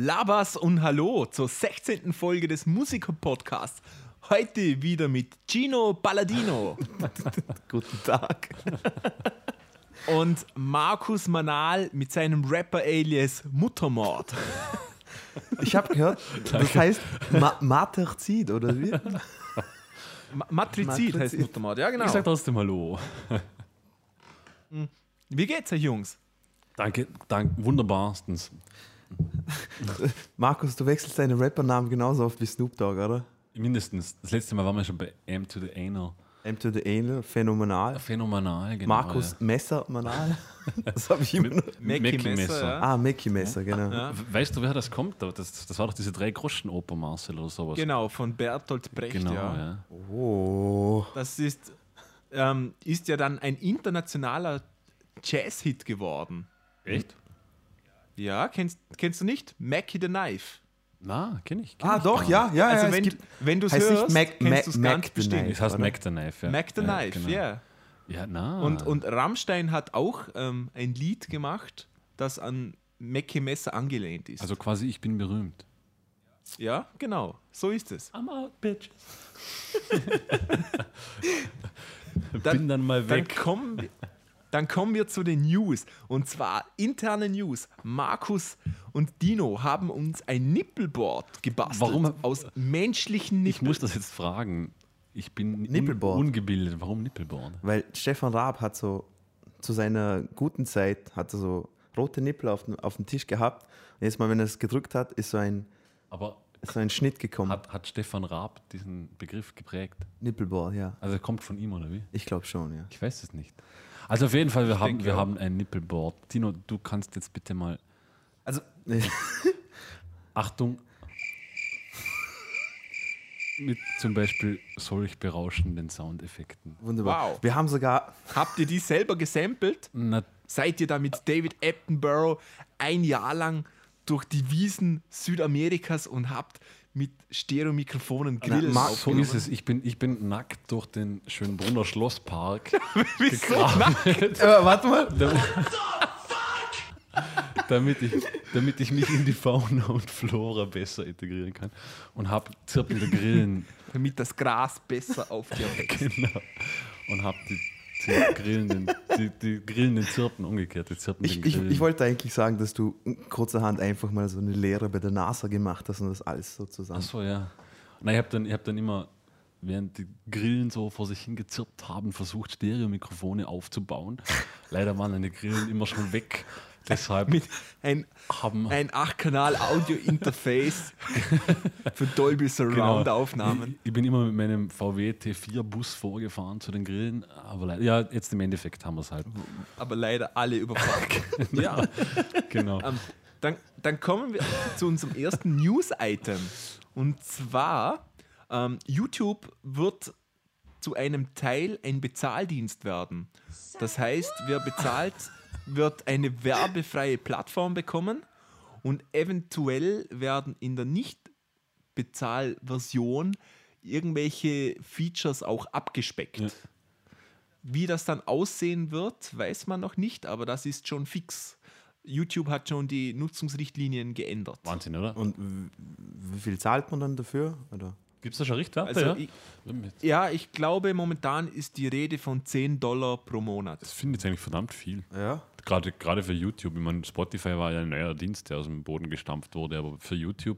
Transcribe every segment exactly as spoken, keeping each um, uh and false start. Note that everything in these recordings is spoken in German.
Labas und Hallo zur sechzehnten Folge des Musiker-Podcasts. Heute wieder mit Gino Palladino. Guten Tag. Und Markus Manal mit seinem Rapper-Alias Muttermord. Ich habe gehört, das heißt Ma- Materzid, oder wie? Ma- Matrizid heißt Muttermord, ja genau. Ich sag trotzdem Hallo. Wie geht's euch, Jungs? Danke, danke, wunderbarstens. Markus, du wechselst deinen Rappernamen genauso oft wie Snoop Dogg, oder? Mindestens. Das letzte Mal waren wir schon bei M to the Anal. M to the Anal, phänomenal. Phänomenal, genau. Markus ja. Messer, Manal. Das habe ich immer noch. Mackie Mackie Messer, Messer. ja. Ah, Mackie Messer, genau. Ja. Weißt du, wer das kommt? Das, das war doch diese Drei-Groschen-Oper, Marcel, oder sowas. Genau, von Bertolt Brecht. Genau, ja. ja. Oh. Das ist, ähm, ist ja dann ein internationaler Jazz-Hit geworden. Echt? Ja, kennst, kennst du nicht? Mackie the Knife. Na, kenn ich. Kenn Ah, ich doch, gar nicht. ja, ja. Also ja, wenn, es gibt, wenn du es heißt hörst, nicht Mac, kennst Mac, du es Mac ganz the bestimmt. Knife. Das heißt oder? Mac the Knife, ja. Mac the ja, Knife, genau. ja. Ja, na. Und, und Rammstein hat auch ähm, ein Lied gemacht, das an Mackie Messer angelehnt ist. Also quasi, ich bin berühmt. ja, genau, so ist es. I'm out, bitch. Dann- bin dann mal Dann weg. kommen, wir- dann kommen wir zu den News. Und zwar interne News. Markus und Dino haben uns ein Nippelboard gebastelt. Warum- Aus menschlichen Ich Nippeln. muss das jetzt fragen. Ich bin un Nippelboard. ungebildet. Warum Nippelboard? Weil Stefan Raab hat so zu seiner guten Zeit hat er so rote Nippel auf dem, auf dem Tisch gehabt. Und jedes Mal, wenn er es gedrückt hat, ist so ein, Aber ist so ein Schnitt gekommen. hat, hat Stefan Raab diesen Begriff geprägt? Nippelboard, ja. Also er kommt von ihm, oder wie? Ich glaube schon, ja. Ich weiß es nicht. Also auf jeden Fall, wir, haben, denke wir auch. haben ein Nippelboard. Tino, du kannst jetzt bitte mal... Also, Achtung. Mit zum Beispiel solch berauschenden Soundeffekten. wunderbar. Wow. Wir haben sogar, Habt ihr die selber gesampelt? Na, Seid ihr da mit David Attenborough ein Jahr lang durch die Wiesen Südamerikas und habt mit Stereomikrofonen Grillen Ma- so aufgenommen? ist es. Ich bin, ich bin nackt durch den Schönbrunner Schlosspark Wieso gekramt, äh, warte mal, damit, damit, ich, damit ich mich in die Fauna und Flora besser integrieren kann. Und habe zirpende Grillen. Damit das Gras besser auf dir wächst. Genau. Und habe die, die grillenden, die, die grillenden Zirpen umgekehrt, die zirpenden ich, ich, Grillen. ich wollte eigentlich sagen, dass du kurzerhand einfach mal so eine Lehre bei der NASA gemacht hast und das alles so zusammen. Achso, ja. Na, ich habe dann, ich hab dann immer, während die Grillen so vor sich hingezirpt haben, versucht, Stereomikrofone aufzubauen. Leider waren dann die Grillen immer schon weg. Deshalb Mit ein, haben ein acht Kanal Audio-Interface für Dolby Surround-Aufnahmen. Ich, ich bin immer mit meinem V W T vier Bus vorgefahren zu den Grillen, aber leider, ja, jetzt im Endeffekt haben wir es halt. Aber leider alle überfahren. Ja, genau. Ähm, dann, dann kommen wir zu unserem ersten News-Item. Und zwar, ähm, YouTube wird zu einem Teil ein Bezahldienst werden. Das heißt, wer bezahlt, wird eine werbefreie Plattform bekommen und eventuell werden in der Nicht-Bezahl-Version irgendwelche Features auch abgespeckt. Ja. Wie das dann aussehen wird, weiß man noch nicht, aber das ist schon fix. YouTube hat schon die Nutzungsrichtlinien geändert. Wahnsinn, oder? Und w- wie viel zahlt man dann dafür? Oder? Gibt es da schon Richtwerte? Also ja? ich, ja, ich glaube, momentan ist die Rede von zehn Dollar pro Monat. Das finde ich jetzt eigentlich verdammt viel. Ja. Gerade, gerade für YouTube. Ich meine, Spotify war ja ein neuer Dienst, der aus dem Boden gestampft wurde, aber für YouTube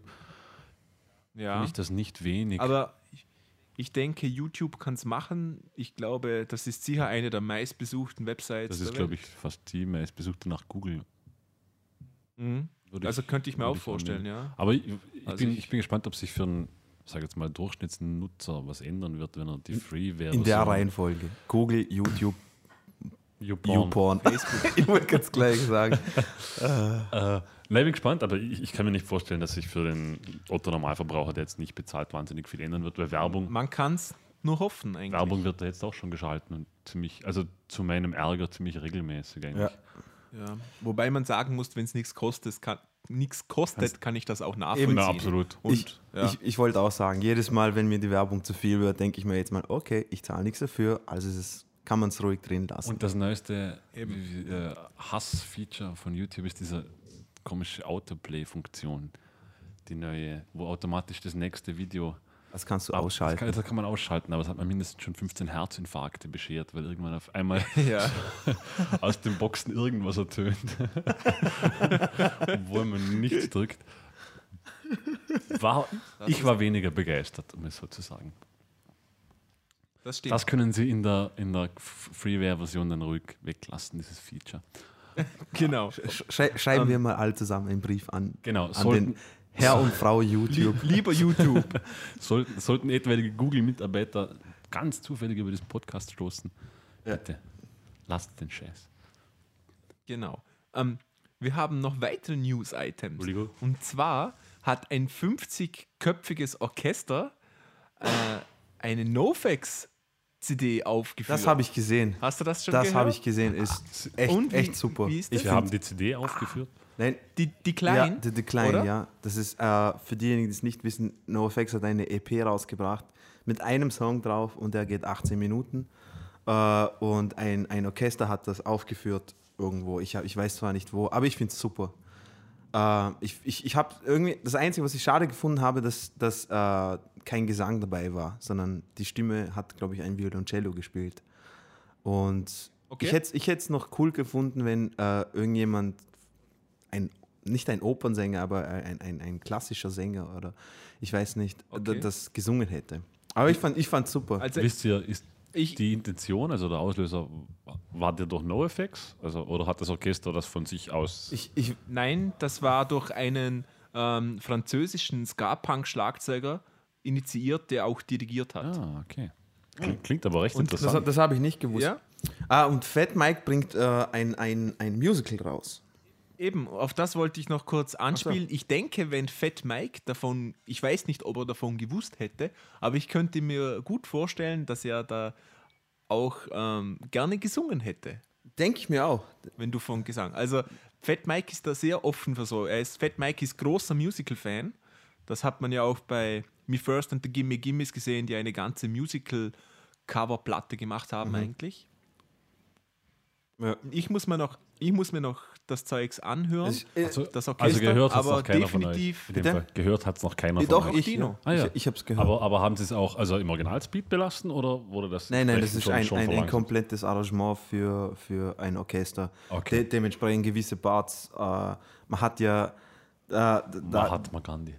Ja. finde ich das nicht wenig. Aber ich, ich denke, YouTube kann es machen. Ich glaube, das ist sicher eine der meistbesuchten Websites. das ist, der glaube Welt. ich, fast die meistbesuchte nach Google. Mhm. Würde Also ich- könnte ich mir würde auch ich vorstellen, annehmen. ja. Aber ich, ich, Also bin, ich- ich bin gespannt, ob sich für einen, sag jetzt mal, Durchschnittsnutzer was ändern wird, wenn er die Free-Version... In der Reihenfolge. Google, YouTube, YouPorn. YouPorn. Ich wollte ganz gleich sagen. Äh, nein, ich bin gespannt, aber ich, ich kann mir nicht vorstellen, dass sich für den Otto-Normalverbraucher, der jetzt nicht bezahlt, wahnsinnig viel ändern wird, weil Werbung, Man kann es nur hoffen eigentlich. Werbung wird da jetzt auch schon geschalten und ziemlich, also zu meinem Ärger ziemlich regelmäßig eigentlich. Ja. Ja. Wobei man sagen muss, wenn es nichts kostet, kann, nichts kostet, kann ich das auch nachvollziehen. Na, absolut. Und, ich, ja. ich, ich wollte auch sagen, jedes Mal, wenn mir die Werbung zu viel wird, denke ich mir jetzt mal, okay, ich zahle nichts dafür, also ist es, kann man es ruhig drin lassen. Und das neueste Eben. wie- wie, äh, Hass-Feature von YouTube ist diese komische Autoplay-Funktion. die neue, wo automatisch das nächste Video. Das kannst du Das ausschalten. kann, das kann man ausschalten, aber es hat mir mindestens schon fünfzehn Herzinfarkte beschert, weil irgendwann auf einmal Ja. aus den Boxen irgendwas ertönt, obwohl man nichts drückt. War, ich war weniger begeistert, um es so zu sagen. Das stimmt. Das können Sie in der, in der Freeware-Version dann ruhig weglassen, dieses Feature. genau. Sch schrei schreiben wir mal alle zusammen einen Brief an, Genau, an sollten, den Herr und Frau YouTube. Lieber YouTube. sollten, sollten etwaige Google-Mitarbeiter ganz zufällig über das Podcast stoßen, Ja. bitte lasst den Scheiß. Genau. Ähm, wir haben noch weitere News-Items. Entschuldigung. Und zwar hat ein fünfzig-köpfiges Orchester äh, eine NoFX-C D aufgeführt. Das habe ich gesehen. Hast du das schon Das gehört? habe ich gesehen. Ist echt, Und wie- echt super. wie ist ich das? Wir haben die C D aufgeführt. Nein, Die, die ja, Kleinen? The Decline, oder? ja. Das ist äh, für diejenigen, die es nicht wissen, NoFX hat eine E P rausgebracht mit einem Song drauf und der geht achtzehn Minuten. Äh, und ein, ein Orchester hat das aufgeführt irgendwo. Ich, hab, ich weiß zwar nicht wo, aber ich finde es super. Äh, ich ich, ich habe irgendwie, das Einzige, was ich schade gefunden habe, dass, dass äh, kein Gesang dabei war, sondern die Stimme hat, glaube ich, ein Violoncello gespielt. Und Okay. ich hätte es ich hätt's noch cool gefunden, wenn äh, irgendjemand, ein, nicht ein Opernsänger, aber ein, ein, ein klassischer Sänger oder ich weiß nicht, Okay. d- das gesungen hätte. Aber ich fand ich fand's super. Also Wisst ihr, ist ich, die Intention, also der Auslöser, war der durch NoFX? Also, oder hat das Orchester das von sich aus? ich, ich, nein, das war durch einen ähm, französischen Ska-Punk-Schlagzeuger initiiert, der auch dirigiert hat. ah, okay. Klingt, klingt aber recht und das, interessant. das habe ich nicht gewusst. Ja, Ah, und Fat Mike bringt äh, ein, ein, ein Musical raus. eben, auf das wollte ich noch kurz anspielen. Ich denke, wenn Fat Mike davon, ich weiß nicht, ob er davon gewusst hätte, aber ich könnte mir gut vorstellen, dass er da auch ähm, gerne gesungen hätte, Denke ich mir auch. wenn du von Gesang. Also Fat Mike ist da sehr offen für so. Er ist, Fat Mike ist großer Musical-Fan. Das hat man ja auch bei Me First and the Gimme Gimmes gesehen, die eine ganze Musical-Cover-Platte gemacht haben eigentlich. Ja. Ich muss mir noch, ich muss mir noch das Zeugs anhören. Es- äh, also, das Orchester, also gehört hat es aber noch keiner von euch. definitiv- In dem Bitte? Fall. Gehört hat es noch keiner äh, von doch, euch. ich, Dino. ja. Ah, ja. ich, ich habe es gehört. Aber, aber haben sie es auch also im Originalspeed belassen oder wurde das? Nein, nein, das entsprechend ist schon- ein, schon ein, ein verlangsamt? komplettes Arrangement für, für ein Orchester. Okay. De dementsprechend gewisse Parts. Äh, man hat ja. Äh, da, Mahatma Gandhi.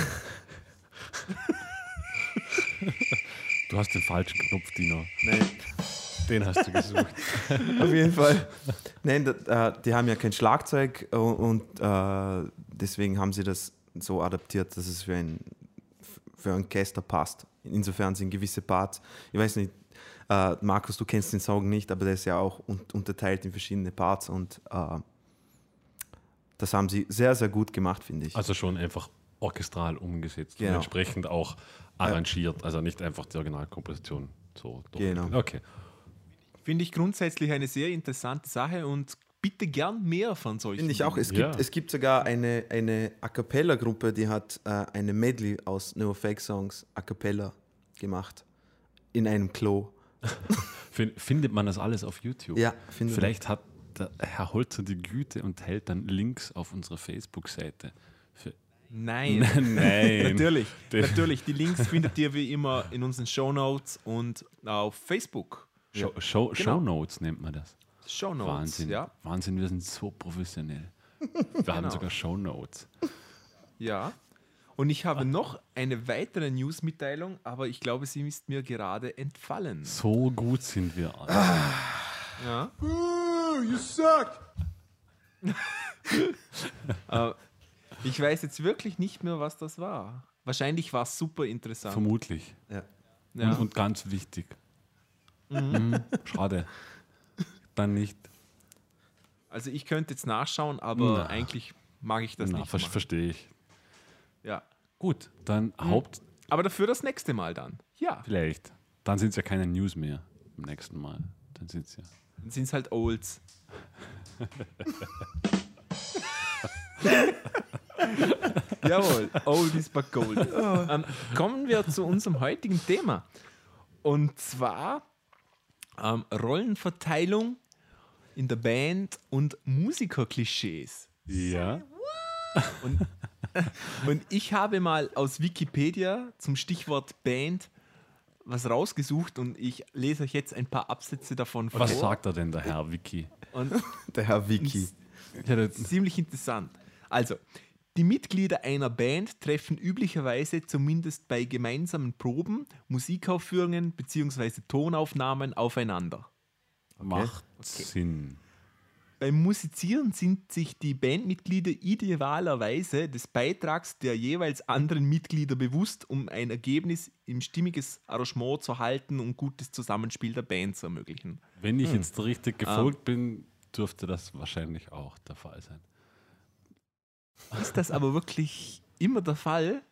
Du hast den falschen Knopf, Dino. Nein, Den hast du gesucht. auf jeden Fall. Nein, da, äh, die haben ja kein Schlagzeug äh, und äh, deswegen haben sie das so adaptiert, dass es für ein, für ein Orchester passt. Insofern sind gewisse Parts, ich weiß nicht, äh, Markus, du kennst den Song nicht, aber der ist ja auch un unterteilt in verschiedene Parts und äh, das haben sie sehr, sehr gut gemacht, finde ich. Also schon einfach orchestral umgesetzt Genau. und entsprechend auch arrangiert. Also nicht einfach die Originalkomposition so Genau. durchgeführt. Okay. Finde ich grundsätzlich eine sehr interessante Sache und bitte gern mehr von solchen. Finde ich auch. Es Ja. gibt, es gibt sogar eine, eine A Cappella-Gruppe, die hat äh, eine Medley aus NoFX-Songs A Cappella gemacht. In einem Klo. Fin- Findet man das alles auf YouTube? Ja, findet man. Vielleicht hat der Herr Holzer die Güte und teilt dann Links auf unserer Facebook-Seite. Für Nein. Nein. Natürlich, Den- natürlich. Die Links findet ihr wie immer in unseren Shownotes und auf Facebook. Show, Show, Genau. Shownotes nennt man das. Shownotes, Wahnsinn. ja. Wahnsinn, wir sind so professionell. Wir haben Genau. sogar Shownotes. Ja. Und ich habe noch eine weitere News-Mitteilung, aber ich glaube, sie ist mir gerade entfallen. So gut sind wir alle. Ja. You suck! Äh, ich weiß jetzt wirklich nicht mehr, was das war. Wahrscheinlich war es super interessant. Vermutlich. Ja. Ja. Und, und ganz wichtig. Mhm. Schade. Dann nicht. Also ich könnte jetzt nachschauen, aber Na. eigentlich mag ich das Na, nicht ver machen. verstehe ich. Ja. Gut, dann Haupt Aber dafür das nächste Mal dann. Ja. vielleicht. Dann sind es ja keine News mehr im nächsten Mal. Dann sind es ja. Dann sind es halt Olds. Jawohl, Oldies but Gold. Ähm, kommen wir zu unserem heutigen Thema. Und zwar ähm, Rollenverteilung in der Band und Musikerklischees. Ja. Und Und ich habe mal aus Wikipedia zum Stichwort Band was rausgesucht und ich lese euch jetzt ein paar Absätze davon vor. Was sagt er denn, der Herr Wiki? Und Der Herr Wiki. ziemlich interessant. Also, die Mitglieder einer Band treffen üblicherweise zumindest bei gemeinsamen Proben, Musikaufführungen bzw. Tonaufnahmen aufeinander. Macht Sinn. Beim Musizieren sind sich die Bandmitglieder idealerweise des Beitrags der jeweils anderen Mitglieder bewusst, um ein Ergebnis im stimmiges Arrangement zu halten und gutes Zusammenspiel der Band zu ermöglichen. Wenn ich jetzt richtig gefolgt bin, dürfte das wahrscheinlich auch der Fall sein. Ist das aber wirklich immer der Fall?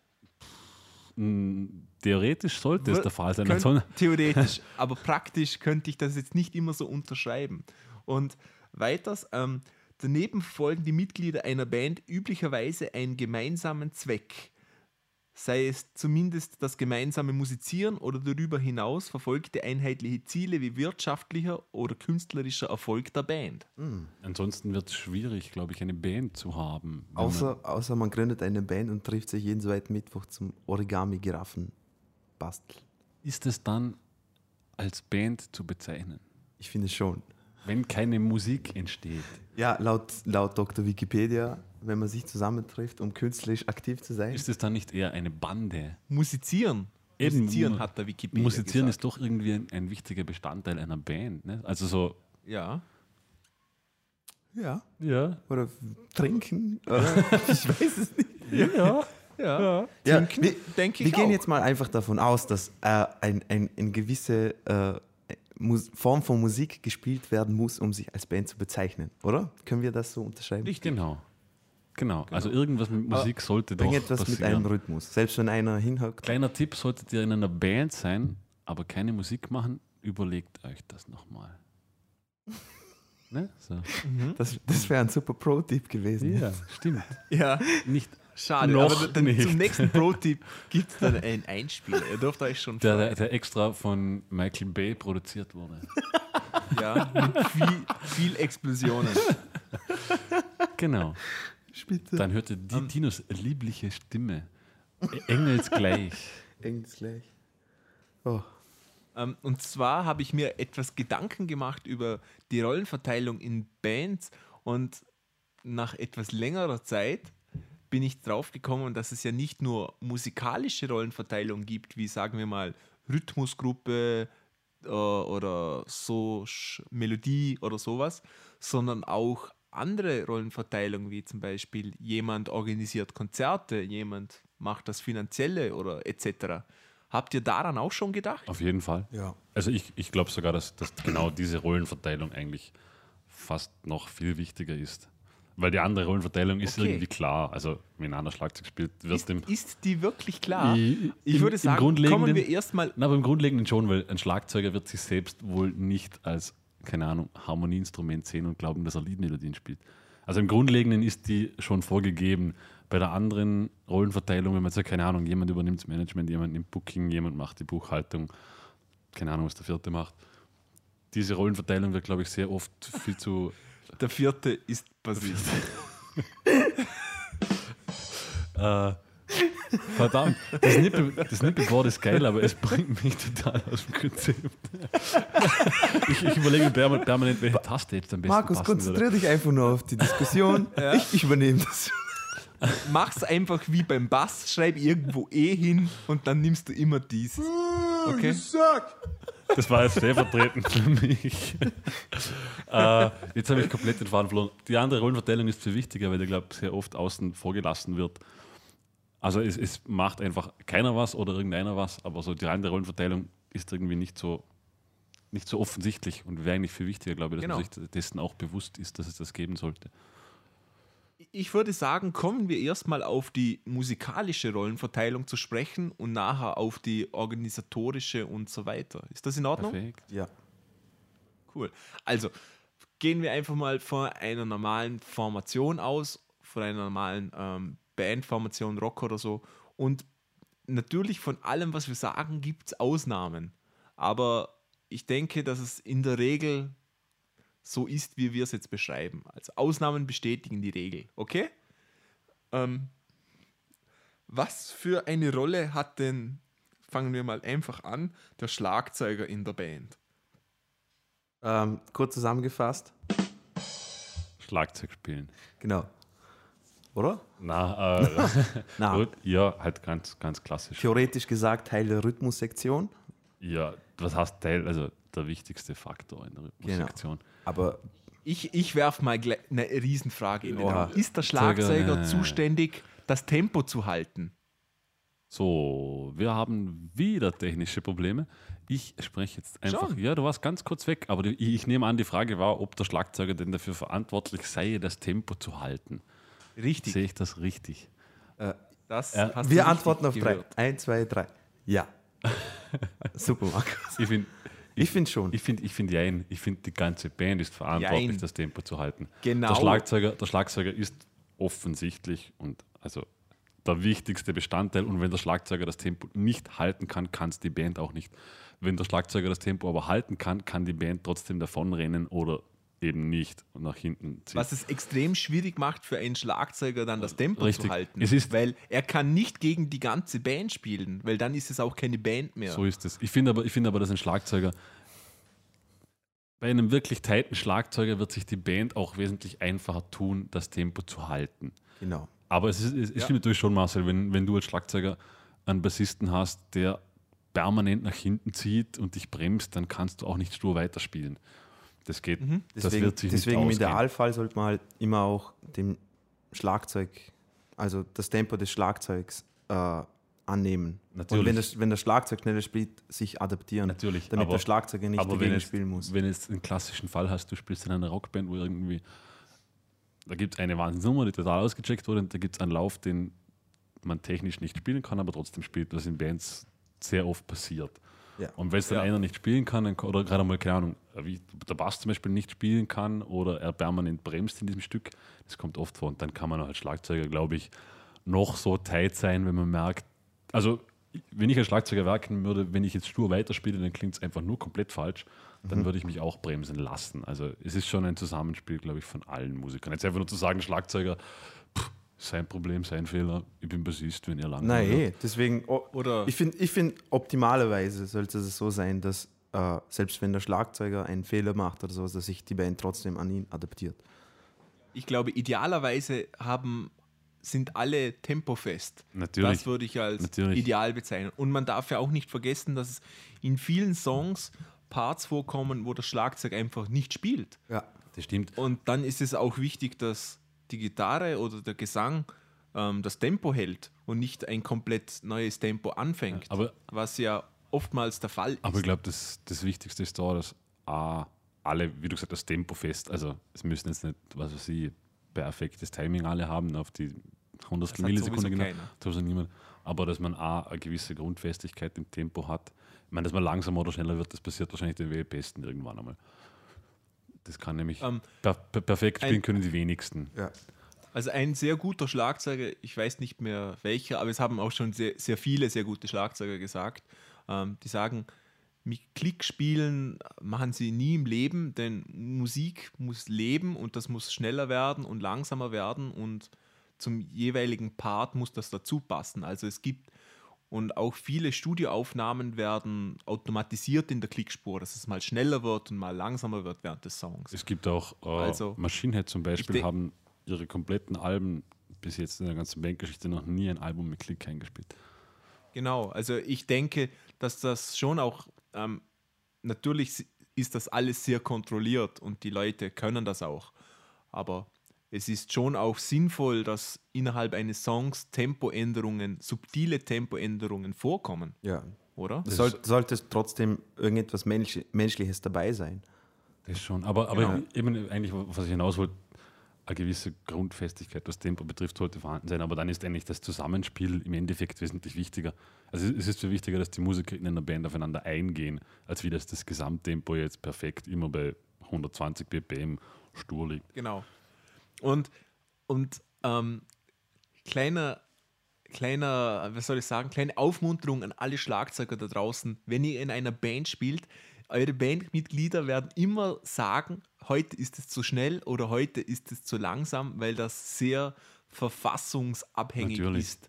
Mm, Theoretisch sollte es der Fall sein. Könnt- Ansonsten- Theoretisch, aber praktisch könnte ich das jetzt nicht immer so unterschreiben. Und weiters, ähm, daneben verfolgen die Mitglieder einer Band üblicherweise einen gemeinsamen Zweck. Sei es zumindest das gemeinsame Musizieren oder darüber hinaus verfolgte einheitliche Ziele wie wirtschaftlicher oder künstlerischer Erfolg der Band. Ansonsten wird es schwierig, glaube ich, eine Band zu haben. wenn Außer, außer man gründet eine Band und trifft sich jeden zweiten Mittwoch zum Origami-Giraffen basteln. man- Ist es dann als Band zu bezeichnen, Ich finde schon. wenn keine Musik entsteht? Ja, laut, laut Doktor Wikipedia, wenn man sich zusammentrifft, um künstlerisch aktiv zu sein. Ist es dann nicht eher eine Bande? Musizieren. Eben, Musizieren mu- hat der Wikipedia Musizieren gesagt. ist doch irgendwie ein, ein wichtiger Bestandteil einer Band. Ne? Also so. Ja. Ja. Ja. Oder trinken. Oder ich weiß es nicht. Ja. Ja. Ja, Trinken, wir, denke wir ich gehen auch. jetzt mal einfach davon aus, dass äh, ein, ein, eine gewisse äh, Mus Form von Musik gespielt werden muss, um sich als Band zu bezeichnen, oder? Können wir das so unterschreiben? Genau. Genau. Also irgendwas mit Musik sollte doch Irgendetwas mit passieren. einem Rhythmus. Selbst wenn einer hinhockt. Kleiner Tipp, solltet ihr in einer Band sein, aber keine Musik machen, überlegt euch das nochmal. Ne? So. Das, das wäre ein super Pro-Tipp gewesen. Ja, stimmt. Ja. Nicht Schade, Noch aber dann nicht. zum nächsten Pro-Tipp gibt es dann einen Einspieler. Ihr dürft euch schon der, freuen. der, der extra von Michael Bay produziert wurde. Ja, mit viel, viel Explosionen. Genau. Spitze. Dann hörte die Tinos liebliche Stimme. Engelsgleich. Englisch gleich. Oh. Ähm, und zwar habe ich mir etwas Gedanken gemacht über die Rollenverteilung in Bands und nach etwas längerer Zeit bin ich drauf gekommen, dass es ja nicht nur musikalische Rollenverteilung gibt, wie sagen wir mal Rhythmusgruppe äh, oder so Sch- Melodie oder sowas, sondern auch andere Rollenverteilung, wie zum Beispiel jemand organisiert Konzerte, jemand macht das Finanzielle oder et cetera. Habt ihr daran auch schon gedacht? Auf jeden Fall. Ja. Also ich, ich glaube sogar, dass, dass genau diese Rollenverteilung eigentlich fast noch viel wichtiger ist. Weil die andere Rollenverteilung ist Okay. irgendwie klar. Also wenn einer Schlagzeug spielt, wird Ist, dem... ist die wirklich klar? I- Ich im- würde im sagen, Grundlegenden- kommen wir erstmal. Na, aber im Grundlegenden schon, weil ein Schlagzeuger wird sich selbst wohl nicht als, keine Ahnung, Harmonieinstrument sehen und glauben, dass er Liedmelodien spielt. Also im Grundlegenden ist die schon vorgegeben. Bei der anderen Rollenverteilung, wenn man sagt, keine Ahnung, jemand übernimmt das Management, jemand nimmt Booking, jemand macht die Buchhaltung, keine Ahnung, was der vierte macht. Diese Rollenverteilung wird, glaube ich, sehr oft viel zu... Der vierte ist passiert. Äh, verdammt, das Snippet, das Snippet-Wort ist geil, aber es bringt mich total aus dem Konzept. ich, ich überlege perma- permanent, welche Taste jetzt am besten Markus, passen konzentriere dich einfach nur auf die Diskussion. ich, ich übernehme das. Mach's einfach wie beim Bass, schreib irgendwo E hin und dann nimmst du immer dieses. Okay? Das war jetzt stellvertretend für mich. äh, jetzt habe ich komplett den Faden verloren. Die andere Rollenverteilung ist viel wichtiger, weil der, glaube ich, sehr oft außen vorgelassen wird. Also es, es macht einfach keiner was oder irgendeiner was, aber so die andere Rollenverteilung ist irgendwie nicht so, nicht so offensichtlich und wäre eigentlich viel wichtiger, glaube ich, dass Genau. man sich dessen auch bewusst ist, dass es das geben sollte. Ich würde sagen, kommen wir erstmal auf die musikalische Rollenverteilung zu sprechen und nachher auf die organisatorische und so weiter. Ist das in Ordnung? Perfekt. Ja. Cool. Also gehen wir einfach mal von einer normalen Formation aus, von einer normalen ähm, Bandformation, Rock oder so. Und natürlich von allem, was wir sagen, gibt es Ausnahmen. Aber ich denke, dass es in der Regel so ist, wie wir es jetzt beschreiben. Also Ausnahmen bestätigen die Regel. Okay? Ähm, Was für eine Rolle hat denn, fangen wir mal einfach an, der Schlagzeuger in der Band? Ähm, kurz zusammengefasst. Schlagzeug spielen. Genau. Oder? Na, äh, Na. gut, ja, halt ganz, ganz klassisch. Theoretisch gesagt Teil der Rhythmussektion. Ja, was heißt Teil, also der wichtigste Faktor in der Rhythmussektion. Aber Ich, ich werfe mal gleich eine Riesenfrage in den Oha. Raum. Ist der Schlagzeuger Nein. zuständig, das Tempo zu halten? So, wir haben wieder technische Probleme. Ich spreche jetzt einfach. Schon? Ja, du warst ganz kurz weg, aber die, ich nehme an, die Frage war, ob der Schlagzeuger denn dafür verantwortlich sei, das Tempo zu halten. Richtig. Sehe ich das richtig? Das Ja, hast du wir richtig antworten auf drei. gehört. Eins, zwei, drei. Ja. Super, Markus. Ich finde Ich finde schon. ich find, ich find, jein, ich find, die ganze Band ist verantwortlich, Jein. das Tempo zu halten. Genau. Der Schlagzeuger, der Schlagzeuger ist offensichtlich und also der wichtigste Bestandteil. Und wenn der Schlagzeuger das Tempo nicht halten kann, kann es die Band auch nicht. Wenn der Schlagzeuger das Tempo aber halten kann, kann die Band trotzdem davonrennen oder eben nicht und nach hinten ziehen. Was es extrem schwierig macht für einen Schlagzeuger dann das Tempo Richtig. zu halten. Es ist- weil er kann nicht gegen die ganze Band spielen, weil dann ist es auch keine Band mehr. So ist es. Ich finde aber, ich finde aber, dass ein Schlagzeuger, bei einem wirklich tighten Schlagzeuger wird sich die Band auch wesentlich einfacher tun, das Tempo zu halten. Genau. Aber es, ist, es, es Ja. stimmt natürlich schon, Marcel, wenn, wenn du als Schlagzeuger einen Bassisten hast, der permanent nach hinten zieht und dich bremst, dann kannst du auch nicht stur weiterspielen. Das geht, das Deswegen, wird sich deswegen nicht im ausgehen. Idealfall sollte man halt immer auch dem Schlagzeug, also das Tempo des Schlagzeugs äh, annehmen. Natürlich. Und wenn, das, wenn der Schlagzeug schneller spielt, sich adaptieren. Natürlich, Damit aber- der Schlagzeuger nicht Aber wenn dagegen es, spielen muss. wenn es einen klassischen Fall hast, du spielst in einer Rockband, wo irgendwie, da gibt es eine Wahnsinnsnummer, die total ausgecheckt wurde, und da gibt es einen Lauf, den man technisch nicht spielen kann, aber trotzdem spielt, was in Bands sehr oft passiert. Ja. Und wenn es dann Ja. einer nicht spielen kann, dann, oder gerade mal, keine Ahnung, wie der Bass zum Beispiel nicht spielen kann oder er permanent bremst in diesem Stück, das kommt oft vor. Und dann kann man als Schlagzeuger, glaube ich, noch so tight sein, wenn man merkt, also wenn ich als Schlagzeuger werken würde, wenn ich jetzt stur weiterspiele, dann klingt es einfach nur komplett falsch, dann würde ich mich auch bremsen lassen. Also es ist schon ein Zusammenspiel, glaube ich, von allen Musikern. Jetzt einfach nur zu sagen, Schlagzeuger, pff, sein Problem, sein Fehler, ich bin Bassist, wenn ihr lang Nein, eh, deswegen, oh, Oder- ich finde, ich find, optimalerweise sollte es so sein, dass äh, selbst wenn der Schlagzeuger einen Fehler macht oder sowas, dass sich die Band trotzdem an ihn adaptiert. Ich glaube, idealerweise haben, sind alle tempofest. Natürlich. Das würde ich als Natürlich. ideal bezeichnen. Und man darf ja auch nicht vergessen, dass es in vielen Songs Parts vorkommen, wo das Schlagzeug einfach nicht spielt. Ja. Das stimmt. Und dann ist es auch wichtig, dass die Gitarre oder der Gesang ähm, das Tempo hält und nicht ein komplett neues Tempo anfängt, Ja, aber- was ja oftmals der Fall ist. Aber ich glaube, das, das Wichtigste ist da, dass A, alle, wie du gesagt hast, das Tempo fest, also es müssen jetzt nicht, was weiß ich, perfektes Timing alle haben auf die hundertstel Das hat Millisekunde sowieso genau. keiner. Das hat niemand. Aber dass man A, eine gewisse Grundfestigkeit im Tempo hat. Ich meine, dass man langsamer oder schneller wird, das passiert wahrscheinlich den W Besten irgendwann einmal. Das kann nämlich Ähm, per, per, perfekt spielen ein- können die wenigsten. Ja. Also ein sehr guter Schlagzeuger, ich weiß nicht mehr welcher, aber es haben auch schon sehr, sehr viele sehr gute Schlagzeuger gesagt, ähm, die sagen, mit Klickspielen machen sie nie im Leben, denn Musik muss leben und das muss schneller werden und langsamer werden und zum jeweiligen Part muss das dazu passen. Also es gibt und auch viele Studioaufnahmen werden automatisiert in der Klickspur, dass es mal schneller wird und mal langsamer wird während des Songs. Es gibt auch äh, Also, Machine Head zum Beispiel, ich de- haben ihre kompletten Alben bis jetzt in der ganzen Bandgeschichte noch nie ein Album mit Klick eingespielt. Genau, also ich denke, dass das schon auch, ähm, natürlich ist das alles sehr kontrolliert und die Leute können das auch, aber es ist schon auch sinnvoll, dass innerhalb eines Songs Tempoänderungen, subtile Tempoänderungen vorkommen, Ja. oder? Es soll, sollte trotzdem irgendetwas Mensch, Menschliches dabei sein. Das schon, aber, aber Genau. eben eigentlich, was ich hinaus wollte, eine gewisse Grundfestigkeit, was Tempo betrifft, sollte vorhanden sein, aber dann ist eigentlich das Zusammenspiel im Endeffekt wesentlich wichtiger. Also es ist viel wichtiger, dass die Musiker in einer Band aufeinander eingehen, als wie das, das Gesamttempo jetzt perfekt immer bei hundertzwanzig B P M stur liegt. Genau. Und, und ähm, kleiner, kleiner, was soll ich sagen, kleine Aufmunterung an alle Schlagzeuger da draußen, wenn ihr in einer Band spielt, eure Bandmitglieder werden immer sagen, heute ist es zu schnell oder heute ist es zu langsam, weil das sehr verfassungsabhängig Natürlich. ist.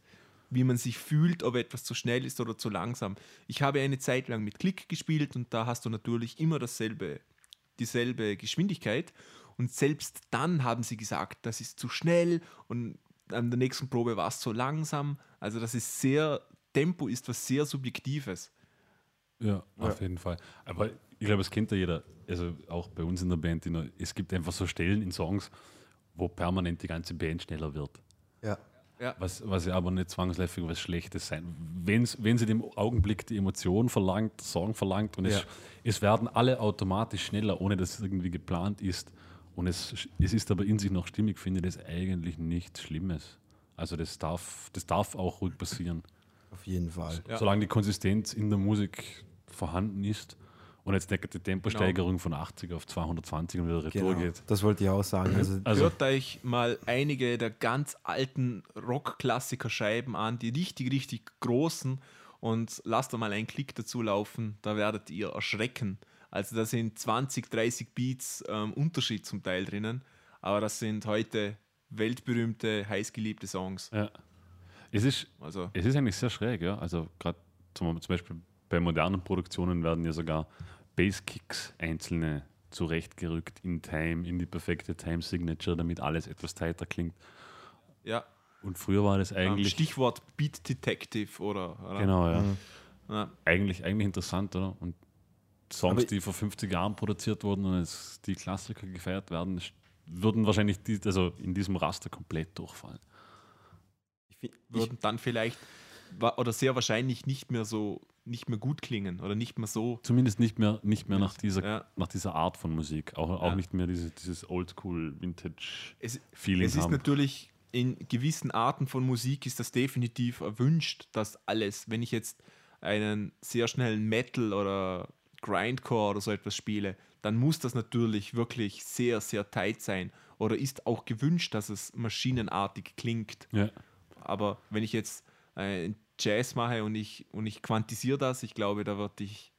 wie man sich fühlt, ob etwas zu schnell ist oder zu langsam. Ich habe eine Zeit lang mit Klick gespielt und da hast du natürlich immer dasselbe, dieselbe Geschwindigkeit. Und selbst dann haben sie gesagt, das ist zu schnell und an der nächsten Probe war es zu langsam. Also das ist sehr, Tempo ist was sehr Subjektives. Ja, auf jeden Fall. Aber ich glaube, es kennt ja jeder, also auch bei uns in der Band, in der, es gibt einfach so Stellen in Songs, wo permanent die ganze Band schneller wird. Ja. Ja. Was, was ja aber nicht zwangsläufig was Schlechtes sein. Wenn's, wenn sie dem Augenblick die Emotion verlangt, Song verlangt und Ja. es, es werden alle automatisch schneller, ohne dass es irgendwie geplant ist. Und es, es ist aber in sich noch stimmig, finde ich das eigentlich nichts Schlimmes. Also das darf, das darf auch ruhig passieren. Auf jeden Fall. Ja. Solange die Konsistenz in der Musik vorhanden ist und jetzt nicht die Temposteigerung von achtzig auf zweihundertzwanzig und wieder retour Genau. geht. Das wollte ich auch sagen. Also, Also, Hört euch mal einige der ganz alten Rock-Klassiker-Scheiben an, die richtig, richtig großen, und lasst da mal einen Klick dazu laufen, da werdet ihr erschrecken. Also da sind zwanzig, dreißig Beats ähm, Unterschied zum Teil drinnen, aber das sind heute weltberühmte, heißgeliebte Songs. ja. Es ist, Also es ist eigentlich sehr schräg, ja. Also gerade zum, zum Beispiel bei modernen Produktionen werden ja sogar Basskicks einzelne zurechtgerückt in Time, in die perfekte Time-Signature, damit alles etwas tighter klingt. ja, Und früher war das ähm, eigentlich... Stichwort Beat Detective oder, oder Genau, ja. ja. Eigentlich, eigentlich interessant, oder? Und Songs, Aber- die vor fünfzig Jahren produziert wurden und als die Klassiker gefeiert werden, würden wahrscheinlich die, also in diesem Raster komplett durchfallen. ich, fi- ich, würden dann vielleicht wa- oder sehr wahrscheinlich nicht mehr so nicht mehr gut klingen oder nicht mehr so. Zumindest nicht mehr, nicht mehr nach, dieser, Ja. nach dieser Art von Musik. Auch, auch Ja. nicht mehr diese, dieses Oldschool-Vintage-Feeling Es, es ist haben. natürlich in gewissen Arten von Musik ist das definitiv erwünscht, dass alles, wenn ich jetzt einen sehr schnellen Metal oder Grindcore oder so etwas spiele, dann muss das natürlich wirklich sehr, sehr tight sein. Oder ist auch gewünscht, dass es maschinenartig klingt. Ja. Aber wenn ich jetzt äh, Jazz mache und ich, und ich quantisiere das, ich glaube, da wird ich,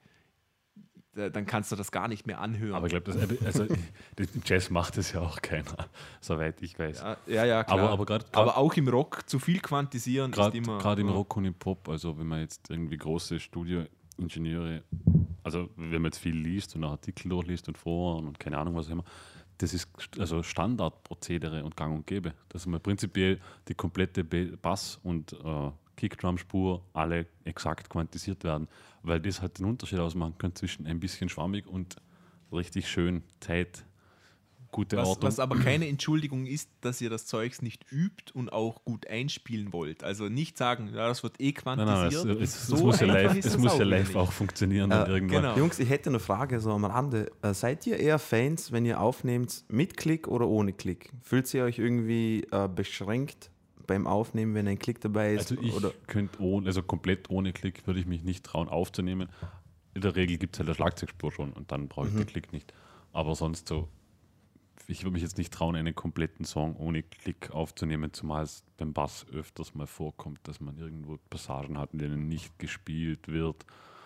da, dann kannst du das gar nicht mehr anhören. Aber ich glaube, also, im Jazz macht es ja auch keiner, soweit ich weiß. ja, ja, ja, klar. Aber- aber grad- grad- aber auch im Rock zu viel quantisieren Gerade ist immer. gerade im ja. Rock und im Pop, also wenn man jetzt irgendwie große Studioingenieure, also wenn man jetzt viel liest und auch Artikel durchliest und Foren und keine Ahnung was auch immer, das ist also Standardprozedere und gang und gäbe, dass man prinzipiell die komplette Ba- Bass- und äh, Kickdrum-Spur alle exakt quantisiert werden, weil das halt den Unterschied ausmachen kann zwischen ein bisschen schwammig und richtig schön, tight, gute Was, Ordnung. was aber keine Entschuldigung ist, dass ihr das Zeugs nicht übt und auch gut einspielen wollt. Also nicht sagen, ja, das wird eh Nein, nein, es, quantisiert. es, es So muss ja einfach live, ist es das muss ja auch live wieder auch nicht. funktionieren dann Äh, irgendwann. genau. Jungs, ich hätte eine Frage so am Rande. Äh, seid ihr eher Fans, wenn ihr aufnehmt, mit Klick oder ohne Klick? Fühlt ihr euch irgendwie äh, beschränkt beim Aufnehmen, wenn ein Klick dabei ist? Also ich oder? könnte ohne, also komplett ohne Klick würde ich mich nicht trauen aufzunehmen. In der Regel gibt es halt eine Schlagzeugspur schon und dann brauche ich den Klick nicht. Aber sonst so, ich würde mich jetzt nicht trauen, einen kompletten Song ohne Klick aufzunehmen, zumal es beim Bass öfters mal vorkommt, dass man irgendwo Passagen hat, in denen nicht gespielt wird.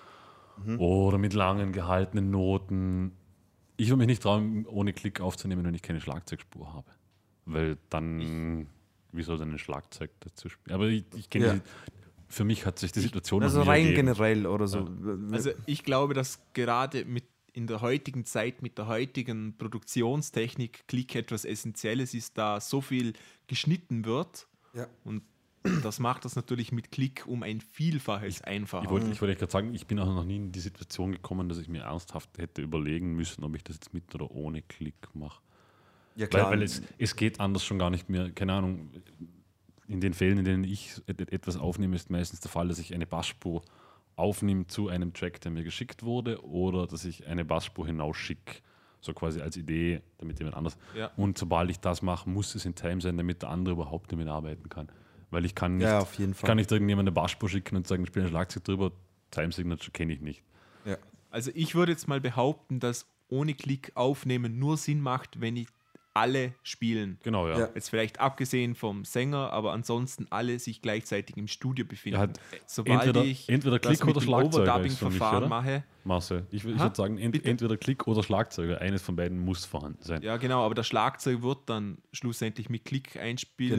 Oder mit langen gehaltenen Noten. Ich würde mich nicht trauen, ohne Klick aufzunehmen, wenn ich keine Schlagzeugspur habe. Weil dann, wie soll denn ein Schlagzeug dazu spielen? Aber ich, ich kenne Ja. die, für mich hat sich die Situation Also noch nie rein ergeben. generell oder so. Also ich glaube, dass gerade mit in der heutigen Zeit, mit der heutigen Produktionstechnik Klick etwas Essentielles ist, da so viel geschnitten wird. Ja. Und das macht das natürlich mit Klick um ein Vielfaches einfacher. Ich wollte ich wollte gerade sagen, ich bin auch noch nie in die Situation gekommen, dass ich mir ernsthaft hätte überlegen müssen, ob ich das jetzt mit oder ohne Klick mache. Ja, Weil, klar. weil es, es geht anders schon gar nicht mehr. Keine Ahnung, in den Fällen, in denen ich et- etwas aufnehme, ist meistens der Fall, dass ich eine Bassspur aufnehme zu einem Track, der mir geschickt wurde, oder dass ich eine Bassspur hinausschicke, so quasi als Idee, damit jemand anders. Ja. Und sobald ich das mache, muss es in Time sein, damit der andere überhaupt damit arbeiten kann. Weil ich kann nicht, Ja, auf jeden ich Fall. kann nicht irgendjemand eine Bassspur schicken und sagen, ich spiele ein Schlagzeug drüber, Time Signature kenne ich nicht. ja. Also ich würde jetzt mal behaupten, dass ohne Klick aufnehmen nur Sinn macht, wenn ich alle spielen. Genau, ja. Ja. Jetzt vielleicht abgesehen vom Sänger, aber ansonsten alle sich gleichzeitig im Studio befinden. Ja, halt Sobald entweder- ich entweder das Klick mit oder dem Schlagzeuger ist für mich, Overdubbing-Verfahren oder? mache, Marcel, ich, ich Ha? würde sagen, ent, Bitte? entweder Klick oder Schlagzeuger. Eines von beiden muss vorhanden sein. ja genau, aber der Schlagzeug wird dann schlussendlich mit Klick einspielen, Genau.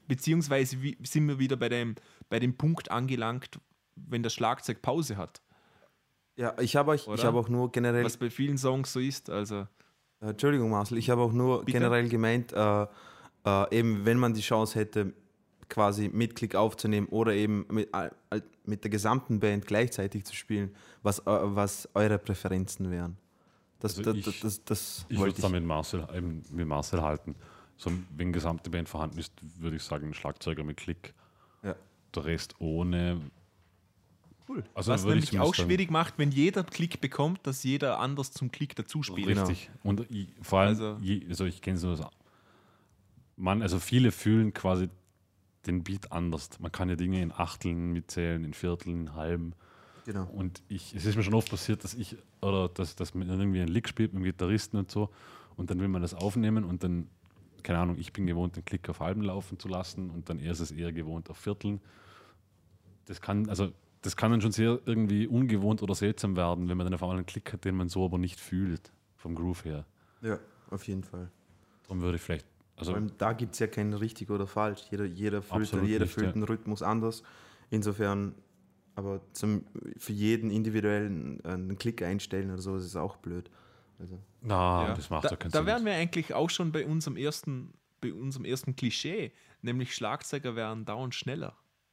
beziehungsweise wie, sind wir wieder bei dem, bei dem Punkt angelangt, wenn das Schlagzeug Pause hat. Ja, ich habe euch, ich habe auch nur generell. Was bei vielen Songs so ist. Also. Äh, Entschuldigung, Marcel, ich habe auch nur Bitte? generell gemeint, äh, äh, eben wenn man die Chance hätte, quasi mit Klick aufzunehmen oder eben mit, äh, mit der gesamten Band gleichzeitig zu spielen, was, äh, was eure Präferenzen wären. Das, Also das, ich- das, das, das Ich würde wollte es ich. dann mit Marcel, eben mit Marcel halten. So, wenn gesamte Band vorhanden ist, würde ich sagen, Schlagzeuger mit Klick. Ja. Der Rest ohne. Cool. Also Was würde ich nämlich zumindest auch sagen. schwierig macht, wenn jeder Klick bekommt, dass jeder anders zum Klick dazu spielt. Genau. Richtig. Und ich, vor allem, Also- je, also ich kenne es nur so. Man, also viele fühlen quasi den Beat anders. Man kann ja Dinge in Achteln mitzählen, in Vierteln, in Halben. Genau. Und ich, es ist mir schon oft passiert, dass ich, oder dass, dass man irgendwie einen Lick spielt mit dem Gitarristen und so, und dann will man das aufnehmen und dann, keine Ahnung, ich bin gewohnt, den Klick auf Halben laufen zu lassen und dann er ist es eher gewohnt auf Vierteln. Das kann, also das kann dann schon sehr irgendwie ungewohnt oder seltsam werden, wenn man dann auf einmal einen Klick hat, den man so aber nicht fühlt, vom Groove her. Ja, auf jeden Fall. Darum würde ich vielleicht, also Vor allem, da gibt es ja kein richtig oder falsch. Jeder, jeder fühlt, Absolut jeder nicht, fühlt ja. den Rhythmus anders. Insofern, aber zum, für jeden individuellen einen Klick einstellen oder so, ist es auch blöd. Also, na, Ja. das macht da, ja keinen da Sinn. wären wir eigentlich auch schon bei unserem ersten, bei unserem ersten Klischee, nämlich Schlagzeuger wären dauernd schneller.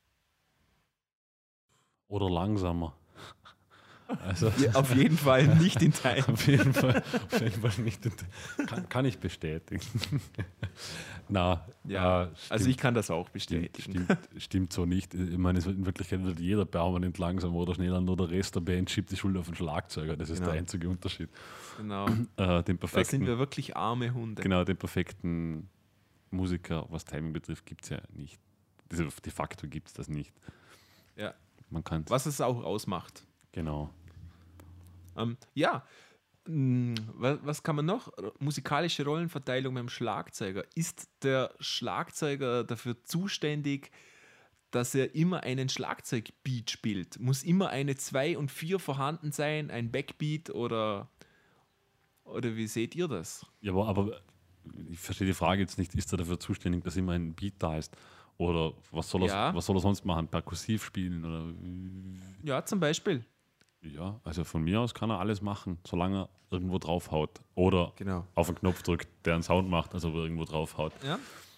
Oder langsamer. Also, Ja, auf jeden Fall nicht in Teilen. Auf jeden Fall, auf jeden Fall nicht. Kann, kann ich bestätigen. Na, Ja, äh, also ich kann das auch stimmt, bestätigen. stimmt, stimmt so nicht. Ich meine, es wird in Wirklichkeit wird jeder permanent langsamer oder schneller, nur der Rest der Band schiebt die Schuld auf den Schlagzeuger. Das ist Genau. der einzige Unterschied. Genau. Äh, den Da sind perfekten, wir wirklich arme Hunde. genau, den perfekten Musiker, was Timing betrifft, gibt es ja nicht. Also de facto gibt es das nicht. Ja. Man kann Was es auch ausmacht. genau. Ähm, ja, mh, was, was kann man noch? Musikalische Rollenverteilung beim Schlagzeuger. Ist der Schlagzeuger dafür zuständig, dass er immer einen Schlagzeugbeat spielt? Muss immer eine zwei und vier vorhanden sein, ein Backbeat oder, oder wie seht ihr das? Ja, aber, aber ich verstehe die Frage jetzt nicht, ist er dafür zuständig, dass immer ein Beat da ist? Oder was soll er, Ja. was soll er sonst machen? Perkussiv spielen? Oder Ja, zum Beispiel. ja, also von mir aus kann er alles machen, solange er irgendwo draufhaut. Oder genau. auf einen Knopf drückt, der einen Sound macht, also wo er irgendwo draufhaut. Ja?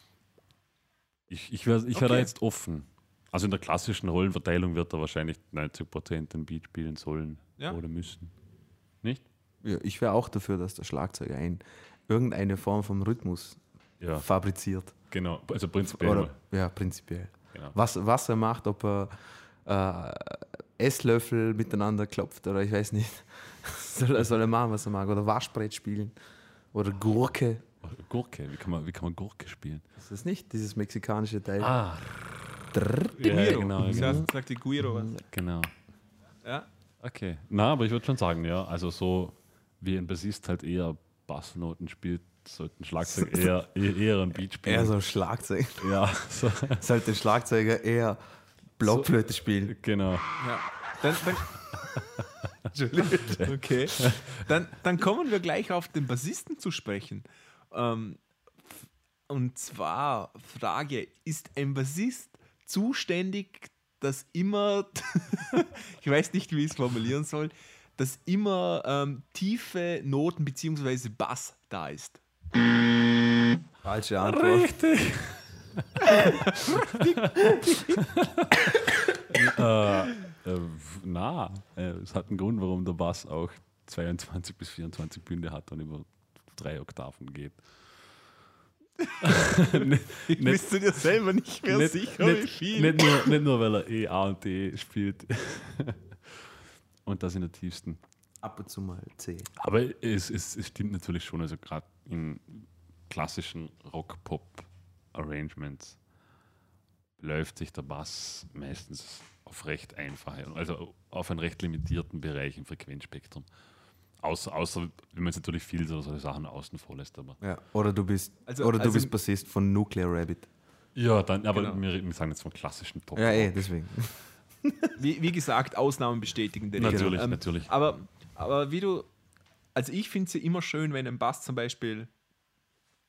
Ich, ich wäre ich wär da Okay. jetzt offen. Also in der klassischen Rollenverteilung wird er wahrscheinlich neunzig Prozent den Beat spielen sollen Ja. oder müssen. Nicht? Ja, ich wäre auch dafür, dass der Schlagzeuger ein, irgendeine Form von Rhythmus Ja, fabriziert. genau. Also prinzipiell. Oder, ja, prinzipiell. Genau. Was, was er macht, ob er äh, Esslöffel miteinander klopft oder ich weiß nicht. soll, er, soll er machen, was er mag. Oder Waschbrett spielen. Oder Gurke. Gurke, wie kann, man, wie kann man Gurke spielen? Ist das nicht, dieses mexikanische Teil? Ah, Drrr. ja, Guiro. genau, Ich genau. sag, sagt die Guiro was. genau. Ja? Okay. Na, aber ich würde schon sagen, ja, also so wie ein Bassist halt eher Bassnoten spielt, sollte ein Schlagzeug eher, eher, eher ein Beat spielen. Eher so Schlagzeug. Ja, so, Sollte der Schlagzeuger eher Blockflöte spielen. genau. Ja. Dann, dann, Entschuldigung. Okay. Dann, dann kommen wir gleich auf den Bassisten zu sprechen. Ähm, und zwar Frage, ist ein Bassist zuständig, dass immer, ich weiß nicht, wie ich es formulieren soll, dass immer ähm, tiefe Noten bzw. Bass da ist? Falsche Antwort. Richtig. äh, äh, na, äh, es hat einen Grund, warum der Bass auch zweiundzwanzig bis vierundzwanzig Bünde hat und über drei Oktaven geht. nicht, Bist du dir selber nicht mehr nicht, sicher, nicht, wie viel? Nicht nur, nicht nur, weil er E, A und D spielt. Und das in der tiefsten. Ab und zu mal C. Aber es, es, es stimmt natürlich schon, also gerade in klassischen Rock-Pop-Arrangements läuft sich der Bass meistens auf recht einfache, also auf einen recht limitierten Bereich im Frequenzspektrum. Außer, außer wenn man jetzt natürlich viel so solche Sachen außen vor lässt. Aber Ja. Oder du bist, Also- oder du also- bist Bassist von Nuclear Rabbit. ja, dann, aber Genau. wir, wir sagen jetzt vom klassischen Pop. Ja, eh, deswegen. Wie, wie gesagt, Ausnahmen bestätigen den Natürlich, Regel. Ähm, natürlich. Aber, aber wie du, also ich finde es ja immer schön, wenn ein Bass zum Beispiel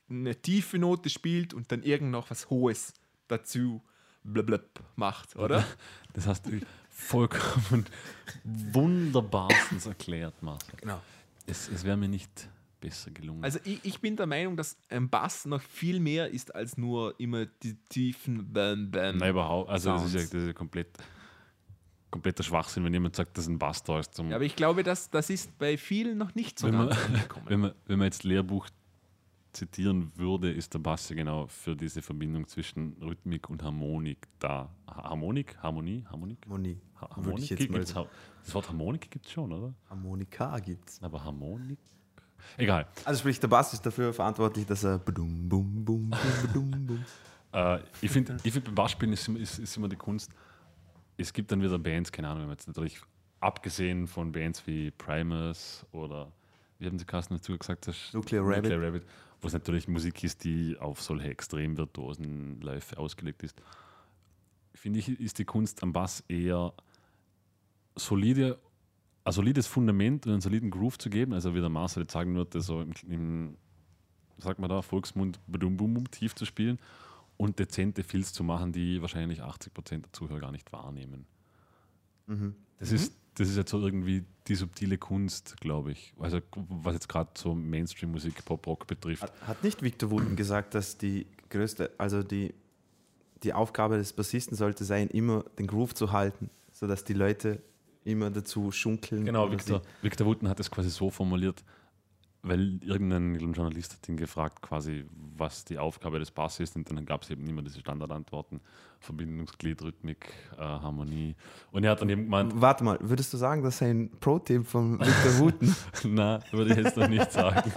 eine tiefe Note spielt und dann irgend noch was Hohes dazu blablab macht, oder? Das hast du vollkommen wunderbarstens erklärt, Marcel. Genau. Es, es wäre mir nicht besser gelungen. Also ich, ich bin der Meinung, dass ein Bass noch viel mehr ist als nur immer die tiefen Bam Bam. Nein, überhaupt. Also das ist ja, Sounds. das ist ja komplett, kompletter Schwachsinn, wenn jemand sagt, dass ein Bass da ist. Zum, Ja, aber ich glaube, dass, das ist bei vielen noch nicht so wenn, man, ganz angekommen. wenn, man, wenn man jetzt Lehrbuch zitieren würde, ist der Bass ja genau für diese Verbindung zwischen Rhythmik und Harmonik da. Ha- Harmonik? Harmonie? Harmonik? Harmonie. Ha- Würde Harmonik? ich jetzt Gibt- mal gibt's sagen. Ha- das Wort Harmonik gibt es schon, oder? Harmonika gibt's. Aber Harmonik? Egal. Also sprich, der Bass ist dafür verantwortlich, dass er badum, bum, bum, bum, badum, bum. Äh, ich finde, ich find, beim Bassspielen ist, immer- ist, ist immer die Kunst. Es gibt dann wieder Bands, keine Ahnung, wenn man jetzt natürlich abgesehen von Bands wie Primus oder wie haben sie Carsten dazu gesagt? Das Nuclear Rabbit. Rabbit, wo es natürlich Musik ist, die auf solche extrem virtuosen Läufe ausgelegt ist. Finde ich, ist die Kunst am Bass eher solide, ein solides Fundament und einen soliden Groove zu geben, also wie der Marcel jetzt sagen würde, so im, im sagt man da, Volksmund badum, bum, bum, tief zu spielen und dezente Fills zu machen, die wahrscheinlich achtzig Prozent der Zuhörer gar nicht wahrnehmen. Mhm. Das, ist, das ist jetzt so irgendwie die subtile Kunst, glaube ich. Also, was jetzt gerade so Mainstream-Musik, Pop-Rock betrifft. Hat, hat nicht Victor Wooten gesagt, dass die größte, also die, die Aufgabe des Bassisten sollte sein, immer den Groove zu halten, sodass die Leute immer dazu schunkeln. Genau, oder Victor, Victor Wooten hat es quasi so formuliert, weil irgendein Journalist hat ihn gefragt, quasi, was die Aufgabe des Basses ist, und dann gab es eben immer diese Standardantworten: Verbindungsglied, Rhythmik, äh, Harmonie. Und er hat dann eben gemeint, sie- Warte mal, würdest du sagen, das ist ein Pro-Tipp von Victor Wooten? na, würde ich jetzt noch nicht sagen.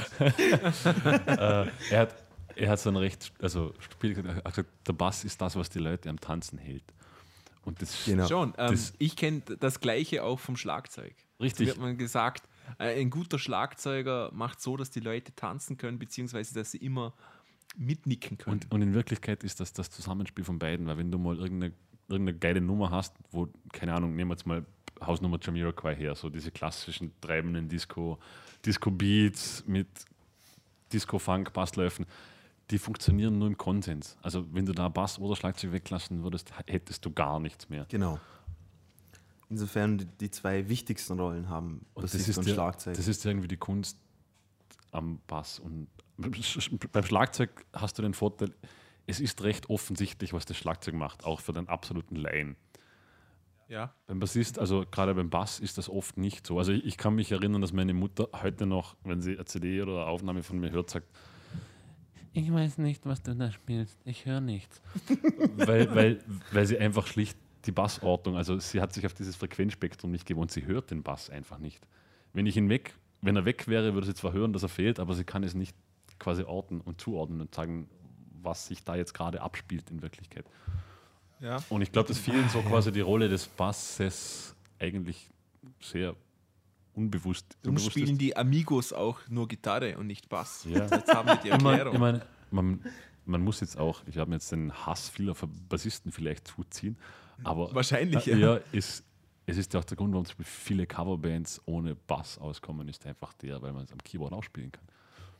äh, er hat er hat so ein recht, also Spiel gesagt, er hat gesagt, der Bass ist das, was die Leute am Tanzen hält. Und das Genau. Schon, ähm, Das- ich kenne das Gleiche auch vom Schlagzeug. Da richtig. wird man gesagt, äh, ein guter Schlagzeuger macht so, dass die Leute tanzen können, beziehungsweise dass sie immer mitnicken können. Und, und in Wirklichkeit ist das das Zusammenspiel von beiden, weil wenn du mal irgendeine, irgendeine geile Nummer hast, wo, keine Ahnung, nehmen wir jetzt mal Hausnummer Jamiroquai her, so diese klassischen treibenden Disco, Disco-Beats mit Disco-Funk-Bassläufen, die funktionieren nur im Konsens. Also wenn du da Bass oder Schlagzeug weglassen würdest, hättest du gar nichts mehr. Genau. Insofern die, die zwei wichtigsten Rollen haben, Und das Bassist ist, und ja, Schlagzeug. das ist irgendwie die Kunst am Bass. Und beim Schlagzeug hast du den Vorteil, es ist recht offensichtlich, was das Schlagzeug macht, auch für den absoluten Laien. ja. Beim Bassist, also gerade beim Bass, ist das oft nicht so. Also ich, ich kann mich erinnern, dass meine Mutter heute noch, wenn sie eine C D oder eine Aufnahme von mir hört, sagt: Ich weiß nicht, was du da spielst, ich höre nichts. weil, weil, weil sie einfach schlicht die Bassordnung, also sie hat sich auf dieses Frequenzspektrum nicht gewohnt, sie hört den Bass einfach nicht. Wenn ich ihn weg, wenn er weg wäre, würde sie zwar hören, dass er fehlt, aber sie kann es nicht quasi orten und zuordnen und sagen, was sich da jetzt gerade abspielt in Wirklichkeit. Ja. Und ich glaube, dass vielen so quasi die Rolle des Basses eigentlich sehr unbewusst, Darum unbewusst spielen ist. die Amigos auch nur Gitarre und nicht Bass. Ja. Jetzt haben wir die Ich meine, Erklärung. ich meine, man, man muss jetzt auch, ich habe mir jetzt den Hass vieler Bassisten vielleicht zuziehen, aber Wahrscheinlich, äh, ja. ja, es, es ist ja auch der Grund, warum zum Beispiel viele Coverbands ohne Bass auskommen, ist einfach der, weil man es am Keyboard auch spielen kann.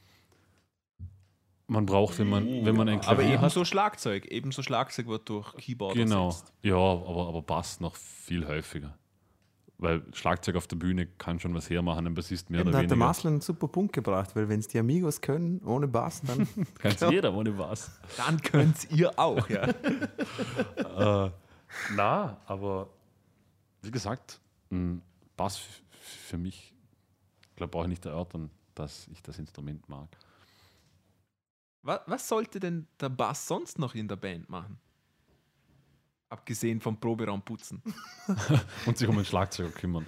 Man braucht, wenn man, wenn man ein Aber Klavier hat, ebenso Schlagzeug. Ebenso Schlagzeug wird durch Keyboard genau, ersetzt. ja, aber, aber Bass noch viel häufiger. Weil Schlagzeug auf der Bühne kann schon was hermachen, ein Bassist mehr Eben, oder da hat der weniger. Marcel einen super Punkt gebracht, weil wenn es die Amigos können, ohne Bass, dann Kann es jeder ohne Bass. Dann könnt ihr auch, ja. äh, na, aber wie gesagt, ein Bass f- für mich, ich glaube, brauche ich nicht erörtern, dass ich das Instrument mag. Was, was sollte denn der Bass sonst noch in der Band machen? Abgesehen vom Proberaum putzen. Und sich um den Schlagzeuger kümmern.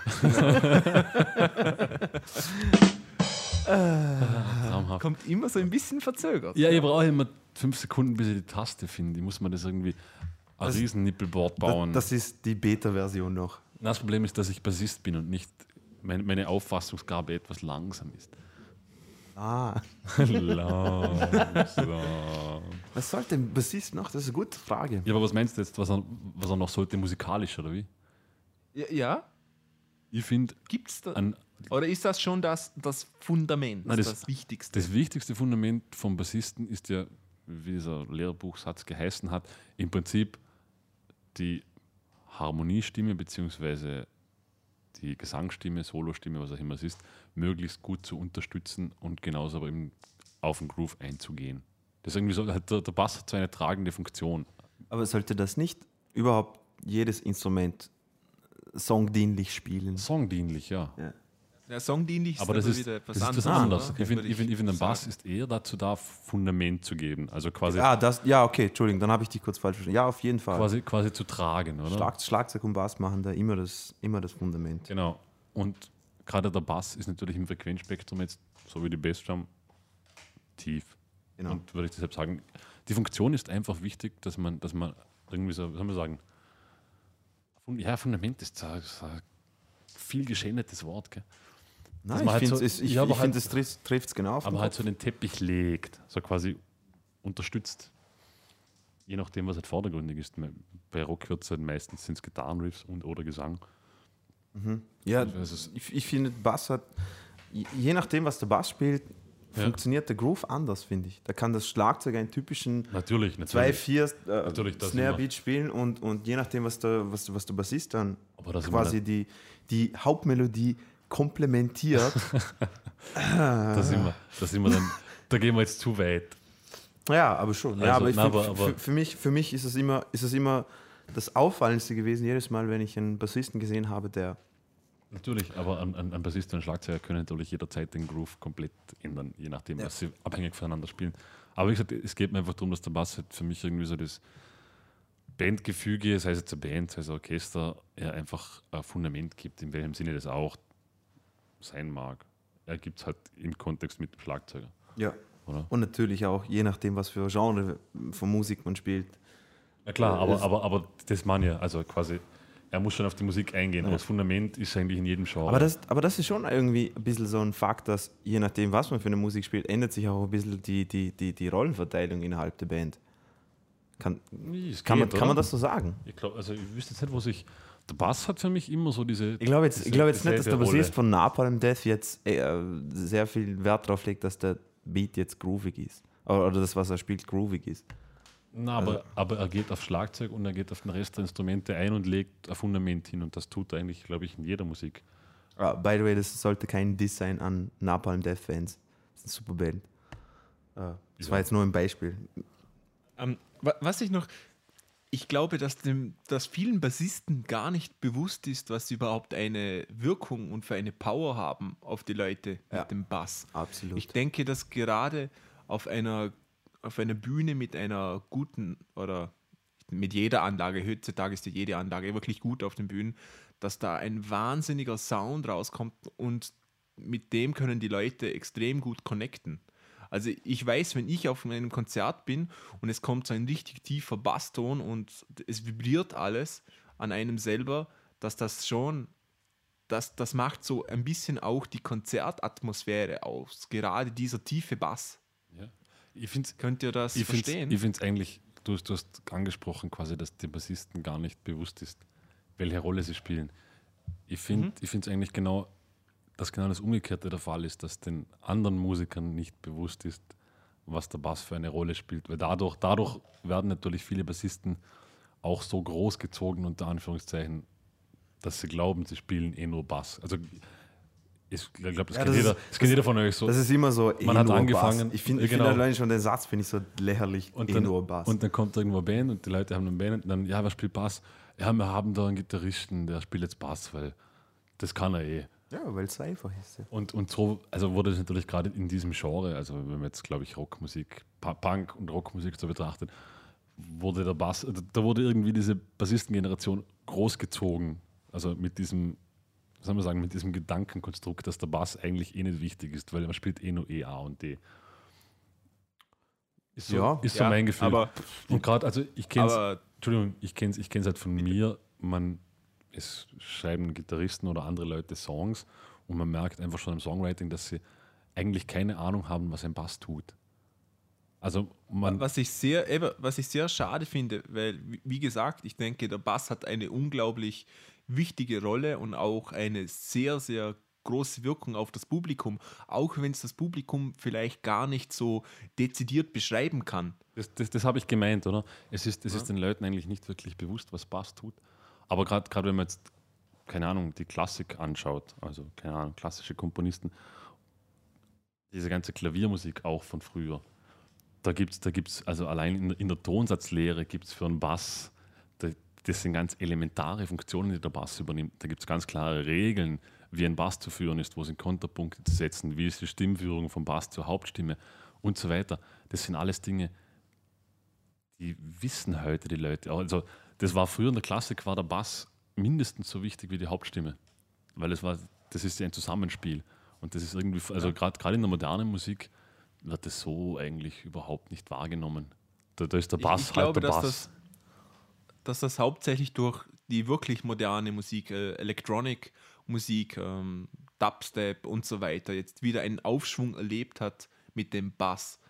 Traumhaft. Kommt immer so ein bisschen verzögert. Ja, ich brauche immer fünf Sekunden, bis ich die Taste finde. Ich muss mir das irgendwie ein Das- riesen Nippelboard bauen. das, das ist die Beta-Version noch. Na, das Problem ist, dass ich Bassist bin und nicht meine, meine Auffassungsgabe etwas langsam ist. Ah, Langsam. was sollte ein Bassist noch? Das ist eine gute Frage. Ja, aber was meinst du jetzt, was er, was er noch sollte, musikalisch oder wie? Ja, ja? Ich finde, Gibt's da? ein, Oder ist das schon das, das Fundament, Nein, das, das Wichtigste? Das wichtigste Fundament vom Bassisten ist ja, wie dieser Lehrbuchsatz geheißen hat, im Prinzip die Harmoniestimme bzw. die Gesangsstimme, Solostimme, was auch immer es ist, möglichst gut zu unterstützen und genauso aber eben auf den Groove einzugehen. Das ist irgendwie so, der, der Bass hat so eine tragende Funktion. Aber sollte das nicht überhaupt jedes Instrument songdienlich spielen? Songdienlich, ja. Ja. Ja, songdienlich ist Aber das ist, wieder das, etwas ist das anderes. anders. Ich finde, ich find, ich find, ein Bass ist eher dazu da, Fundament zu geben. Also quasi, Ah, das, ja, okay, Entschuldigung, dann habe ich dich kurz falsch verstanden. Ja, auf jeden Fall. quasi, quasi zu tragen, oder? Schlag, Schlagzeug und Bass machen da immer das, immer das Fundament. Genau. Und gerade der Bass ist natürlich im Frequenzspektrum jetzt, so wie die Bassdrum, tief. Genau. Und würde ich deshalb sagen, die Funktion ist einfach wichtig, dass man, dass man irgendwie so, was soll man sagen, Fund- ja, Fundament ist so ein so ein viel geschändetes Wort, gell? Nein, man ich halt finde, so- es, ich, ja, aber ich find, halt- es trifft es genau auf den Aber halt Kopf. so den Teppich legt, so quasi unterstützt. Je nachdem, was halt vordergründig ist. Bei Rock wird es halt meistens sind's Gitarrenriffs und oder Gesang. Ja, Also es ist- ich, ich finde, Bass hat, je je nachdem, was der Bass spielt, Ja. funktioniert der Groove anders, finde ich. Da kann das Schlagzeug einen typischen Natürlich, zwei natürlich. vier Natürlich, äh, das Snare-Beat spielen und, und je nachdem, was der, was, der- was der Bassist dann Aber das quasi die, die Hauptmelodie komplementiert. Da sind wir, da sind wir dann, da gehen wir jetzt zu weit. Ja, aber schon. Also, Ja, aber ich na, find, aber- für, aber- für, mich, für mich ist es, immer, ist es immer das Auffallendste gewesen, jedes Mal, wenn ich einen Bassisten gesehen habe, der Natürlich, aber ein, ein, ein Bassist und ein Schlagzeuger können natürlich jederzeit den Groove komplett ändern, je nachdem, Ja. was sie abhängig voneinander spielen. Aber wie gesagt, es geht mir einfach darum, dass der Bass halt für mich irgendwie so das Bandgefüge, sei es jetzt eine Band, sei es ein Orchester, er einfach ein Fundament gibt, in welchem Sinne das auch sein mag. Er gibt es halt im Kontext mit dem Schlagzeuger, ja. oder? Und natürlich auch, je nachdem, was für Genre von Musik man spielt. Ja klar, Äh, aber, es- aber, aber das man ja, also quasi, er muss schon auf die Musik eingehen, aber das Fundament ist eigentlich in jedem Genre. Aber das, aber das ist schon irgendwie ein bisschen so ein Fakt, dass je nachdem, was man für eine Musik spielt, ändert sich auch ein bisschen die, die, die, die Rollenverteilung innerhalb der Band. Kann, Nee, es kann, man, geht, kann man oder? das so sagen? Ich glaube, also ich wüsste jetzt nicht, wo sich. Der Bass hat für mich immer so diese. Ich glaube jetzt, ich glaube jetzt nicht, dass der dieselbe Bassist Rolle. von Napalm Death jetzt äh, sehr viel Wert darauf legt, dass der Beat jetzt groovig ist. Oder, oder das, was er spielt, groovig ist. Na, aber, aber er geht auf Schlagzeug und er geht auf den Rest der Instrumente ein und legt ein Fundament hin. Und das tut er eigentlich, glaube ich, in jeder Musik. Ah, by the way, das sollte kein Diss sein an Napalm Death Fans. Das ist eine super Band. Äh, das Ja. war jetzt nur ein Beispiel. Ähm, wa- was ich noch, ich glaube, dass, dem, dass vielen Bassisten gar nicht bewusst ist, was sie überhaupt eine Wirkung und für eine Power haben auf die Leute Ja. mit dem Bass. Absolut. Ich denke, dass gerade auf einer, auf einer Bühne mit einer guten oder mit jeder Anlage, heutzutage ist ja jede Anlage wirklich gut auf den Bühnen, dass da ein wahnsinniger Sound rauskommt und mit dem können die Leute extrem gut connecten. Also ich weiß, wenn ich auf einem Konzert bin und es kommt so ein richtig tiefer Basston und es vibriert alles an einem selber, dass das schon, das, das macht so ein bisschen auch die Konzertatmosphäre aus, gerade dieser tiefe Bass. Ja. Ich finde Könnt ihr das ich verstehen? es eigentlich, du, hast- du hast angesprochen, quasi, dass den Bassisten gar nicht bewusst ist, welche Rolle sie spielen. Ich finde Mhm. es eigentlich genau, dass genau das Umgekehrte der Fall ist, dass den anderen Musikern nicht bewusst ist, was der Bass für eine Rolle spielt. Weil dadurch, dadurch werden natürlich viele Bassisten auch so groß gezogen, unter Anführungszeichen, dass sie glauben, sie spielen eh nur Bass. Also ich glaube, das, Ja, kennt das jeder- ist- das kennt jeder von euch so. Das ist immer so, Man eh hat nur angefangen- Bass. Ich finde Ja, ich find genau. allein schon den Satz finde ich so lächerlich, Und eh dann, nur Bass. und dann kommt irgendwo eine Band und die Leute haben eine Band und dann, ja, wer spielt Bass? Ja, wir haben da einen Gitarristen, der spielt jetzt Bass, weil das kann er eh. ja, weil es einfach ist. Ja. Und, und so, also wurde es natürlich gerade in diesem Genre, also wenn man jetzt, glaube ich, Rockmusik, Pa- Punk und Rockmusik so betrachtet, wurde der Bass, also da wurde irgendwie diese Bassistengeneration großgezogen. Also mit diesem, was soll man sagen, mit diesem Gedankenkonstrukt, dass der Bass eigentlich eh nicht wichtig ist, weil man spielt eh nur E, A und D. Ist so, Ja. ist so Ja, mein Gefühl. aber- und gerade, also ich kenne es, Aber Entschuldigung, ich kenne es ich kenn's halt von mir, man, es schreiben Gitarristen oder andere Leute Songs und man merkt einfach schon im Songwriting, dass sie eigentlich keine Ahnung haben, was ein Bass tut. Also man, was ich sehr, eben, was ich sehr schade finde, weil, wie- wie gesagt, ich denke, der Bass hat eine unglaublich wichtige Rolle und auch eine sehr, sehr große Wirkung auf das Publikum, auch wenn es das Publikum vielleicht gar nicht so dezidiert beschreiben kann. Das, das, das habe ich gemeint, oder? Es ist, es ja. ist den Leuten eigentlich nicht wirklich bewusst, was Bass tut. Aber gerade wenn man jetzt, keine Ahnung, die Klassik anschaut, also keine Ahnung, klassische Komponisten, diese ganze Klaviermusik auch von früher, da gibt es, da gibt's, also allein in, in der Tonsatzlehre gibt es für einen Bass, da, das sind ganz elementare Funktionen, die der Bass übernimmt. Da gibt es ganz klare Regeln, wie ein Bass zu führen ist, wo sind Konterpunkte zu setzen, wie ist die Stimmführung vom Bass zur Hauptstimme und so weiter. Das sind alles Dinge, die wissen heute die Leute. Also das war früher in der Klassik, war der Bass mindestens so wichtig wie die Hauptstimme, weil es war, das ist ja ein Zusammenspiel und das ist irgendwie, also ja. gerade in der modernen Musik wird das so eigentlich überhaupt nicht wahrgenommen. Da, da ist der Bass ich, ich glaube, halt der dass Bass. Das, dass das hauptsächlich durch die wirklich moderne Musik, äh, Electronic Musik, ähm, Dubstep und so weiter jetzt wieder einen Aufschwung erlebt hat mit dem Bass.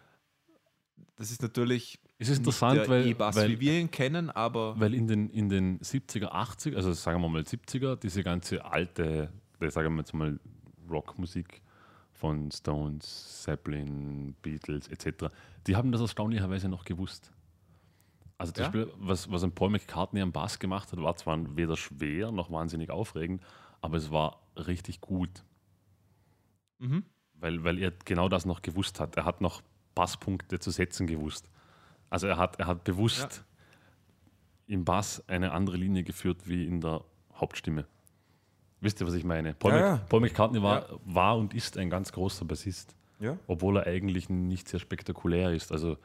Das ist natürlich es ist nicht interessant, der weil, E-Bass, weil, wie wir ihn kennen, aber... Weil in den, in den siebziger, achtziger, also sagen wir mal siebziger, diese ganze alte, sagen wir jetzt mal Rockmusik von Stones, Zeppelin, Beatles et cetera, die haben das erstaunlicherweise noch gewusst. Also zum ja? Beispiel, was, was ein Paul McCartney am Bass gemacht hat, war zwar weder schwer noch wahnsinnig aufregend, aber es war richtig gut. Mhm. Weil, weil er genau das noch gewusst hat. Er hat noch Basspunkte zu setzen gewusst. Also er hat, er hat bewusst ja. im Bass eine andere Linie geführt wie in der Hauptstimme. Wisst ihr, was ich meine? Paul, ja, Mc, ja. Paul McCartney war, ja. war und ist ein ganz großer Bassist. Ja. Obwohl er eigentlich nicht sehr spektakulär ist. Also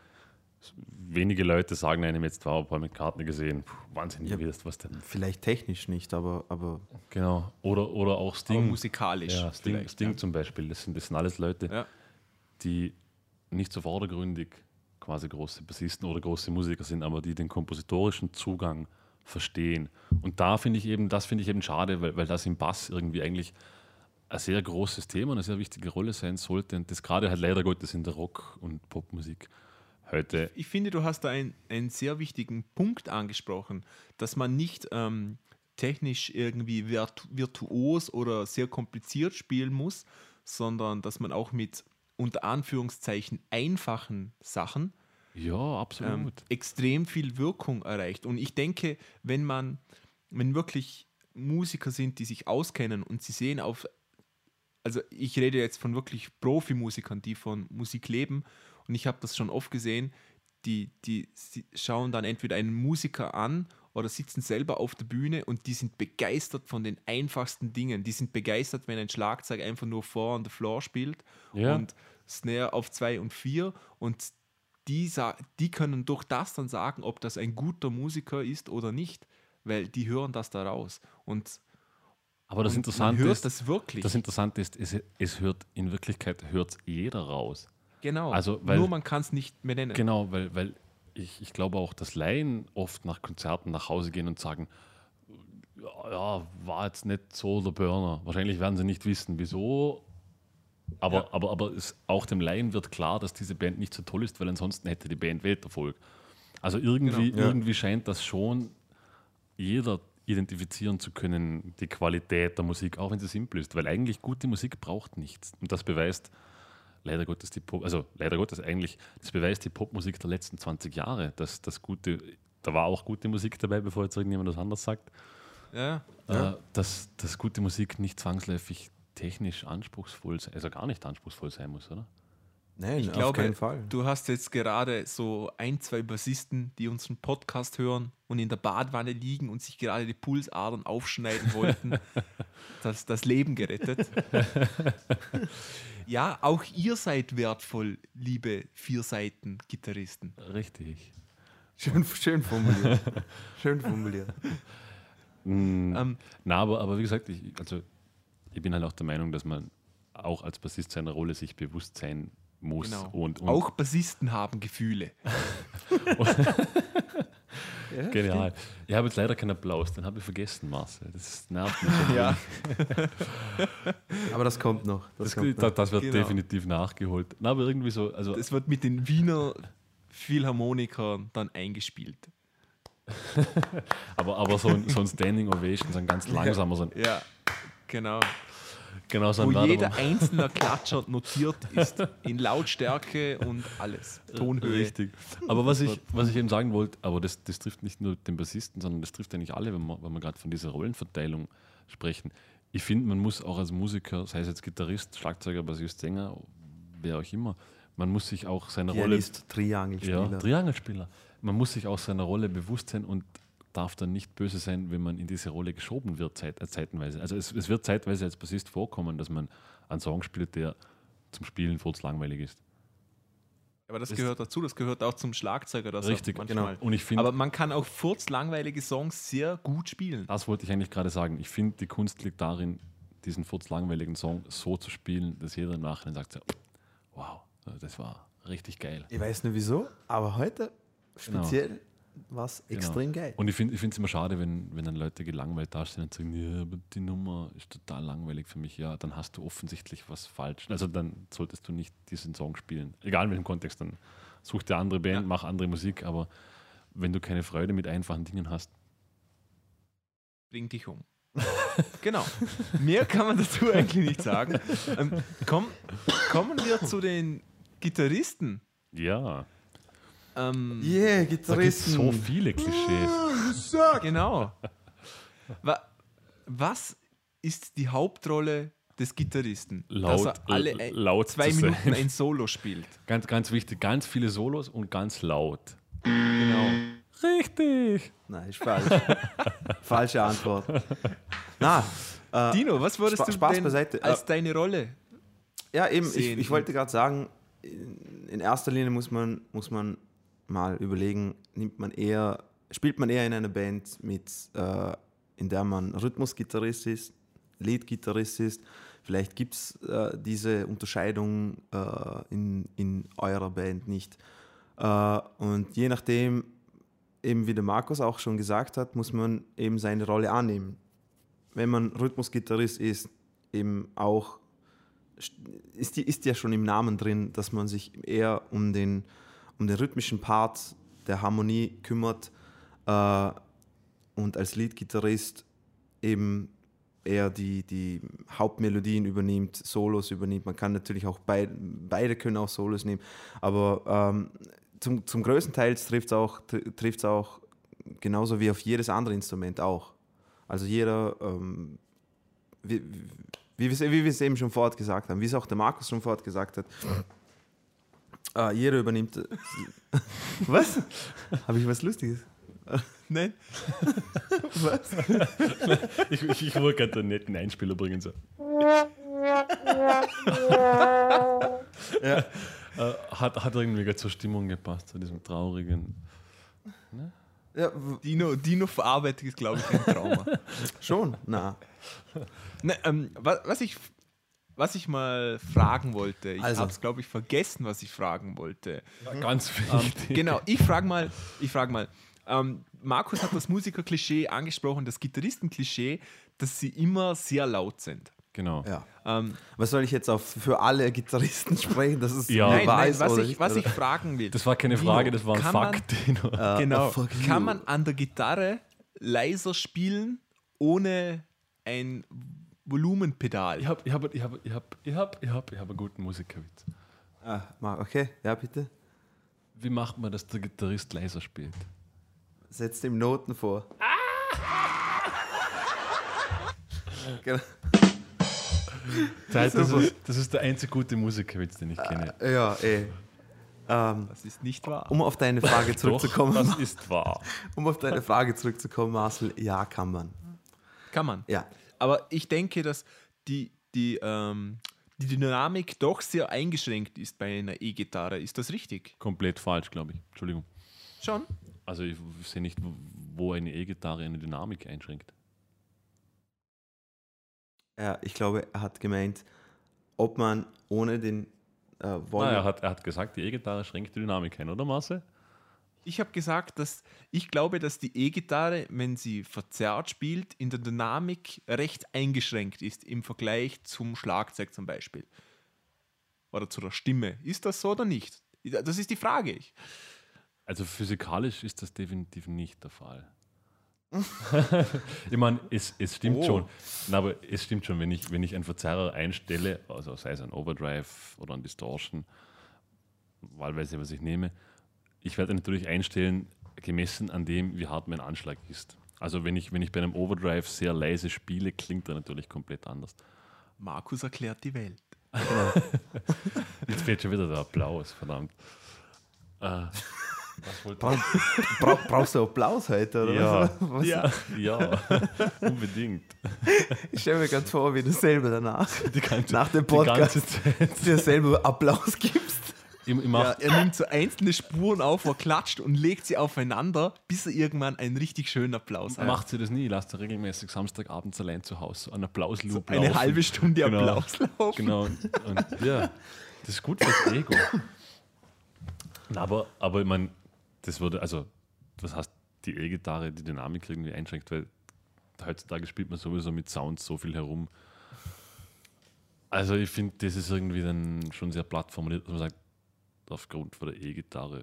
wenige Leute sagen einem jetzt, wow, Paul McCartney gesehen. Puh, wahnsinnig, ja, wie das was denn. Vielleicht technisch nicht, aber. aber genau. Oder, oder auch Sting. Aber musikalisch. Ja, Sting, Sting ja. zum Beispiel. Das sind, das sind alles Leute, ja. die nicht so vordergründig quasi große Bassisten oder große Musiker sind, aber die den kompositorischen Zugang verstehen. Und da finde ich eben, das finde ich eben schade, weil, weil das im Bass irgendwie eigentlich ein sehr großes Thema, eine sehr wichtige Rolle sein sollte. Und das gerade halt leider Gottes in der Rock- und Popmusik heute. Ich, ich finde, du hast da einen, einen sehr wichtigen Punkt angesprochen, dass man nicht ähm, technisch irgendwie virtu- virtuos oder sehr kompliziert spielen muss, sondern dass man auch mit unter Anführungszeichen einfachen Sachen ja, absolut. Ähm, extrem viel Wirkung erreicht. Und ich denke, wenn man, wenn wirklich Musiker sind, die sich auskennen und sie sehen auf, also ich rede jetzt von wirklich Profimusikern, die von Musik leben und ich habe das schon oft gesehen, die, die schauen dann entweder einen Musiker an oder sitzen selber auf der Bühne und die sind begeistert von den einfachsten Dingen. Die sind begeistert, wenn ein Schlagzeug einfach nur Four on the Floor spielt ja. und Snare auf zwei und vier und die, die können durch das dann sagen, ob das ein guter Musiker ist oder nicht, weil die hören das da raus. Und, Aber das und Interessante man hört ist, das wirklich. Das Interessante ist, es, es hört in Wirklichkeit hört jeder raus. Genau, also, weil, nur man kann es nicht mehr nennen. Genau, weil, weil ich, ich glaube auch, dass Laien oft nach Konzerten nach Hause gehen und sagen, ja, ja, war jetzt nicht so der Burner. Wahrscheinlich werden sie nicht wissen, wieso. Aber, ja. aber, aber es, auch dem Laien wird klar, dass diese Band nicht so toll ist, weil ansonsten hätte die Band Welterfolg. Also irgendwie, genau. ja. irgendwie scheint das schon jeder identifizieren zu können, die Qualität der Musik, auch wenn sie simpel ist. Weil eigentlich gute Musik braucht nichts. Und das beweist leider Gottes die Pop, also leider Gottes eigentlich, das beweist die Popmusik der letzten zwanzig Jahre, dass das gute, da war auch gute Musik dabei, bevor jetzt irgendjemand was anderes sagt, ja. Äh, Ja. dass, dass gute Musik nicht zwangsläufig technisch anspruchsvoll sein, also gar nicht anspruchsvoll sein muss, oder? Nein, ich auf glaube, keinen Fall. Du hast jetzt gerade so ein, zwei Bassisten, die unseren Podcast hören und in der Badwanne liegen und sich gerade die Pulsadern aufschneiden wollten. das, das Leben gerettet. Ja, auch ihr seid wertvoll, liebe Vier-Seiten-Gitarristen. Richtig. Schön, schön formuliert. schön formuliert. Mm, Ähm, na, aber, aber wie gesagt, ich, also, ich bin halt auch der Meinung, dass man auch als Bassist seiner Rolle sich bewusst sein muss. Genau. Und, und auch Bassisten haben Gefühle. Ja, Genial. Ich habe jetzt leider keinen Applaus, den habe ich vergessen, Marcel. Das nervt mich. Ja. Aber das kommt noch. Das, Das, kommt noch. das, das wird Genau. definitiv nachgeholt. Na, aber irgendwie so, also Das wird mit den Wiener Philharmonikern dann eingespielt. aber, aber so ein, so ein Standing Ovation, so ein ganz langsamer, so ein Ja, genau. Genau so wo ein Werder- jeder einzelne Klatscher notiert ist. In Lautstärke und alles. Tonhöhe. Richtig. Aber was ich, was ich eben sagen wollte, aber das, das trifft nicht nur den Bassisten, sondern das trifft eigentlich alle, wenn wir, wenn wir gerade von dieser Rollenverteilung sprechen. Ich finde, man muss auch als Musiker, sei es jetzt Gitarrist, Schlagzeuger, Bassist, Sänger, wer auch immer, man muss sich auch seiner Rolle... Pianist, Triangelspieler. Ja, Triangelspieler. Man muss sich auch seiner Rolle bewusst sein und darf dann nicht böse sein, wenn man in diese Rolle geschoben wird, zeit, äh, zeitenweise. Also es, es wird zeitweise als Bassist vorkommen, dass man einen Song spielt, der zum Spielen furzlangweilig ist. Aber das Ist- gehört dazu, das gehört auch zum Schlagzeuger. Dass er Richtig, manchmal, Und ich finde, Aber man kann auch furzlangweilige Songs sehr gut spielen. das wollte ich eigentlich gerade sagen. Ich finde, die Kunst liegt darin, diesen furzlangweiligen Song so zu spielen, dass jeder im Nachhinein sagt, so, wow, das war richtig geil. Ich weiß nicht wieso, aber heute speziell war es extrem geil. Und ich finde es immer schade, wenn, wenn dann Leute gelangweilt dastehen und sagen, ja, aber die Nummer ist total langweilig für mich. Ja, dann hast du offensichtlich was falsch. Also dann solltest du nicht diesen Song spielen. Egal in welchem Kontext, dann such dir andere Band, Ja. mach andere Musik, aber wenn du keine Freude mit einfachen Dingen hast, Bring dich um. Genau. Mehr kann man dazu eigentlich nicht sagen. Ähm, komm, kommen wir zu den Gitarristen. ja, Ähm, Yeah, da gibt es Gitarristen. so viele Klischees. Genau. Wa was ist die Hauptrolle des Gitarristen? Laut- Dass er alle ein, laut zwei zu Minuten sein. ein Solo spielt. Ganz, ganz wichtig, ganz viele Solos und ganz laut. Genau. Richtig. Nein, ist falsch. Falsche Antwort. Na, äh, Dino, was würdest Spa- du Spaß denn beiseite. als Äh, deine Rolle? ja, eben, ich, sehen. ich wollte gerade sagen, in, in erster Linie muss man, muss man mal überlegen, nimmt man eher, spielt man eher in einer Band, mit, äh, in der man Rhythmusgitarrist ist, Leadgitarrist ist. Vielleicht gibt es äh, diese Unterscheidung äh, in, in eurer Band nicht. Äh, und je nachdem, eben wie der Markus auch schon gesagt hat, muss man eben seine Rolle annehmen. Wenn man Rhythmusgitarrist ist, eben auch, ist, die, ist ja schon im Namen drin, dass man sich eher um den, um den rhythmischen Part der Harmonie kümmert äh, und als Leadgitarrist eben eher die, die Hauptmelodien übernimmt, Solos übernimmt. Man kann natürlich auch beid, beide können auch Solos nehmen, aber ähm, zum, zum größten Teil trifft es auch, trifft's auch genauso wie auf jedes andere Instrument auch. Also jeder, ähm, wie, wie, wie wir es eben schon vorher gesagt haben, wie es auch der Markus schon vorher gesagt hat, äh, jeder übernimmt... äh, was? Habe ich was Lustiges? Nein? Was? Ich, ich, ich wollte gerade einen netten Einspieler bringen. So. Ja. Äh, hat, hat irgendwie gerade zur Stimmung gepasst, zu diesem traurigen. Ja, w- Dino, Dino verarbeitet ist, glaube ich, ein Trauma. schon? Na. Ne, ähm, wa- was, ich, was ich mal fragen wollte, ich Also. habe es, glaube ich, vergessen, was ich fragen wollte. Ganz Ähm, wichtig. genau, ich frage mal, ich frage mal, ähm, Markus hat das Musiker-Klischee angesprochen, das Gitarristen-Klischee, dass sie immer sehr laut sind. Genau. Ja. Ähm, Was soll ich jetzt auch für alle Gitarristen sprechen, dass es Ja. mir nein, wahr nein, ist was oder ich, nicht, was oder? ich fragen will. Das war keine Dino, Frage, das war ein kann man- Fakt. Dino. Äh, Genau. fuck you. Kann man an der Gitarre leiser spielen ohne ein Volumenpedal? Ich habe ich hab, ich hab, ich hab, ich hab, ich hab, ich hab einen guten Musikerwitz. Ah, mach- okay, ja bitte. Wie macht man, dass der Gitarrist leiser spielt? Setzt ihm Noten vor. Genau. Das, das, ist, das ist der einzige gute Musikerwitz, den ich kenne. Ja, eh. Ähm, Das ist nicht wahr. um auf deine Frage zurückzukommen, Doch, das ist wahr. um auf deine Frage zurückzukommen, Marcel, ja, kann man. Kann man. Ja. Aber ich denke, dass die, die, ähm, die Dynamik doch sehr eingeschränkt ist bei einer E-Gitarre. Ist das richtig? Komplett falsch, glaube ich. Entschuldigung. Schon? Also ich sehe nicht, wo- wo eine E-Gitarre eine Dynamik einschränkt. Ja, ich glaube, er hat gemeint, ob man ohne den äh, Volume... Na, er, hat, er hat gesagt, die E-Gitarre schränkt die Dynamik ein, oder Marcel? Ich habe gesagt, dass ich glaube, dass die E-Gitarre, wenn sie verzerrt spielt, in der Dynamik recht eingeschränkt ist im Vergleich zum Schlagzeug zum Beispiel. Oder zu der Stimme. Ist das so oder nicht? Das ist die Frage. Ich- Also physikalisch ist das definitiv nicht der Fall. Ich meine, es, es stimmt Oh. schon. Na, aber es stimmt schon, wenn ich, wenn ich einen Verzerrer einstelle, also sei es ein Overdrive oder ein Distortion, wahlweise, was ich nehme, ich werde natürlich einstellen, gemessen an dem, wie hart mein Anschlag ist. Also wenn ich, wenn ich bei einem Overdrive sehr leise spiele, klingt er natürlich komplett anders. Markus erklärt die Welt. Jetzt fehlt schon wieder der Applaus, verdammt. Äh, was wollte Bra bra brauchst du Applaus heute, oder? Ja. Was? Ja. Ja, unbedingt. Ich stelle mir gerade vor, wie du selber danach, Die ganze, nach dem die ganze Podcast, Zeit. dir selber Applaus gibst. Ich, ich Ja, mach, er nimmt so einzelne Spuren auf, er klatscht und legt sie aufeinander, bis er irgendwann einen richtig schönen Applaus hat. Macht sie das nie, lasst er regelmäßig samstagabends allein zu Hause so einen Applausloop Eine laufen. halbe Stunde Genau. Applaus laufen. Genau, und, und ja, das ist gut fürs Ego. Na, aber, aber ich meine, das würde, also, was heißt, die E-Gitarre, die Dynamik irgendwie einschränkt, weil heutzutage spielt man sowieso mit Sounds so viel herum. Also ich finde, das ist irgendwie dann schon sehr platt formuliert, dass man sagt, aufgrund von der E-Gitarre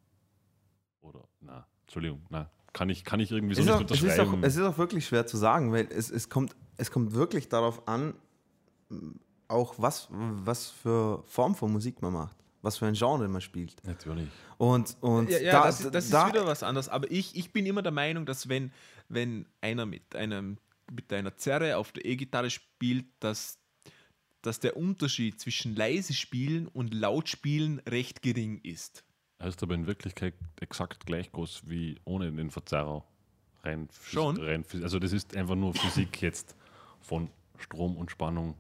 oder, na, Entschuldigung, na, kann ich, kann ich irgendwie so Es ist, nicht auch, es, ist auch, unterschreiben. es ist auch wirklich schwer zu sagen, weil es, es, kommt, es kommt wirklich darauf an, auch was, was für Form von Musik man macht, was für ein Genre man spielt. Natürlich. Und, und Ja, ja da, das, ist- das da, ist wieder was anderes. Aber ich, ich bin immer der Meinung, dass wenn, wenn einer mit, einem, mit einer Zerre auf der E-Gitarre spielt, dass, dass der Unterschied zwischen leise spielen und laut spielen recht gering ist. Er ist aber in Wirklichkeit exakt gleich groß wie ohne den Verzerrer. Rein, phys- Schon? rein phys- also das ist einfach nur Physik jetzt von Strom und Spannung.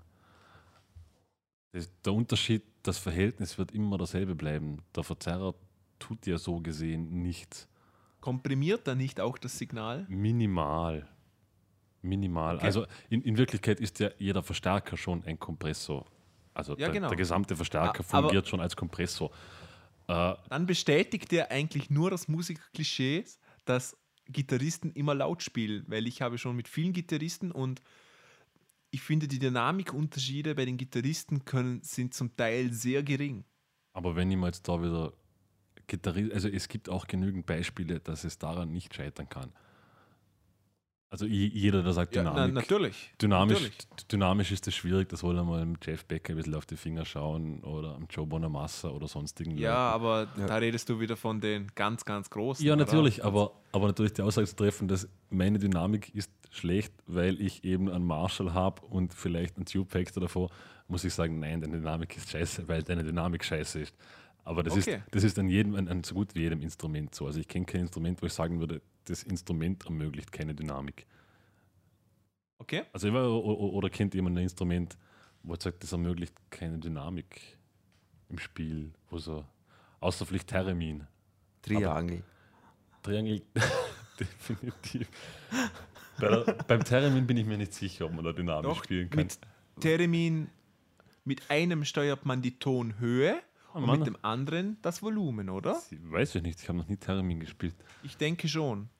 Das, der Unterschied, das Verhältnis wird immer dasselbe bleiben. Der Verzerrer tut ja so gesehen nichts. Komprimiert er nicht auch das Signal? Minimal. Minimal. Okay. Also in, in Wirklichkeit ist ja jeder Verstärker schon ein Kompressor. Also Ja, der, genau. der gesamte Verstärker Ah, aber- fungiert schon als Kompressor. Äh, Dann bestätigt er eigentlich nur das Musikerklischee, dass Gitarristen immer laut spielen, weil ich habe schon mit vielen Gitarristen und ich finde, die Dynamikunterschiede bei den Gitarristen können, sind zum Teil sehr gering. Aber wenn ich mal jetzt da wieder Gitarrist, also es gibt auch genügend Beispiele, dass es daran nicht scheitern kann. Also i- jeder, der sagt Ja, na, Dynamik, natürlich. dynamisch, natürlich. dynamisch ist das schwierig, das wollen wir mal dem Jeff Becker ein bisschen auf die Finger schauen oder am Joe Bonamassa oder sonstigen Ja, Leuten. aber Ja. da redest du wieder von den ganz, ganz großen. Ja, oder? natürlich, aber, aber natürlich die Aussage zu treffen, dass meine Dynamik ist schlecht, weil ich eben einen Marshall habe und vielleicht einen Tube Factor davor, muss ich sagen, nein, deine Dynamik ist scheiße, weil deine Dynamik scheiße ist. Aber das, Okay. ist, das ist an, jedem, an, an so gut wie jedem Instrument so. Also ich kenne kein Instrument, wo ich sagen würde, das Instrument ermöglicht keine Dynamik. Okay. Also immer, o- o- oder kennt jemand ein Instrument, wo er sagt, das ermöglicht keine Dynamik im Spiel, wo so, außer vielleicht Theremin. Triangel. Triangel, definitiv. Bei der, beim Theremin bin ich mir nicht sicher, ob man da Dynamik Doch, spielen kann. mit Theremin, mit einem steuert man die Tonhöhe Oh und Mann. mit dem anderen das Volumen, oder? Weiß ich nicht, ich habe noch nie Theremin gespielt. Ich denke schon.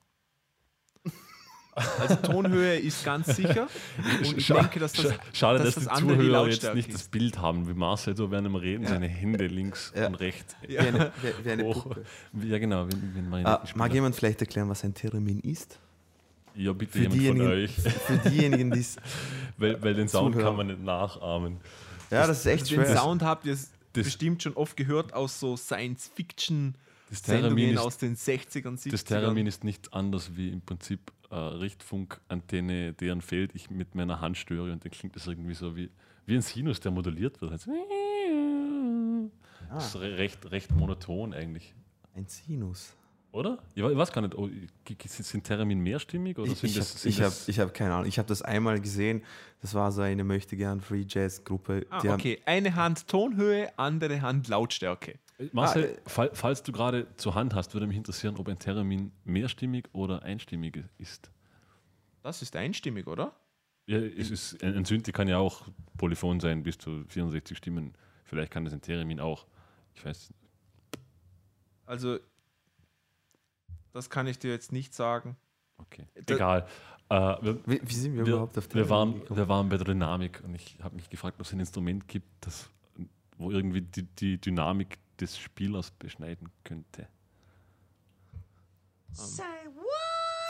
Also Tonhöhe ist ganz sicher. Und ich Scha- denke, dass das, scha- Schade, dass dass, das die andere die Zuhörer jetzt Lautstärke nicht das ist. Bild haben, wie Marcel so während dem Reden Ja. seine Hände links Ja. und rechts. Wie eine, wie, wie eine hoch. Puppe. Ja, genau, wie, wie ein Ah, Marionettenspieler. mag jemand vielleicht erklären, was ein Theremin ist? Ja, bitte Für jemand von diejenigen, euch. für diejenigen, die es. Weil, weil den Sound Zuhörer. kann man nicht nachahmen. Ja, das ist echt Den schwer. Sound habt ihr das- bestimmt schon oft gehört aus so Das Science-Fiction-Sendungen Theremin, aus ist, den sechzigern, das siebzigern. Theremin ist nichts anderes wie im Prinzip äh, Richtfunkantenne, deren Feld ich mit meiner Hand störe und dann klingt das irgendwie so wie, wie ein Sinus, der moduliert wird. Also, das ist re- recht, recht monoton eigentlich. Ein Sinus. Oder? Ich we- ich weiß gar nicht, oh, g- g- sind Theremin mehrstimmig? Oder Ich, sind ich habe das, sind ich hab, das, ich hab keine Ahnung. Ich habe das einmal gesehen. Das war so eine möchte gern Free Jazz Gruppe. Ah, Die haben- okay, eine Hand Tonhöhe, andere Hand Lautstärke. Marcel, Ah, äh, fall, falls du gerade zur Hand hast, würde mich interessieren, ob ein Theremin mehrstimmig oder einstimmig ist. Das ist einstimmig, oder? Ja, es ist, ein, ein Synthi kann ja auch polyphon sein, bis zu vierundsechzig Stimmen. Vielleicht kann das ein Theremin auch. Ich weiß. Also, das kann ich dir jetzt nicht sagen. Okay. Da- Egal. Äh, wir, Wie, wie sind wir, wir, überhaupt auf wir, Theremin waren, gekommen? wir waren bei der Dynamik und ich habe mich gefragt, ob es ein Instrument gibt, das, wo irgendwie die, die Dynamik des Spielers beschneiden könnte. Say what?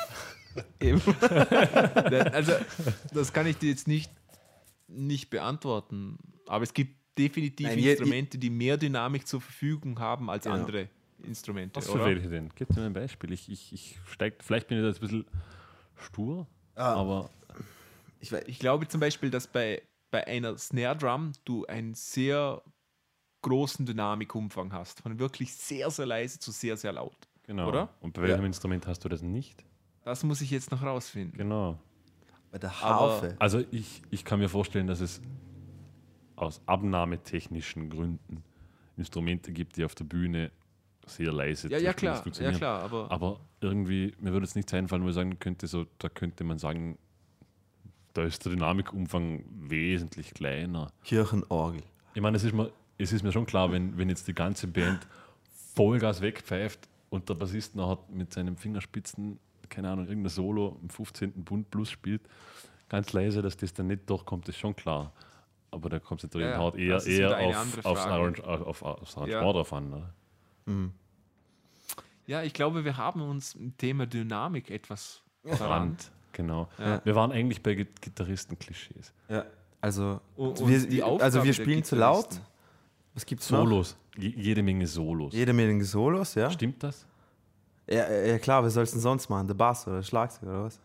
Eben. Also, das kann ich dir jetzt nicht, nicht beantworten. Aber es gibt definitiv Nein, je- Instrumente, die mehr Dynamik zur Verfügung haben als Genau. andere Instrumente. Was für oder? welche denn? Gib mir ein Beispiel. Ich, ich, ich steig, vielleicht bin ich da jetzt ein bisschen stur, Ah. aber Ich weiß, Ich glaube zum Beispiel, dass bei, bei einer Snare Drum du einen sehr großen Dynamikumfang hast. Von wirklich sehr, sehr leise zu sehr, sehr laut. genau. Oder? Und bei welchem Ja. Instrument hast du das nicht? Das muss ich jetzt noch rausfinden. Genau. bei der Aber- Harfe. Also ich, ich kann mir vorstellen, dass es aus abnahmetechnischen Gründen Instrumente gibt, die auf der Bühne sehr leise Ja, zu ja spielen klar, ja funktionieren. klar, aber, Aber irgendwie, mir würde jetzt nichts einfallen, wo ich sagen könnte, so, da könnte man sagen, da ist der Dynamikumfang wesentlich kleiner. Kirchenorgel. Ich meine, es ist mir, es ist mir schon klar, wenn, wenn jetzt die ganze Band Vollgas wegpfeift und der Bassist nachher mit seinen Fingerspitzen, keine Ahnung, irgendein Solo im fünfzehnten Bund plus spielt, ganz leise, dass das dann nicht durchkommt, ist schon klar. Aber da kommt es natürlich Ja, ja, halt eher, das ist eher wieder eine auf, andere aufs, Frage. Arrange, auf, aufs Arrangement Ja. drauf an. Oder? ja, ich glaube, wir haben uns im Thema Dynamik etwas verrannt. Rand, genau. Ja. Wir waren eigentlich bei Git- Gitarristen-Klischees. Ja, also, Und- und wir, die Aufgabe also wir der spielen zu laut. Gitarristen. Was gibt's noch? Solos, Je- jede Menge Solos. Jede Menge Solos, ja? Stimmt das? Ja, ja klar, wer soll es denn sonst machen? Der Bass oder Schlagzeug oder was?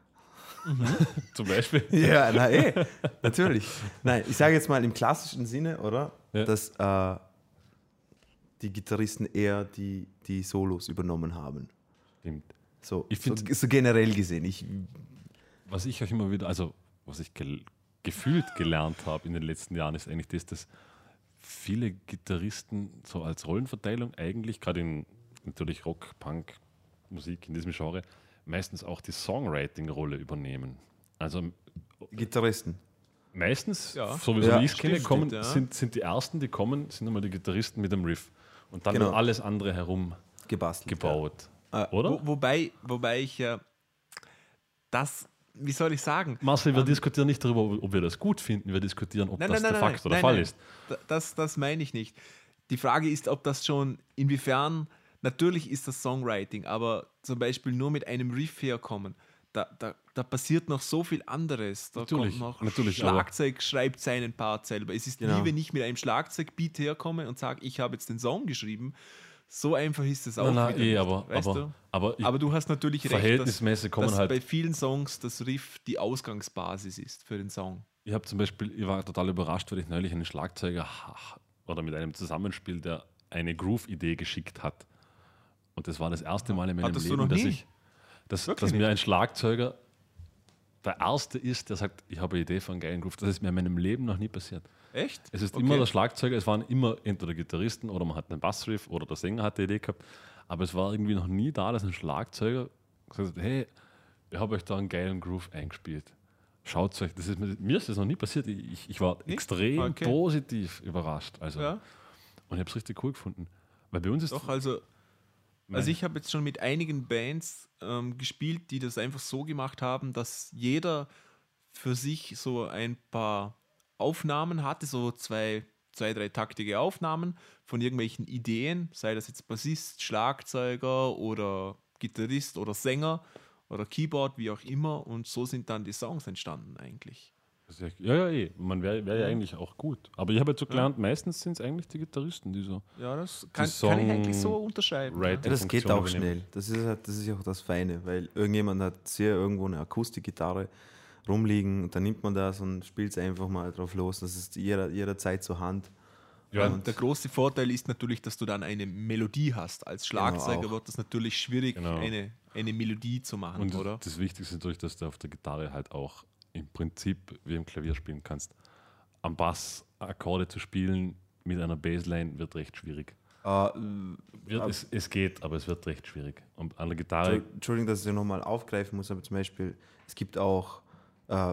Zum Beispiel? Ja, na eh, natürlich. Nein, ich sage jetzt mal im klassischen Sinne, oder? Ja. Dass äh, die Gitarristen eher die, die Solos übernommen haben. Stimmt. So, Ich so, find- so generell gesehen. Ich, Was ich euch immer wieder, also was ich gel gefühlt gelernt habe in den letzten Jahren, ist eigentlich das, dass viele Gitarristen so als Rollenverteilung eigentlich, gerade in natürlich Rock, Punk, Musik in diesem Genre, meistens auch die Songwriting-Rolle übernehmen. Also Gitarristen. meistens, Ja. so wie so Ja, wie ich es kenne, stimmt, kommen, ja. sind, sind die ersten, die kommen, sind immer die Gitarristen mit dem Riff. Und dann Genau. wird alles andere herum Gebastelt. gebaut. Ah, Oder? Wo, wobei, wobei ich ja das, wie soll ich sagen? Marcel, wir Ähm, diskutieren nicht darüber, ob wir das gut finden, wir diskutieren, ob Nein, das nein, de nein, facto nein, der Fall nein. ist. Da- Das, das meine ich nicht. Die Frage ist, ob das schon, inwiefern, natürlich ist das Songwriting, aber zum Beispiel nur mit einem Riff herkommen, da, da, da passiert noch so viel anderes. Da Natürlich, kommt noch natürlich, aber- Schlagzeug, schreibt seinen Part selber. Es ist Genau. nie, wenn ich mit einem Schlagzeugbeat herkomme und sage, ich habe jetzt den Song geschrieben. So einfach ist es auch Nein, nein, wieder eh, nicht, aber, weißt aber, du? aber, ich, Aber du hast natürlich recht, dass, verhältnismäßig kommen dass halt. bei vielen Songs das Riff die Ausgangsbasis ist für den Song. Ich habe zum Beispiel, ich war total überrascht, weil ich neulich einen Schlagzeuger ha- oder mit einem Zusammenspiel, der eine Groove-Idee geschickt hat. Und das war das erste Mal in meinem Hattest du Leben, noch dass nie? ich, dass, Wirklich dass mir ein Schlagzeuger der erste ist, der sagt, ich habe eine Idee für einen geilen Groove. Das ist mir in meinem Leben noch nie passiert. Echt? Es ist Okay. immer der Schlagzeuger, es waren immer entweder Gitarristen oder man hat einen Bassriff oder der Sänger hat die Idee gehabt. Aber es war irgendwie noch nie da, dass ein Schlagzeuger gesagt hat, hey, ich habe euch da einen geilen Groove eingespielt. Schaut euch, das ist mir, mir ist das noch nie passiert. Ich, ich war Nicht? extrem Okay. positiv überrascht. Also, Ja, Und ich habe es richtig cool gefunden. Weil bei uns ist doch, also mein- Also ich habe jetzt schon mit einigen Bands ähm, gespielt, die das einfach so gemacht haben, dass jeder für sich so ein paar Aufnahmen hatte, so zwei, zwei, drei taktige Aufnahmen von irgendwelchen Ideen, sei das jetzt Bassist, Schlagzeuger oder Gitarrist oder Sänger oder Keyboard, wie auch immer. Und so sind dann die Songs entstanden eigentlich. ja, ja, eh. Man wäre wär ja eigentlich auch gut. Aber ich habe jetzt so gelernt, meistens sind es eigentlich die Gitarristen, die so. Ja, das kann, Song- kann ich eigentlich so unterscheiden. Right. Ja, das geht Funktion auch übernehmen. schnell. Das ist, halt, das ist ja auch das Feine, weil irgendjemand hat sehr irgendwo eine Akustikgitarre rumliegen und dann nimmt man das und spielt es einfach mal drauf los. Das ist jeder, jederzeit zur Hand. Ja, Und der große Vorteil ist natürlich, dass du dann eine Melodie hast. Als Schlagzeuger Genau, auch. wird es natürlich schwierig, Genau. eine, eine Melodie zu machen, Und oder? das Wichtigste ist natürlich, dass du auf der Gitarre halt auch im Prinzip wie im Klavier spielen kannst. Am Bass Akkorde zu spielen mit einer Bassline wird recht schwierig. Äh, Wird, Aber- es, es geht, aber es wird recht schwierig. Und an der Gitarre, Entschuldigung, dass ich nochmal aufgreifen muss, aber zum Beispiel, es gibt auch, äh,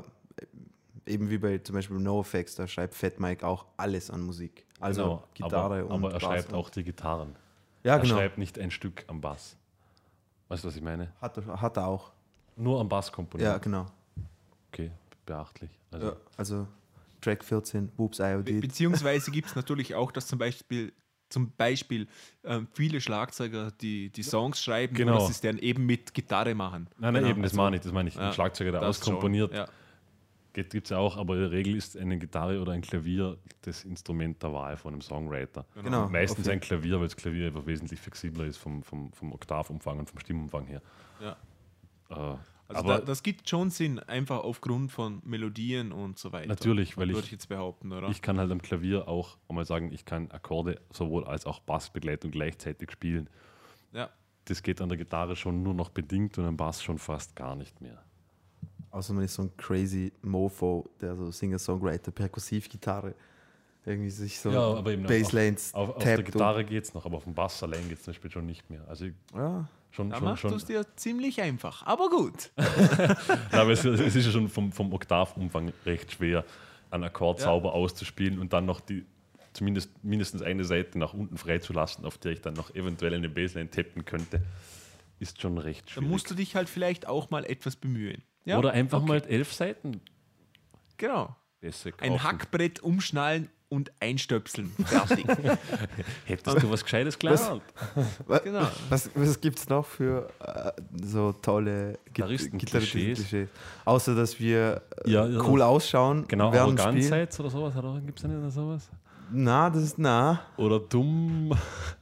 eben wie bei zum Beispiel NoFX, da schreibt Fat Mike auch alles an Musik. Also genau, Gitarre aber, und aber er Bass schreibt und- auch die Gitarren. Ja, Er genau. schreibt nicht ein Stück am Bass. Weißt du, was ich meine? Hat, er- hat er auch. Nur am Bass komponiert. Ja, genau. Okay, beachtlich. Also, Ja, also Track vierzehn, Whoops I O Be D. beziehungsweise gibt es natürlich auch, dass zum Beispiel zum Beispiel ähm, viele Schlagzeuger, die die Songs schreiben, Genau. oder dass sie es dann eben mit Gitarre machen. Nein, nein, Genau. eben, das meine ich. Das meine ich. Ja, Ein Schlagzeuger, der das auskomponiert, schon, ja. gibt es ja auch, aber in der Regel ist eine Gitarre oder ein Klavier das Instrument der Wahl von einem Songwriter. Genau. Meistens Okay. ein Klavier, weil das Klavier einfach wesentlich flexibler ist vom, vom, vom Oktavumfang und vom Stimmumfang her. Ja. Äh, Also aber da, das gibt schon Sinn, einfach aufgrund von Melodien und so weiter. Natürlich, weil würde ich- ich jetzt behaupten, oder? ich kann halt am Klavier auch einmal sagen, ich kann Akkorde sowohl als auch Bassbegleitung gleichzeitig spielen. ja. Das geht an der Gitarre schon nur noch bedingt und am Bass schon fast gar nicht mehr. Außer man ist so ein crazy Mofo, der so Singer-Songwriter, Perkussivgitarre, irgendwie sich so Ja, aber eben auf- Basslines Auf, auf der tappt. Gitarre geht es noch, aber auf dem Bass allein geht es zum Beispiel schon nicht mehr. Also ich- Und, ja, schon, Da schon, machst du schon. es dir ziemlich einfach, aber gut. Nein, aber es, es ist ja schon vom, vom Oktavumfang recht schwer, einen Akkord Ja. sauber auszuspielen und dann noch die zumindest mindestens eine Seite nach unten freizulassen, auf der ich dann noch eventuell eine Bassline tappen könnte, ist schon recht Da schwierig. musst du dich halt vielleicht auch mal etwas bemühen. Ja? Oder einfach Okay. mal elf Seiten Genau. Bässe kaufen. Ein Hackbrett umschnallen und einstöpseln. Fertig. Hättest du was Gescheites gelernt? wa- Genau. was, was gibt es noch für äh, so tolle Git- Gitarristen-Klischees? Gitarristen-Klischees? Außer, dass wir äh, Ja, ja. cool ausschauen Genau, während dem Spiel. Arroganzheit oder sowas, gibt es da nicht sowas? Na, das ist na. Oder dumm.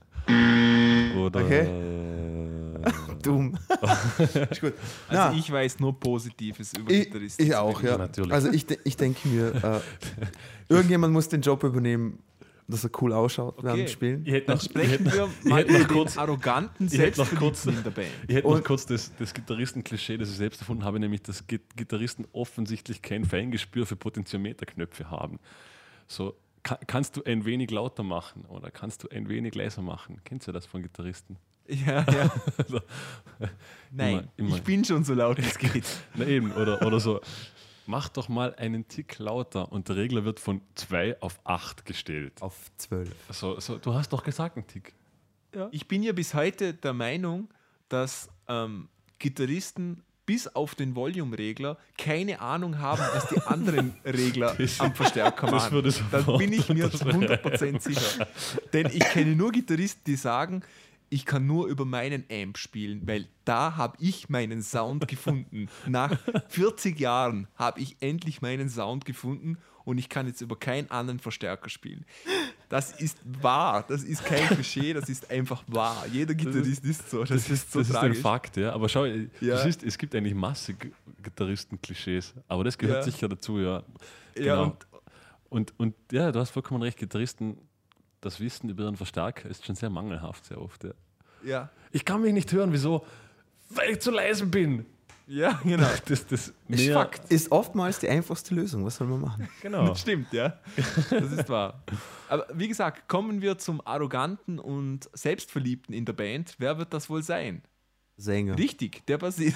Oder Dumm. ist gut. Also Na, ich weiß nur Positives über ich, Gitarristen. ich auch, ja. Ja, natürlich. Also ich, de- ich denke mir, äh, irgendjemand muss den Job übernehmen, dass er cool ausschaut während dem Spielen. Ich hätte Dann noch, ich sprechen hätte, wir ich mal hätte noch über den kurz- arroganten ich hätte noch kurz- Selbstverliebten in der Band. ich hätte noch Und- kurz das, das Gitarristen-Klischee, das ich selbst erfunden habe, nämlich, dass Git- Gitarristen offensichtlich kein Feingespür für Potentiometerknöpfe haben. So, ka kannst du ein wenig lauter machen oder kannst du ein wenig leiser machen? Kennst du das von Gitarristen? Ja, ja. Also, Nein, Immer- immer. ich bin schon so laut, wie es geht. Na eben, oder, oder so. Mach doch mal einen Tick lauter und der Regler wird von zwei auf acht gestellt. Auf zwölf. So, so, du hast doch gesagt, einen Tick. Ich bin ja bis heute der Meinung, dass ähm, Gitarristen bis auf den Volume-Regler keine Ahnung haben, was die anderen Regler am Verstärker das machen. würde ich Da sofort bin ich mir zu unterschreiben. hundert Prozent sicher. Denn ich kenne nur Gitarristen, die sagen, ich kann nur über meinen Amp spielen, weil da habe ich meinen Sound gefunden. Nach vierzig Jahren habe ich endlich meinen Sound gefunden und ich kann jetzt über keinen anderen Verstärker spielen. Das ist wahr, das ist kein Klischee, das ist einfach wahr. Jeder Gitarrist ist so. Das, Das ist, so das ist ein tragisch. Fakt, ja. Aber schau, Ja. das ist, es gibt eigentlich massig Gitarristen-Klischees, aber das gehört Ja. sicher dazu, ja. Ja, Genau. und Und, und ja, du hast vollkommen recht, Gitarristen, das Wissen über ihren Verstärker ist schon sehr mangelhaft, sehr oft. Ja. ja, Ich kann mich nicht hören, wieso? Weil ich zu leise bin. ja, genau. Das, das Ist, mehr, Fakt. Ist oftmals die einfachste Lösung. Was soll man machen? Genau. Das stimmt, ja. Das ist wahr. Aber wie gesagt, kommen wir zum Arroganten und Selbstverliebten in der Band. Wer wird das wohl sein? Sänger. Richtig, der Bassist.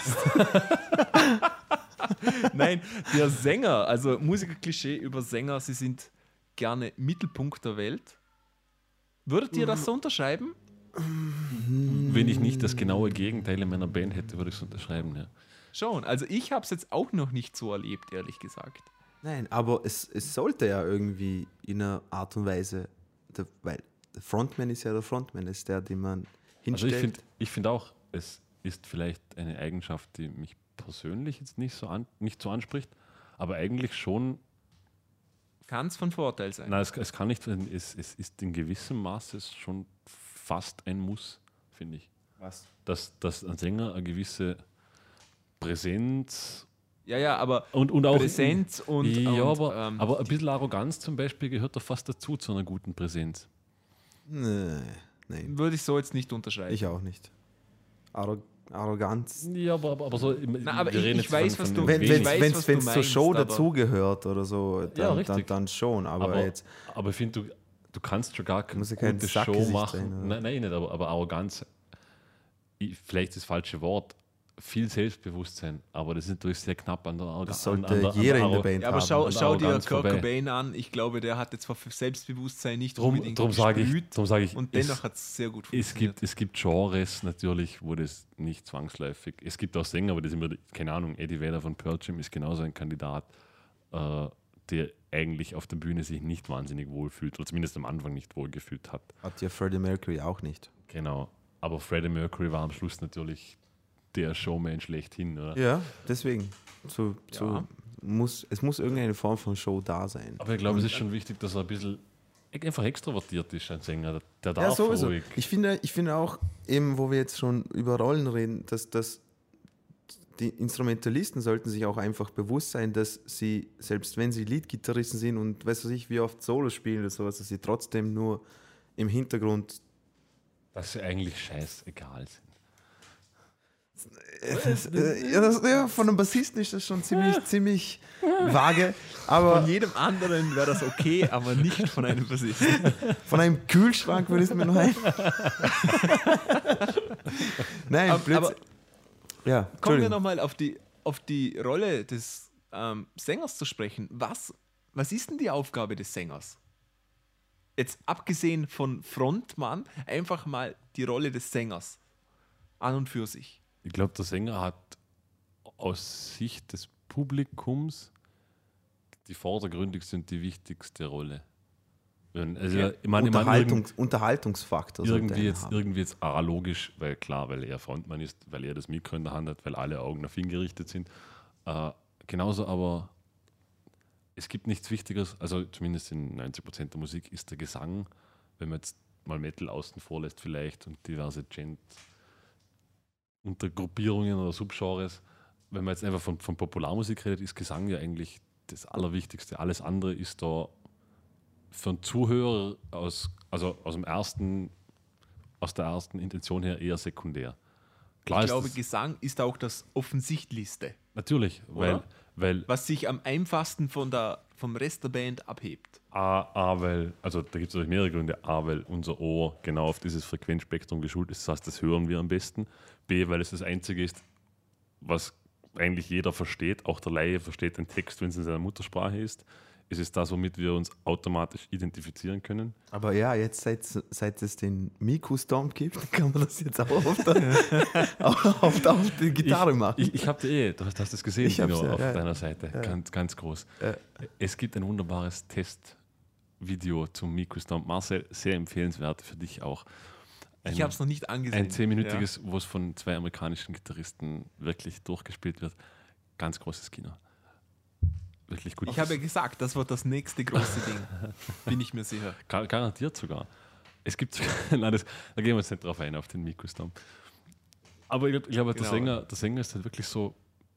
Nein, der Sänger, also Musikerklischee über Sänger, sie sind gerne Mittelpunkt der Welt. Würdet ihr das so unterschreiben? Wenn ich nicht das genaue Gegenteil in meiner Band hätte, würde ich es unterschreiben, ja. Schon, also ich habe es jetzt auch noch nicht so erlebt, ehrlich gesagt. Nein, aber es, es sollte ja irgendwie in einer Art und Weise, der, weil der Frontman ist ja der Frontman, ist der, den man Also hinstellt. ich finde ich find auch, es ist vielleicht eine Eigenschaft, die mich persönlich jetzt nicht so, an, nicht so anspricht, aber eigentlich schon, Kann es von Vorteil sein. nein, es, es kann nicht, es, es ist in gewissem Maße schon fast ein Muss, finde ich. Was? Dass, dass ein Sänger eine gewisse Präsenz Ja, ja, aber und, und auch Präsenz und, ja, und aber, ähm, aber ein bisschen Arroganz zum Beispiel gehört doch fast dazu, zu einer guten Präsenz. Nee, nein, würde ich so jetzt nicht unterschreiben. ich auch nicht. Arro Arroganz. Ja, aber, aber, aber so, Na, aber wir ich- reden ich jetzt weiß, von, was von du- den Wenn Ich es wenigen. weiß, wenn's, was wenn's du zur Show meinst, aber- dazugehört oder so, Ja, dann, richtig. dann, dann schon. Aber, Aber, jetzt, aber ich finde, du, du kannst schon gar keine Muss ja kein gute Sackgesicht Show machen. sein, oder? nein, nein, nicht, aber, aber Arroganz, ich, vielleicht das falsche Wort, viel Selbstbewusstsein, aber das ist natürlich sehr knapp an der Arroganz. das sollte jeder in der Band Ja, aber haben. schau, an der schau dir Arroganz Kurt vorbei. Cobain an. Ich glaube, der hat jetzt vor Selbstbewusstsein nicht Drum, unbedingt drum sage ich, gesprüht. drum sag ich Und es, dennoch hat es sehr gut es, funktioniert. gibt, es gibt Genres natürlich, wo das nicht zwangsläufig, es gibt auch Sänger, aber das sind wir, keine Ahnung, Eddie Vedder von Pearl Jam ist genauso ein Kandidat, äh, der eigentlich auf der Bühne sich nicht wahnsinnig wohlfühlt oder zumindest am Anfang nicht wohlgefühlt hat. Hat ja Freddie Mercury auch nicht. Genau. Aber Freddie Mercury war am Schluss natürlich der Showman schlechthin, oder? Ja, deswegen. So, so Ja. muss, es muss irgendeine Form von Show da sein. Aber ich glaube, es ist schon wichtig, dass er ein bisschen einfach extrovertiert ist, ein Sänger. Der darf Ja, sowieso. ruhig. Ich finde, ich finde auch, eben, wo wir jetzt schon über Rollen reden, dass, dass die Instrumentalisten sollten sich auch einfach bewusst sein, dass sie, selbst wenn sie Leadgitarristen sind und weiß was ich, wie oft Solo spielen oder sowas, dass sie trotzdem nur im Hintergrund Dass sie eigentlich scheißegal sind. Äh, ja, das, ja, von einem Bassisten ist das schon ziemlich, ziemlich vage, aber Von jedem anderen wäre das okay, aber nicht von einem Bassisten. von einem Kühlschrank würde es mir noch ein. Nein, Aber- plötzlich. aber- Ja, Kommen wir Entschuldigung. nochmal auf die, auf die Rolle des ähm, Sängers zu sprechen. Was, was ist denn die Aufgabe des Sängers? Jetzt abgesehen von Frontmann, einfach mal die Rolle des Sängers an und für sich. Ich glaube, der Sänger hat aus Sicht des Publikums die vordergründigste und die wichtigste Rolle. Wenn- Also, Okay. ich meine, ich meine, Unterhaltungs Unterhaltungsfaktor. sollte irgendwie einer jetzt, haben. irgendwie jetzt auch logisch, weil klar, weil er Frontmann ist, weil er das Mikro in der Hand hat, weil alle Augen auf ihn gerichtet sind. Äh, genauso aber, es gibt nichts Wichtigeres, also zumindest in neunzig Prozent der Musik ist der Gesang, wenn man jetzt mal Metal außen vor lässt vielleicht und diverse Gent Untergruppierungen oder Subgenres, wenn man jetzt einfach von, von Popularmusik redet, ist Gesang ja eigentlich das Allerwichtigste. Alles andere ist da für einen Zuhörer aus, also aus dem ersten, aus der ersten Intention her eher sekundär. Klar Ich ist glaube, das, Gesang ist auch das Offensichtlichste, natürlich, weil, Oder? weil was sich am einfachsten von der, vom Rest der Band abhebt. A, A, weil, also da gibt es natürlich mehrere Gründe. A, weil unser Ohr genau auf dieses Frequenzspektrum geschult ist, das heißt, das hören wir am besten. B, weil es das Einzige ist, was eigentlich jeder versteht, auch der Laie versteht den Text, wenn es in seiner Muttersprache ist. Es ist das, womit wir uns automatisch identifizieren können. Aber ja, jetzt seit, seit es den Miku-Stomp gibt, kann man das jetzt auch auf, der, auf, auf, auf die Gitarre ich, machen. Ich, ich habe eh, du hast, hast das gesehen, Ich hab's, Dino, ja, auf ja. deiner Seite, ganz, ganz groß. Ja. Es gibt ein wunderbares Testvideo zum Miku-Stomp. Marcel, sehr empfehlenswert für dich auch. Ein, Ich habe es noch nicht angesehen. ein zehnminütiges, wo es von zwei amerikanischen Gitarristen wirklich durchgespielt wird. Ganz großes Kino. Wirklich gut. Ich habe ja gesagt, das wird das nächste große Ding. Bin ich mir sicher. Gar, garantiert sogar. Es gibt sogar, nein, das, da gehen wir jetzt nicht drauf ein, auf den Miku-Stomp. Aber ich glaube, glaub, der, Genau. Sänger, der Sänger ist halt wirklich so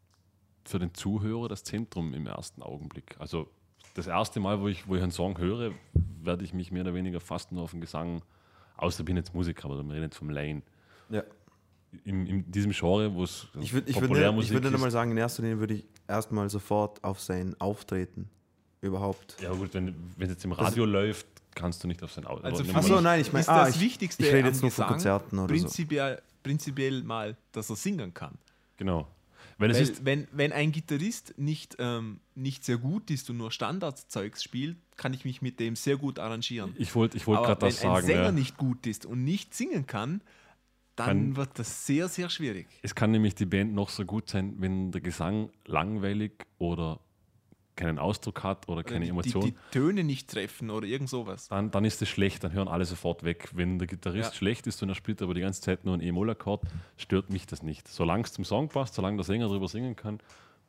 für den Zuhörer das Zentrum im ersten Augenblick. Also das erste Mal, wo ich, wo ich einen Song höre, werde ich mich mehr oder weniger fast nur auf den Gesang, außer ich bin jetzt Musiker, aber wir reden jetzt vom Laien. Ja. In, in diesem Genre, wo es Ich würde ich würd, Populärmusik ich würd ist. mal sagen, in erster Linie würde ich erstmal sofort auf sein Auftreten überhaupt. Ja gut, wenn es jetzt im Radio läuft, kannst du nicht auf sein Auto. Also für Ach so, mich nein, ich mein- ist ah, das ich- Wichtigste ich rede am jetzt nur von Gesang Konzerten oder so. prinzipiell, prinzipiell mal, dass er singen kann. Genau. Weil es Weil, ist, wenn, wenn ein Gitarrist nicht, ähm, nicht sehr gut ist und nur Standardzeugs spielt, kann ich mich mit dem sehr gut arrangieren. ich wollte ich wollt Aber gerade wenn das ein sagen. Sänger Ja. nicht gut ist und nicht singen kann, dann Kann- wird das sehr, sehr schwierig. Es kann nämlich die Band noch so gut sein, wenn der Gesang langweilig oder keinen Ausdruck hat oder keine die, Emotion, Die, die Töne nicht treffen oder irgend sowas. dann, dann ist es schlecht, dann hören alle sofort weg. Wenn der Gitarrist Ja. schlecht ist und er spielt aber die ganze Zeit nur einen E-Moll-Akkord, stört mich das nicht. Solange es zum Song passt, solange der Sänger darüber singen kann,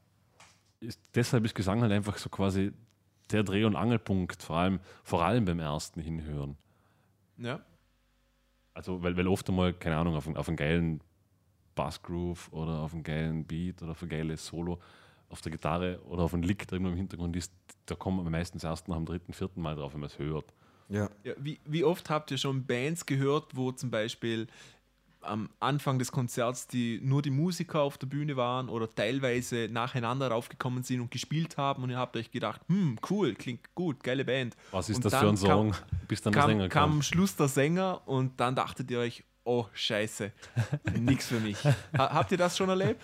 ist, deshalb ist Gesang halt einfach so quasi der Dreh- und Angelpunkt, vor allem, vor allem beim ersten Hinhören. Ja. Also, weil, weil oft einmal, keine Ahnung, auf, einen- auf einen geilen Bassgroove oder auf einen geilen Beat oder auf ein geiles Solo auf der Gitarre oder auf einen Lick, der irgendwo im Hintergrund ist, da kommt man meistens erst nach dem dritten, vierten Mal drauf, wenn man es hört. Ja. Ja, wie, wie oft habt ihr schon Bands gehört, wo zum Beispiel am Anfang des Konzerts die, nur die Musiker auf der Bühne waren oder teilweise nacheinander raufgekommen sind und gespielt haben und ihr habt euch gedacht, hm, cool, klingt gut, geile Band. Was ist Und das dann für ein Song, kam- bis dann der Kam, Sänger kam am kam? Schluss der Sänger und dann dachtet ihr euch, oh scheiße, nix für mich. Ha, habt ihr das schon erlebt?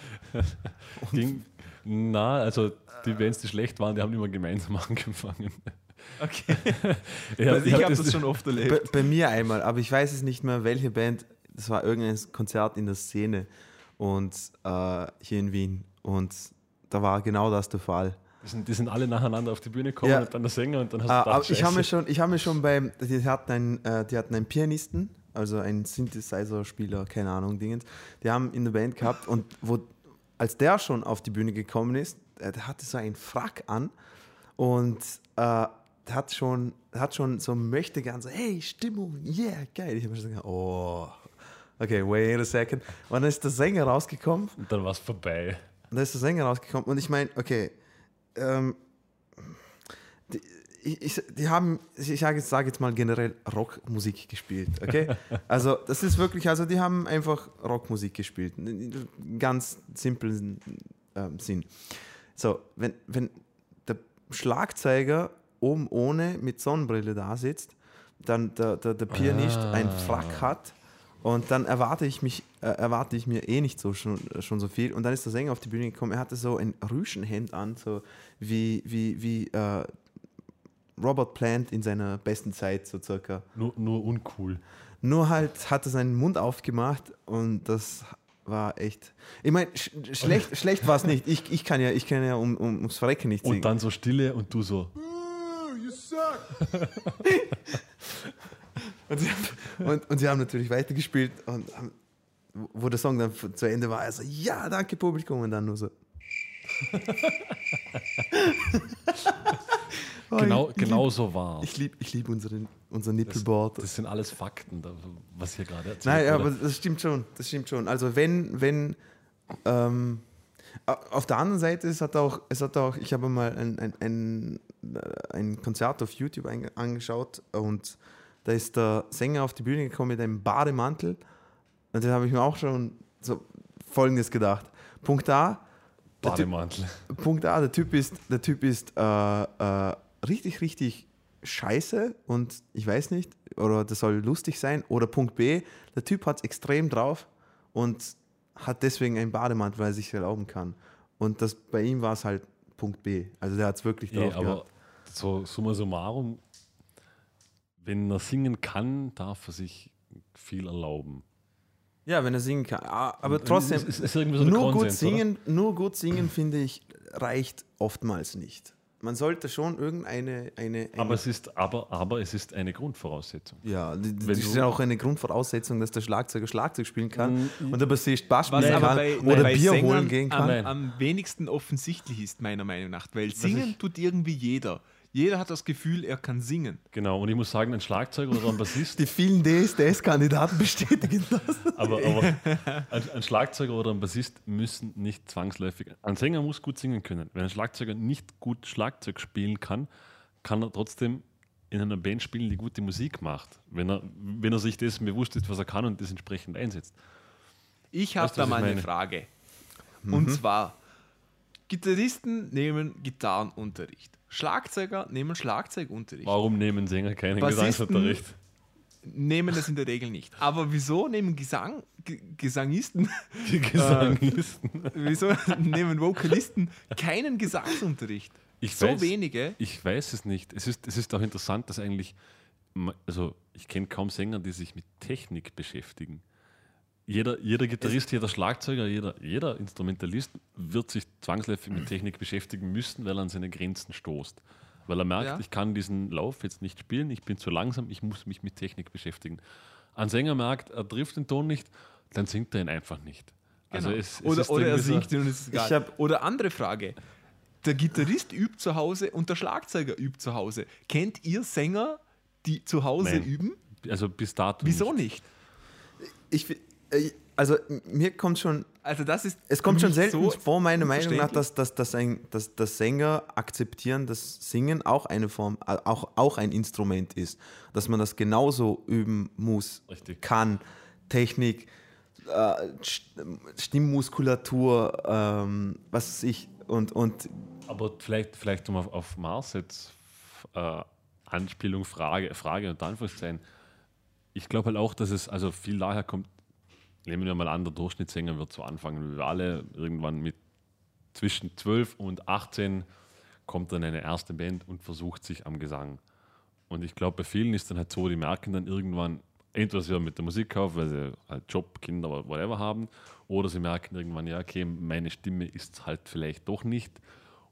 Ging, na, also die Bands, die schlecht waren, die haben immer gemeinsam angefangen. Okay. Ja, Also ich hab habe das schon oft Bei, erlebt. bei mir einmal, aber ich weiß es nicht mehr, welche Band. Das war irgendein Konzert in der Szene und äh, hier in Wien. Und da war genau das der Fall. Die sind, die sind alle nacheinander auf die Bühne gekommen Ja. und dann der Sänger und dann hast du Ah, gedacht, aber ich habe mir Scheiße. schon, ich habe mir schon beim, die hatten einen, äh, die hatten einen Pianisten, also einen Synthesizer-Spieler, keine Ahnung, Dingens. Die haben in der Band gehabt und wo, als der schon auf die Bühne gekommen ist, äh, der hatte so einen Frack an und äh, der hat schon, der hat schon so möchte gern so, hey, Stimmung, yeah, geil. Ich habe mir schon gedacht, oh, okay, wait a second. Und dann ist der Sänger rausgekommen Und dann war es vorbei. und da ist der Sänger rausgekommen und ich meine, okay, ähm, die, ich, ich, die haben, ich sage jetzt, sag jetzt mal generell Rockmusik gespielt, okay? Also das ist wirklich, also die haben einfach Rockmusik gespielt, in ganz simplen ähm, Sinn. So, wenn, wenn der Schlagzeuger oben ohne mit Sonnenbrille da sitzt, dann der, der, der Pianist Ah. einen Frack hat und dann erwarte ich mich, äh, erwarte ich mir eh nicht so schon, schon so viel und dann ist der Sänger auf die Bühne gekommen, er hatte so ein Rüschenhemd an, so wie, wie, wie äh, Robert Plant in seiner besten Zeit, so circa. Nur, nur uncool. Nur halt hat er seinen Mund aufgemacht und das war echt. Ich meine, sch schlecht, schlecht war es nicht. Ich, ich kann ja, ich kann ja um, um, ums Verrecken nicht singen. Und dann so Stille und du so. Und sie, haben, und, und sie haben natürlich weitergespielt und haben, wo der Song dann zu Ende war, also ja, danke Publikum und dann nur so. Oh, Genau, ich, genau ich so war lieb, Ich liebe ich lieb unseren, unser Nippelboard. Das sind alles Fakten, da- was hier gerade erzählt Nein, wurde. aber das stimmt schon. Das stimmt schon. Also wenn, wenn ähm, a- auf der anderen Seite, es hat auch, es hat auch, ich habe mal ein, ein, ein, äh, ein Konzert auf YouTube einge- angeschaut und da ist der Sänger auf die Bühne gekommen mit einem Bademantel und da habe ich mir auch schon so Folgendes gedacht. Punkt A, der Typ, Bademantel. Punkt A, der Typ ist, der Typ ist äh, äh, richtig, richtig scheiße und ich weiß nicht, oder das soll lustig sein. Oder Punkt B, der Typ hat es extrem drauf und hat deswegen einen Bademantel, weil er sich erlauben kann. Und das, bei ihm war es halt Punkt B. Also der hat es wirklich Eh, drauf aber gehabt. so summa summarum, wenn er singen kann, darf er sich viel erlauben. Ja, wenn er singen kann. Ah, aber trotzdem, Es ist, ist irgendwie so der nur, gut Konsens, oder? singen, nur gut singen, finde ich, reicht oftmals nicht. Man sollte schon irgendeine... Eine, eine Aber es ist, aber, aber es ist eine Grundvoraussetzung. Ja, die- das Wenn ist du- ja auch eine Grundvoraussetzung, dass der Schlagzeuger Schlagzeug spielen kann Mm, und der Bassist Bass Was spielen aber kann bei, oder bei Bier Sängern holen gehen kann. Nein. am, am wenigsten offensichtlich ist, meiner Meinung nach. Weil singen ich- tut irgendwie jeder. Jeder hat das Gefühl, er kann singen. Genau, und ich muss sagen, ein Schlagzeuger oder ein Bassist, Die vielen D S D S-Kandidaten bestätigen das. aber, aber ein, ein Schlagzeuger oder ein Bassist müssen nicht zwangsläufig. Ein Sänger muss gut singen können. Wenn ein Schlagzeuger nicht gut Schlagzeug spielen kann, kann er trotzdem in einer Band spielen, die gute Musik macht. Wenn er, wenn er sich dessen bewusst ist, was er kann und das entsprechend einsetzt. Ich habe Weißt du, da was mal ich eine meine? Frage. Und zwar, Gitarristen nehmen Gitarrenunterricht. Schlagzeuger nehmen Schlagzeugunterricht. Warum nehmen Sänger keinen Bassisten- Gesangsunterricht? Nehmen das in der Regel nicht. Aber wieso nehmen Gesang, G Gesangisten, Die Gesangisten. wieso nehmen Vokalisten keinen Gesangsunterricht? Ich so weiß- wenige. Ich weiß es nicht. Es ist, es ist auch interessant, dass eigentlich, ma- also ich kenne kaum Sänger, die sich mit Technik beschäftigen. Jeder, jeder Gitarrist, jeder Schlagzeuger, jeder, jeder Instrumentalist wird sich zwangsläufig mit Technik beschäftigen müssen, weil er an seine Grenzen stoßt. Weil er merkt, Ja. ich kann diesen Lauf jetzt nicht spielen, ich bin zu langsam, ich muss mich mit Technik beschäftigen. Ein Sänger merkt, er trifft den Ton nicht, dann singt er ihn einfach nicht. Also Genau. es, es oder ist oder er irgendwie so- singt ihn und es ist egal. Ich hab- Oder andere Frage. Der Gitarrist übt zu Hause und der Schlagzeuger übt zu Hause. Kennt ihr Sänger, die zu Hause Nein. üben? Also bis dato Wieso nicht? Ich, fi- äh, also mir kommt schon, Also das ist es kommt für schon mich selten so vor, meiner Meinung nach, unverständlich. dass, dass, dass, ein, dass, dass Sänger akzeptieren, dass Singen auch eine Form, äh, auch, auch ein Instrument ist. Dass man das genauso üben muss, Richtig. kann, Technik, äh, St- Stimmmuskulatur, ähm, was weiß ich, und, und Aber vielleicht, vielleicht um auf, auf Mars jetzt äh, Anspielung, Frage, Frage und Anführungszeichen. Ich glaube halt auch, dass es also viel daher kommt, nehmen wir mal an, der Durchschnittssänger wird so anfangen, wie wir alle irgendwann mit zwischen zwölf und achtzehn kommt dann eine erste Band und versucht sich am Gesang. Und ich glaube, bei vielen ist dann halt so, die merken dann irgendwann, entweder sie hören mit der Musik auf, weil sie halt Job, Kinder, whatever haben, oder sie merken irgendwann, ja, okay, meine Stimme ist halt vielleicht doch nicht.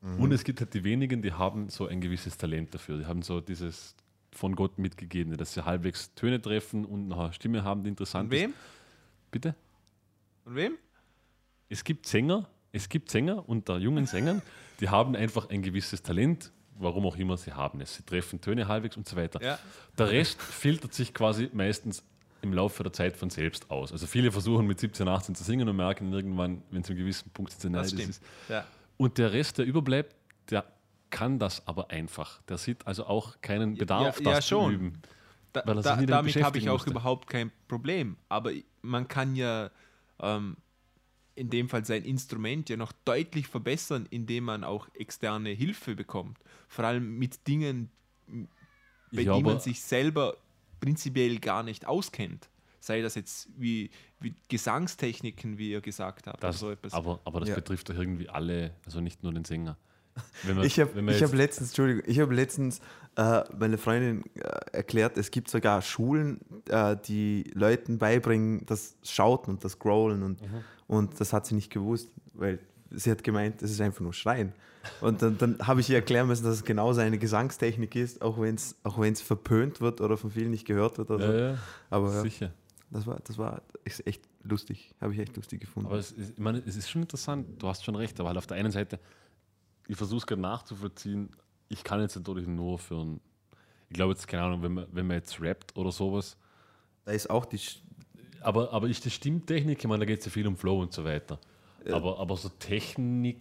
Mhm. Und es gibt halt die wenigen, die haben so ein gewisses Talent dafür. Die haben so dieses von Gott mitgegebene, dass sie halbwegs Töne treffen und eine Stimme haben, die interessant Von wem? ist. Bitte? Von wem? Es gibt Sänger, es gibt Sänger unter jungen Sängern, die haben einfach ein gewisses Talent, warum auch immer sie haben es. Sie treffen Töne halbwegs und so weiter. Ja. Der Rest filtert sich quasi meistens im Laufe der Zeit von selbst aus. Also viele versuchen mit siebzehn, achtzehn zu singen und merken irgendwann, wenn sie einen gewissen Punkt sind, nein, Das das stimmt. ist. Ja. Und der Rest, der überbleibt, der kann das aber einfach. Der sieht also auch keinen Bedarf, ja, ja, das schon. zu üben. Da, Weil er sich da, nie damit damit habe ich beschäftigen auch musste. überhaupt kein Problem. Aber man kann ja ähm, in dem Fall sein Instrument ja noch deutlich verbessern, indem man auch externe Hilfe bekommt. Vor allem mit Dingen, bei Ja, denen man aber- sich selber prinzipiell gar nicht auskennt. Sei das jetzt wie, wie Gesangstechniken, wie ihr gesagt habt. Das, oder so etwas. aber, aber das Ja. betrifft doch irgendwie alle, also nicht nur den Sänger. Wenn man- Ich habe wenn man ich jetzt- hab letztens, Entschuldigung, ich habe letztens äh, meine Freundin äh, erklärt, es gibt sogar Schulen, äh, die Leuten beibringen, das Schauten und das Growlen und, Mhm. und das hat sie nicht gewusst, weil sie hat gemeint, das ist einfach nur Schreien. Und dann, dann habe ich ihr erklären müssen, dass es genauso eine Gesangstechnik ist, auch wenn es auch wenn's verpönt wird oder von vielen nicht gehört wird. Oder so. ja, ja, Aber ja, sicher. das war, das war ist echt lustig, habe ich echt lustig gefunden. Aber es ist, ich meine, es ist schon interessant, du hast schon recht, aber halt auf der einen Seite, ich versuche es gerade nachzuvollziehen, ich kann jetzt natürlich nur für ein, ich glaube jetzt, keine Ahnung, wenn man, wenn man jetzt rappt oder sowas, Da ist auch die, Sch- aber, aber ist die Stimmtechnik, ich meine, da geht es ja viel um Flow und so weiter. Aber, aber so Technik,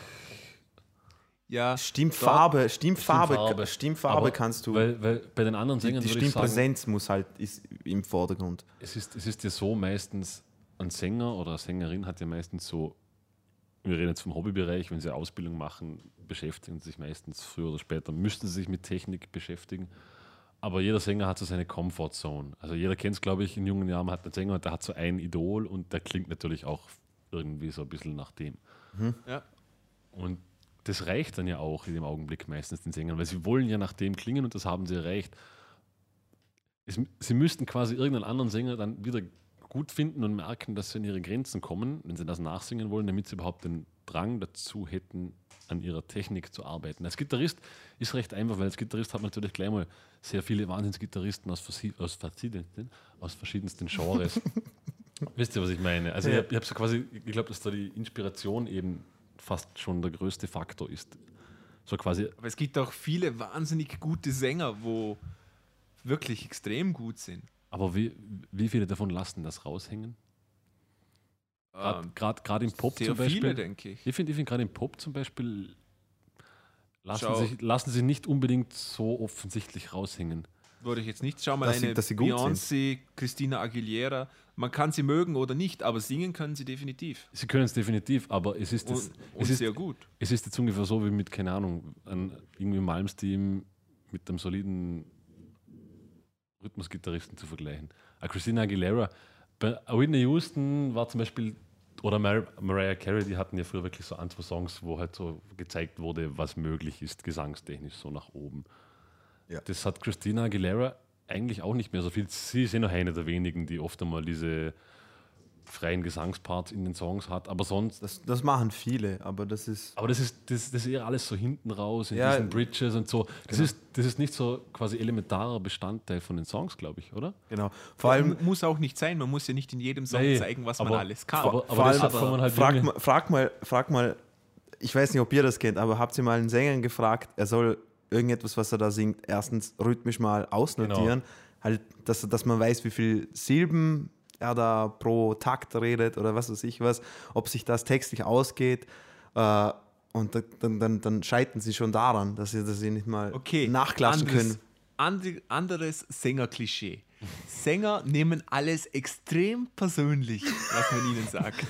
ja, Stimmfarbe, Stimmfarbe, Stimmfarbe. Stimmfarbe aber, kannst du. Weil, weil bei den anderen die Sängern die würde ich sagen, Stimmpräsenz muss halt ist im Vordergrund. es ist, es ist ja so meistens, ein Sänger oder eine Sängerin hat ja meistens so, wir reden jetzt vom Hobbybereich, wenn sie Ausbildung machen, beschäftigen sie sich meistens früher oder später, müssten sie sich mit Technik beschäftigen. Aber jeder Sänger hat so seine Comfortzone. Also jeder kennt es, glaube ich, in jungen Jahren, man hat einen Sänger und der hat so ein Idol und der klingt natürlich auch irgendwie so ein bisschen nach dem. ja. Und das reicht dann ja auch in dem Augenblick meistens den Sängern, weil sie wollen ja nach dem klingen und das haben sie erreicht. Es, sie müssten quasi irgendeinen anderen Sänger dann wieder gut finden und merken, dass sie an ihre Grenzen kommen, wenn sie das nachsingen wollen, damit sie überhaupt den Drang dazu hätten, an ihrer Technik zu arbeiten. Als Gitarrist ist recht einfach, weil als Gitarrist hat man natürlich gleich mal sehr viele Wahnsinnsgitarristen aus, versi- aus, verschiedensten, aus verschiedensten Genres. Wisst ihr, was ich meine? Also Ja. ich habe hab so quasi, ich glaube, dass da die Inspiration eben fast schon der größte Faktor ist. So quasi, Aber es gibt auch viele wahnsinnig gute Sänger, wo wirklich extrem gut sind. aber wie, wie viele davon lassen das raushängen? Ähm, Gerade im Pop sehr zum Beispiel. viele, denke ich. Ich finde ich find gerade im Pop zum Beispiel lassen Schau. sich, lassen sie nicht unbedingt so offensichtlich raushängen. Würde ich jetzt nicht. Schau mal, Dass sie- eine dass sie gut Beyoncé, Christina Aguilera. Man kann sie mögen oder nicht, aber singen können sie definitiv. Sie können es definitiv, aber es ist, Und, das, und es, ist, sehr gut. es ist jetzt ungefähr so wie mit, keine Ahnung, ein, irgendwie Malmsteen mit einem soliden Rhythmusgitarristen zu vergleichen. A Christina Aguilera, bei Whitney Houston war zum Beispiel, oder Mar Mariah Carey, die hatten ja früher wirklich so ein, zwei Songs, wo halt so gezeigt wurde, was möglich ist, gesangstechnisch so nach oben. Ja. Das hat Christina Aguilera eigentlich auch nicht mehr so viel. Sie ist ja noch eine der wenigen, die oft einmal diese freien Gesangsparts in den Songs hat, aber sonst. Das, das machen viele, aber das ist. Aber das ist, das, das ist eher alles so hinten raus, in Ja, diesen Bridges und so. Das, genau. ist, das ist nicht so quasi elementarer Bestandteil von den Songs, glaube ich, oder? Genau. Vor allem, Mu- muss auch nicht sein. Man muss ja nicht in jedem Song Nee, zeigen, was man aber- alles kann. aber- vor allem deshalb kann man halt frag, junge- mal, frag, mal, frag mal, ich weiß nicht, ob ihr das kennt, aber habt ihr mal einen Sänger gefragt, er soll irgendetwas, was er da singt, erstens rhythmisch mal ausnotieren, Genau. halt, dass, dass man weiß, wie viel Silben er da pro Takt redet oder was weiß ich was, ob sich das textlich ausgeht. Äh, und da, dann, dann, dann scheitern sie schon daran, dass sie, dass sie nicht mal Okay, nachklatschen anderes, können. ande- anderes Sängerklischee. Sänger nehmen alles extrem persönlich, was man ihnen sagt.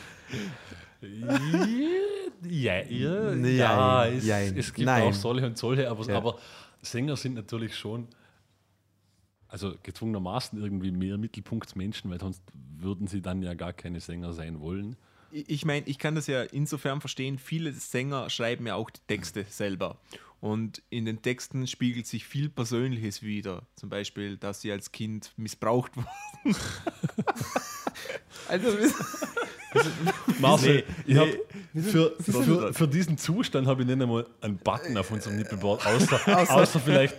Ja, ja, Nein, ja es, nein, es gibt nein. auch solche und solche, aber, Ja. aber Sänger sind natürlich schon, also gezwungenermaßen irgendwie mehr Mittelpunktsmenschen, weil sonst würden sie dann ja gar keine Sänger sein wollen. Ich ich meine, ich kann das ja insofern verstehen, viele Sänger schreiben ja auch die Texte selber. Und in den Texten spiegelt sich viel Persönliches wider. Zum Beispiel, dass sie als Kind missbraucht wurden. Also, Marcel, Nee, ich hab, nee. für, sind für, das? für diesen Zustand habe ich nicht einmal einen Button auf unserem Nippelboard, außer, außer vielleicht.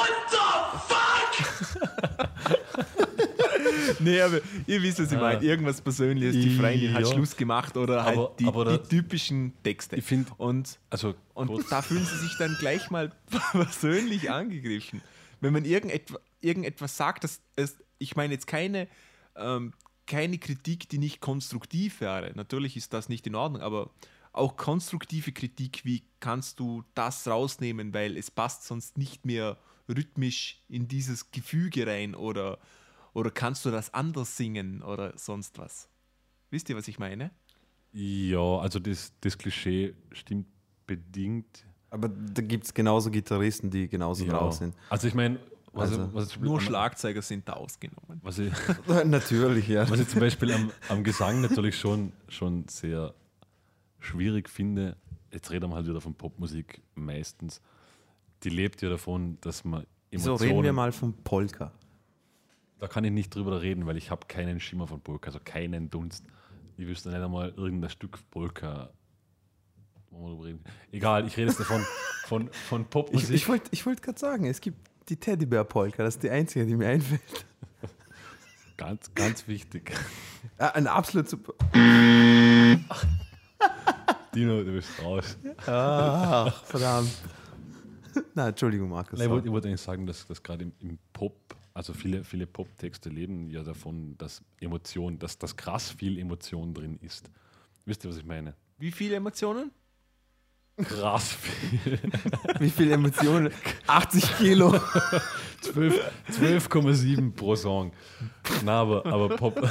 Nee, aber ihr wisst, was ich meine. Irgendwas Persönliches, die Freundin hat Ja. Schluss gemacht oder halt Aber- die, aber die da- typischen Texte. Ich find- und Also, und kurz- da fühlen sie sich dann gleich mal persönlich angegriffen. Wenn man irgendetwa, irgendetwas sagt, das es, ich meine jetzt keine, ähm, keine Kritik, die nicht konstruktiv wäre. Natürlich ist das nicht in Ordnung, aber auch konstruktive Kritik, wie kannst du das rausnehmen, weil es passt sonst nicht mehr rhythmisch in dieses Gefüge rein oder, oder kannst du das anders singen oder sonst was. Wisst ihr, was ich meine? ja, also das, das Klischee stimmt bedingt. aber da gibt es genauso Gitarristen, die genauso Ja. drauf sind. Also ich meine, was, Also, ich- was, ich- Nur am- Schlagzeuger sind da ausgenommen. Was ich, Natürlich, ja. was ich zum Beispiel am, am Gesang natürlich schon, schon sehr schwierig finde, jetzt reden wir halt wieder von Popmusik meistens, die lebt ja davon, dass man Wieso Emotionen... reden wir mal von Polka? Da kann ich nicht drüber reden, weil ich habe keinen Schimmer von Polka, also keinen Dunst. Ich wüsste nicht einmal irgendein Stück Polka. Wollen wir drüber reden? Egal, ich rede jetzt davon von, von Ich, Popmusik. ich wollte ich wollt gerade sagen, es gibt die Teddybär-Polka, das ist die einzige, die mir einfällt. ganz, ganz wichtig. Ah, ein absolut super. Dino, du bist raus. Ah, verdammt. Na, Entschuldigung, Markus. Nein, ich wollte ich wollte eigentlich sagen, dass, dass gerade im, im Pop, also viele, viele Pop-Texte leben ja davon, dass Emotion, dass das krass viel Emotion drin ist. Wisst ihr, was ich meine? Wie viele Emotionen? Krass viel. Wie viele Emotionen? achtzig Kilo. zwölf Komma sieben pro Song. Na, aber, aber Pop,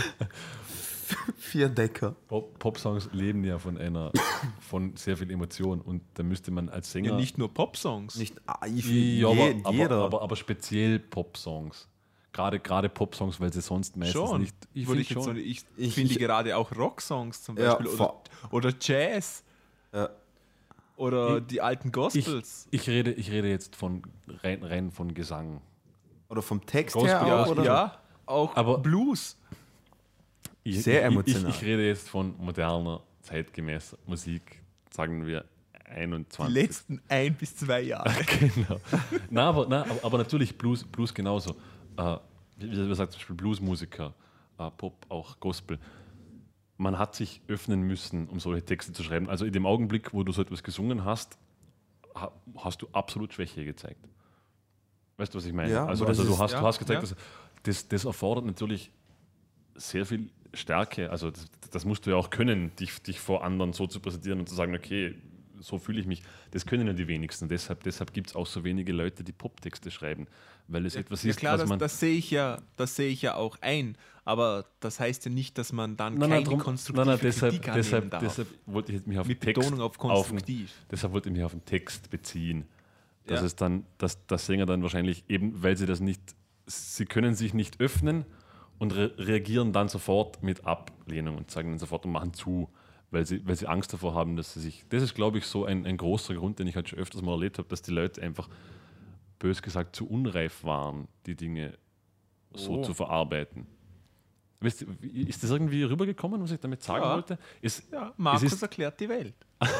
Vier Decker. Pop, Pop-Songs leben ja von einer, von sehr viel Emotion und da müsste man als Sänger. Ja, nicht nur Popsongs. Nicht ah, ich, Ja, je, aber, jeder. aber, aber, aber speziell Pop-Songs. Gerade, gerade Pop-Songs, weil sie sonst meistens schon. nicht. Ich, find ich, jetzt so, ich, Ich- finde ich- gerade auch Rocksongs zum Ja, Beispiel oder, vor- oder Jazz Ja. oder Ich- die alten Ich, Gospels. ich, rede, ich rede jetzt von rein, rein von Gesang. Oder vom Text Gospel, her ja, auch? Oder? ja, auch Aber- Blues. Ich, Sehr ich, emotional. Ich, ich rede jetzt von moderner, zeitgemäßer Musik, sagen wir Die einundzwanzig. letzten ein bis zwei Jahre. Genau. na, aber, na, aber, aber natürlich Blues, Blues genauso. Äh, wie wie gesagt, zum Beispiel Bluesmusiker, äh, Pop, auch Gospel. Man hat sich öffnen müssen, um solche Texte zu schreiben. Also in dem Augenblick, wo du so etwas gesungen hast, ha, hast du absolut Schwäche gezeigt. Weißt du, was ich meine? Ja, also aber das also du, ist- hast, ja, du hast gezeigt, ja. dass das, das erfordert natürlich sehr viel Stärke. Also das, das musst du ja auch können, dich, dich vor anderen so zu präsentieren und zu sagen, okay, so fühle ich mich. Das können ja die wenigsten. Deshalb, deshalb gibt es auch so wenige Leute, die Poptexte schreiben, weil es etwas Ja ist, klar, was das, man... das sehe ich ja, das sehe ich ja auch ein. Aber das heißt ja nicht, dass man dann Nein, keine nein, drum, konstruktive nein, nein, deshalb, Kritik annehmen deshalb, darf. deshalb wollte ich jetzt mich auf Mit den Text Betonung auf den- konstruktiv. deshalb wollte ich mich auf den Text beziehen. Dass Ja. es dann, dass der Sänger dann wahrscheinlich eben, weil sie das nicht, sie können sich nicht öffnen und re reagieren dann sofort mit Ablehnung und sagen dann sofort und machen zu, weil sie, weil sie Angst davor haben, dass sie sich. Das ist, glaube ich, so ein, ein großer Grund, den ich halt schon öfters mal erlebt habe, dass die Leute einfach bös gesagt zu unreif waren, die Dinge so Oh. zu verarbeiten. Weißt du, wie- ist das irgendwie rübergekommen, was ich damit sagen Ja. wollte? Ist, Ja, Markus ist- erklärt die Welt.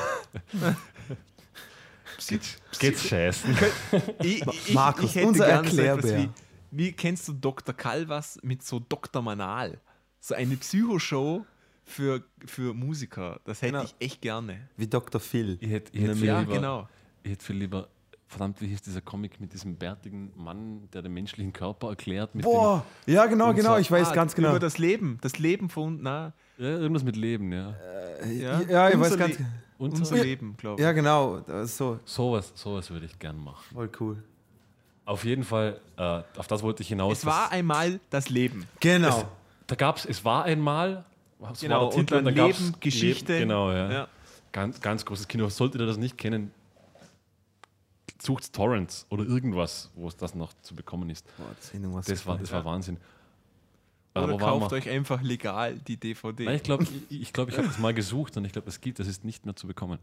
geht's scheißen? Ich, ich, Markus, ich hätte unser gern so etwas Erklärbär. wie, wie kennst du Doktor Calvas mit so Doktor Manal? So eine Psychoshow für, für Musiker. Das hätte Genau. ich echt gerne. Wie Doktor Phil. Ich hätte ich In hätte der viel, Ja, lieber, genau. ich hätte viel lieber, verdammt, wie hieß dieser Comic mit diesem bärtigen Mann, der den menschlichen Körper erklärt? Mit Boah, ja genau, genau, ich weiß Ah, ganz genau. Über das Leben. Das Leben von, na, Dem, ja, irgendwas mit Leben, ja. ja, ja, ich unser weiß ganz Le- Unser- Unser Ja. Leben, glaube ich. Ja, genau, das ist so Sowas, sowas würde ich gern machen. voll cool. Auf jeden Fall, äh, auf das wollte ich hinaus. Es war dass- einmal das Leben. Genau. da gab es, es war einmal, was Genau, war der und dann da gab's Leben, Geschichte. Leben, genau, ja. Ja. Ganz, ganz großes Kino. Solltet ihr das nicht kennen, sucht Torrents oder irgendwas, wo es das noch zu bekommen ist. Boah, das, Sendung war Das war, das war Wahnsinn. Oder Aber wo waren kauft wir? euch einfach legal die D V D. Nein, ich glaube, ich, ich, glaub, ich habe das mal gesucht und ich glaube, es gibt, das ist nicht mehr zu bekommen.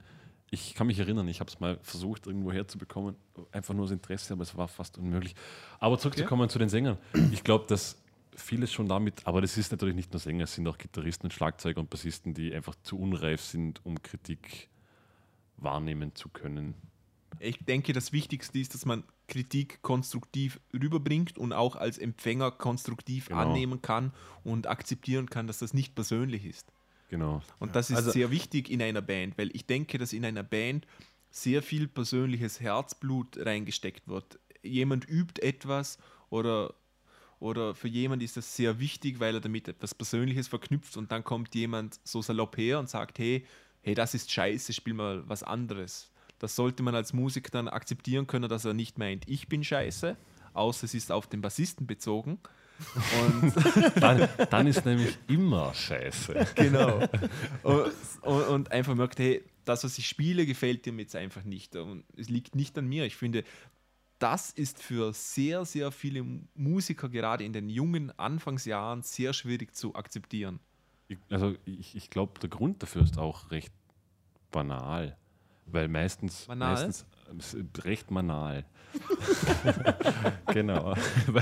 ich kann mich erinnern, ich habe es mal versucht, irgendwo herzubekommen, einfach nur aus Interesse, aber es war fast unmöglich. Aber zurückzukommen okay. zu den Sängern. Ich glaube, dass vieles schon damit, aber das ist natürlich nicht nur Sänger, es sind auch Gitarristen und Schlagzeuger und Bassisten, die einfach zu unreif sind, um Kritik wahrnehmen zu können. Ich denke, das Wichtigste ist, dass man Kritik konstruktiv rüberbringt und auch als Empfänger konstruktiv genau. annehmen kann und akzeptieren kann, dass das nicht persönlich ist. Genau. Und das ist also, sehr wichtig in einer Band, weil ich denke, dass in einer Band sehr viel persönliches Herzblut reingesteckt wird. Jemand übt etwas oder Oder für jemanden ist das sehr wichtig, weil er damit etwas Persönliches verknüpft und dann kommt jemand so salopp her und sagt, hey, hey, das ist scheiße, spiel mal was anderes. Das sollte man als Musiker dann akzeptieren können, dass er nicht meint, ich bin scheiße, außer es ist auf den Bassisten bezogen. Und dann, dann ist nämlich immer scheiße. Genau. Und, und, und einfach merkt, hey, das, was ich spiele, gefällt dir jetzt einfach nicht. Und es liegt nicht an mir. Ich finde, das ist für sehr, sehr viele Musiker gerade in den jungen Anfangsjahren sehr schwierig zu akzeptieren. Ich, also ich, ich glaube, der Grund dafür ist auch recht banal. Weil meistens, Banal? meistens äh, recht banal. Genau. Weil,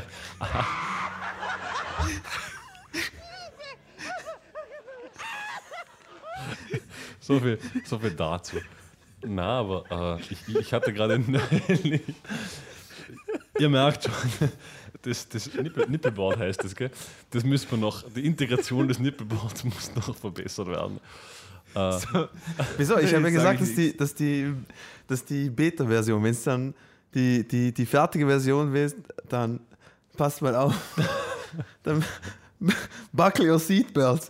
so, viel, so viel dazu. Na, aber äh, ich, ich hatte gerade neulich. Ihr merkt schon, das, das Nippel, Nippelboard heißt das, gell? Das müssen wir noch, die Integration des Nippelboards muss noch verbessert werden. Äh, so. Wieso? Ich habe ja gesagt, dass die, dass die, dass die Beta-Version, wenn es dann die, die, die fertige Version ist, dann passt mal auf. Dann buckle your seatbelt.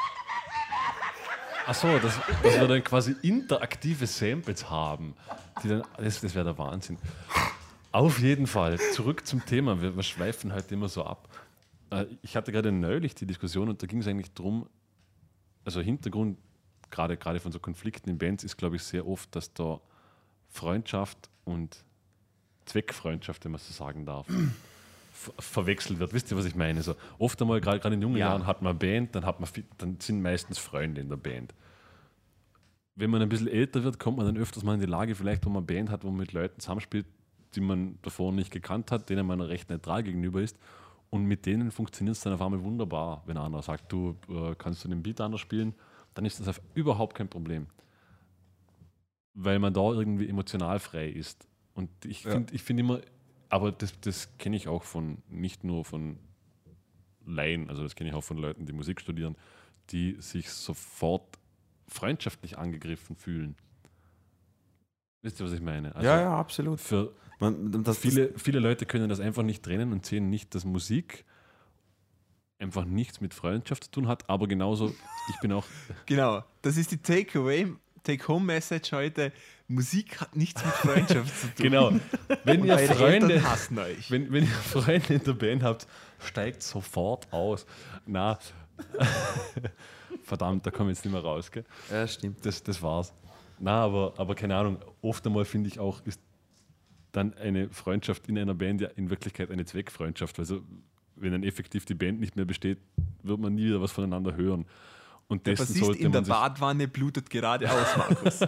Achso, dass, dass wir dann quasi interaktive Samples haben. Die dann, das das wäre der Wahnsinn. Auf jeden Fall, zurück zum Thema. Wir, wir schweifen halt immer so ab. Äh, ich hatte gerade neulich die Diskussion und da ging es eigentlich darum, also Hintergrund gerade gerade von so Konflikten in Bands ist, glaube ich, sehr oft, dass da Freundschaft und Zweckfreundschaft, wenn man so sagen darf, ver verwechselt wird. Wisst ihr, was ich meine? So, oft einmal, gerade in jungen ja. Jahren, hat man eine Band, dann, hat man, dann sind meistens Freunde in der Band. Wenn man ein bisschen älter wird, kommt man dann öfters mal in die Lage, vielleicht, wo man eine Band hat, wo man mit Leuten zusammenspielt, die man davor nicht gekannt hat, denen man recht neutral gegenüber ist. Und mit denen funktioniert es dann auf einmal wunderbar. Wenn einer sagt, du äh, kannst du den Beat anders spielen, dann ist das auf überhaupt kein Problem. Weil man da irgendwie emotional frei ist. Und ich ja. finde ich find immer, aber das, das kenne ich auch von, nicht nur von Laien, also das kenne ich auch von Leuten, die Musik studieren, die sich sofort freundschaftlich angegriffen fühlen. Wisst ihr, was ich meine? Also ja, ja, absolut. Für Man, das, viele, viele Leute können das einfach nicht trennen und sehen nicht, dass Musik einfach nichts mit Freundschaft zu tun hat, aber genauso, ich bin auch... Genau, das ist die Takeaway, Take-Home-Message heute. Musik hat nichts mit Freundschaft zu tun. Genau. Wenn ihr, Freunde, hassen euch. Wenn, wenn ihr Freunde in der Band habt, steigt sofort aus. Na, verdammt, da komme ich jetzt nicht mehr raus. Gell? Ja, stimmt. Das, das war's. Na, aber, aber keine Ahnung, oft einmal finde ich auch, ist dann eine Freundschaft in einer Band ja in Wirklichkeit eine Zweckfreundschaft. Also, wenn dann effektiv die Band nicht mehr besteht, wird man nie wieder was voneinander hören. Und der dessen Bassist sollte in man der Badwanne blutet gerade aus, Markus.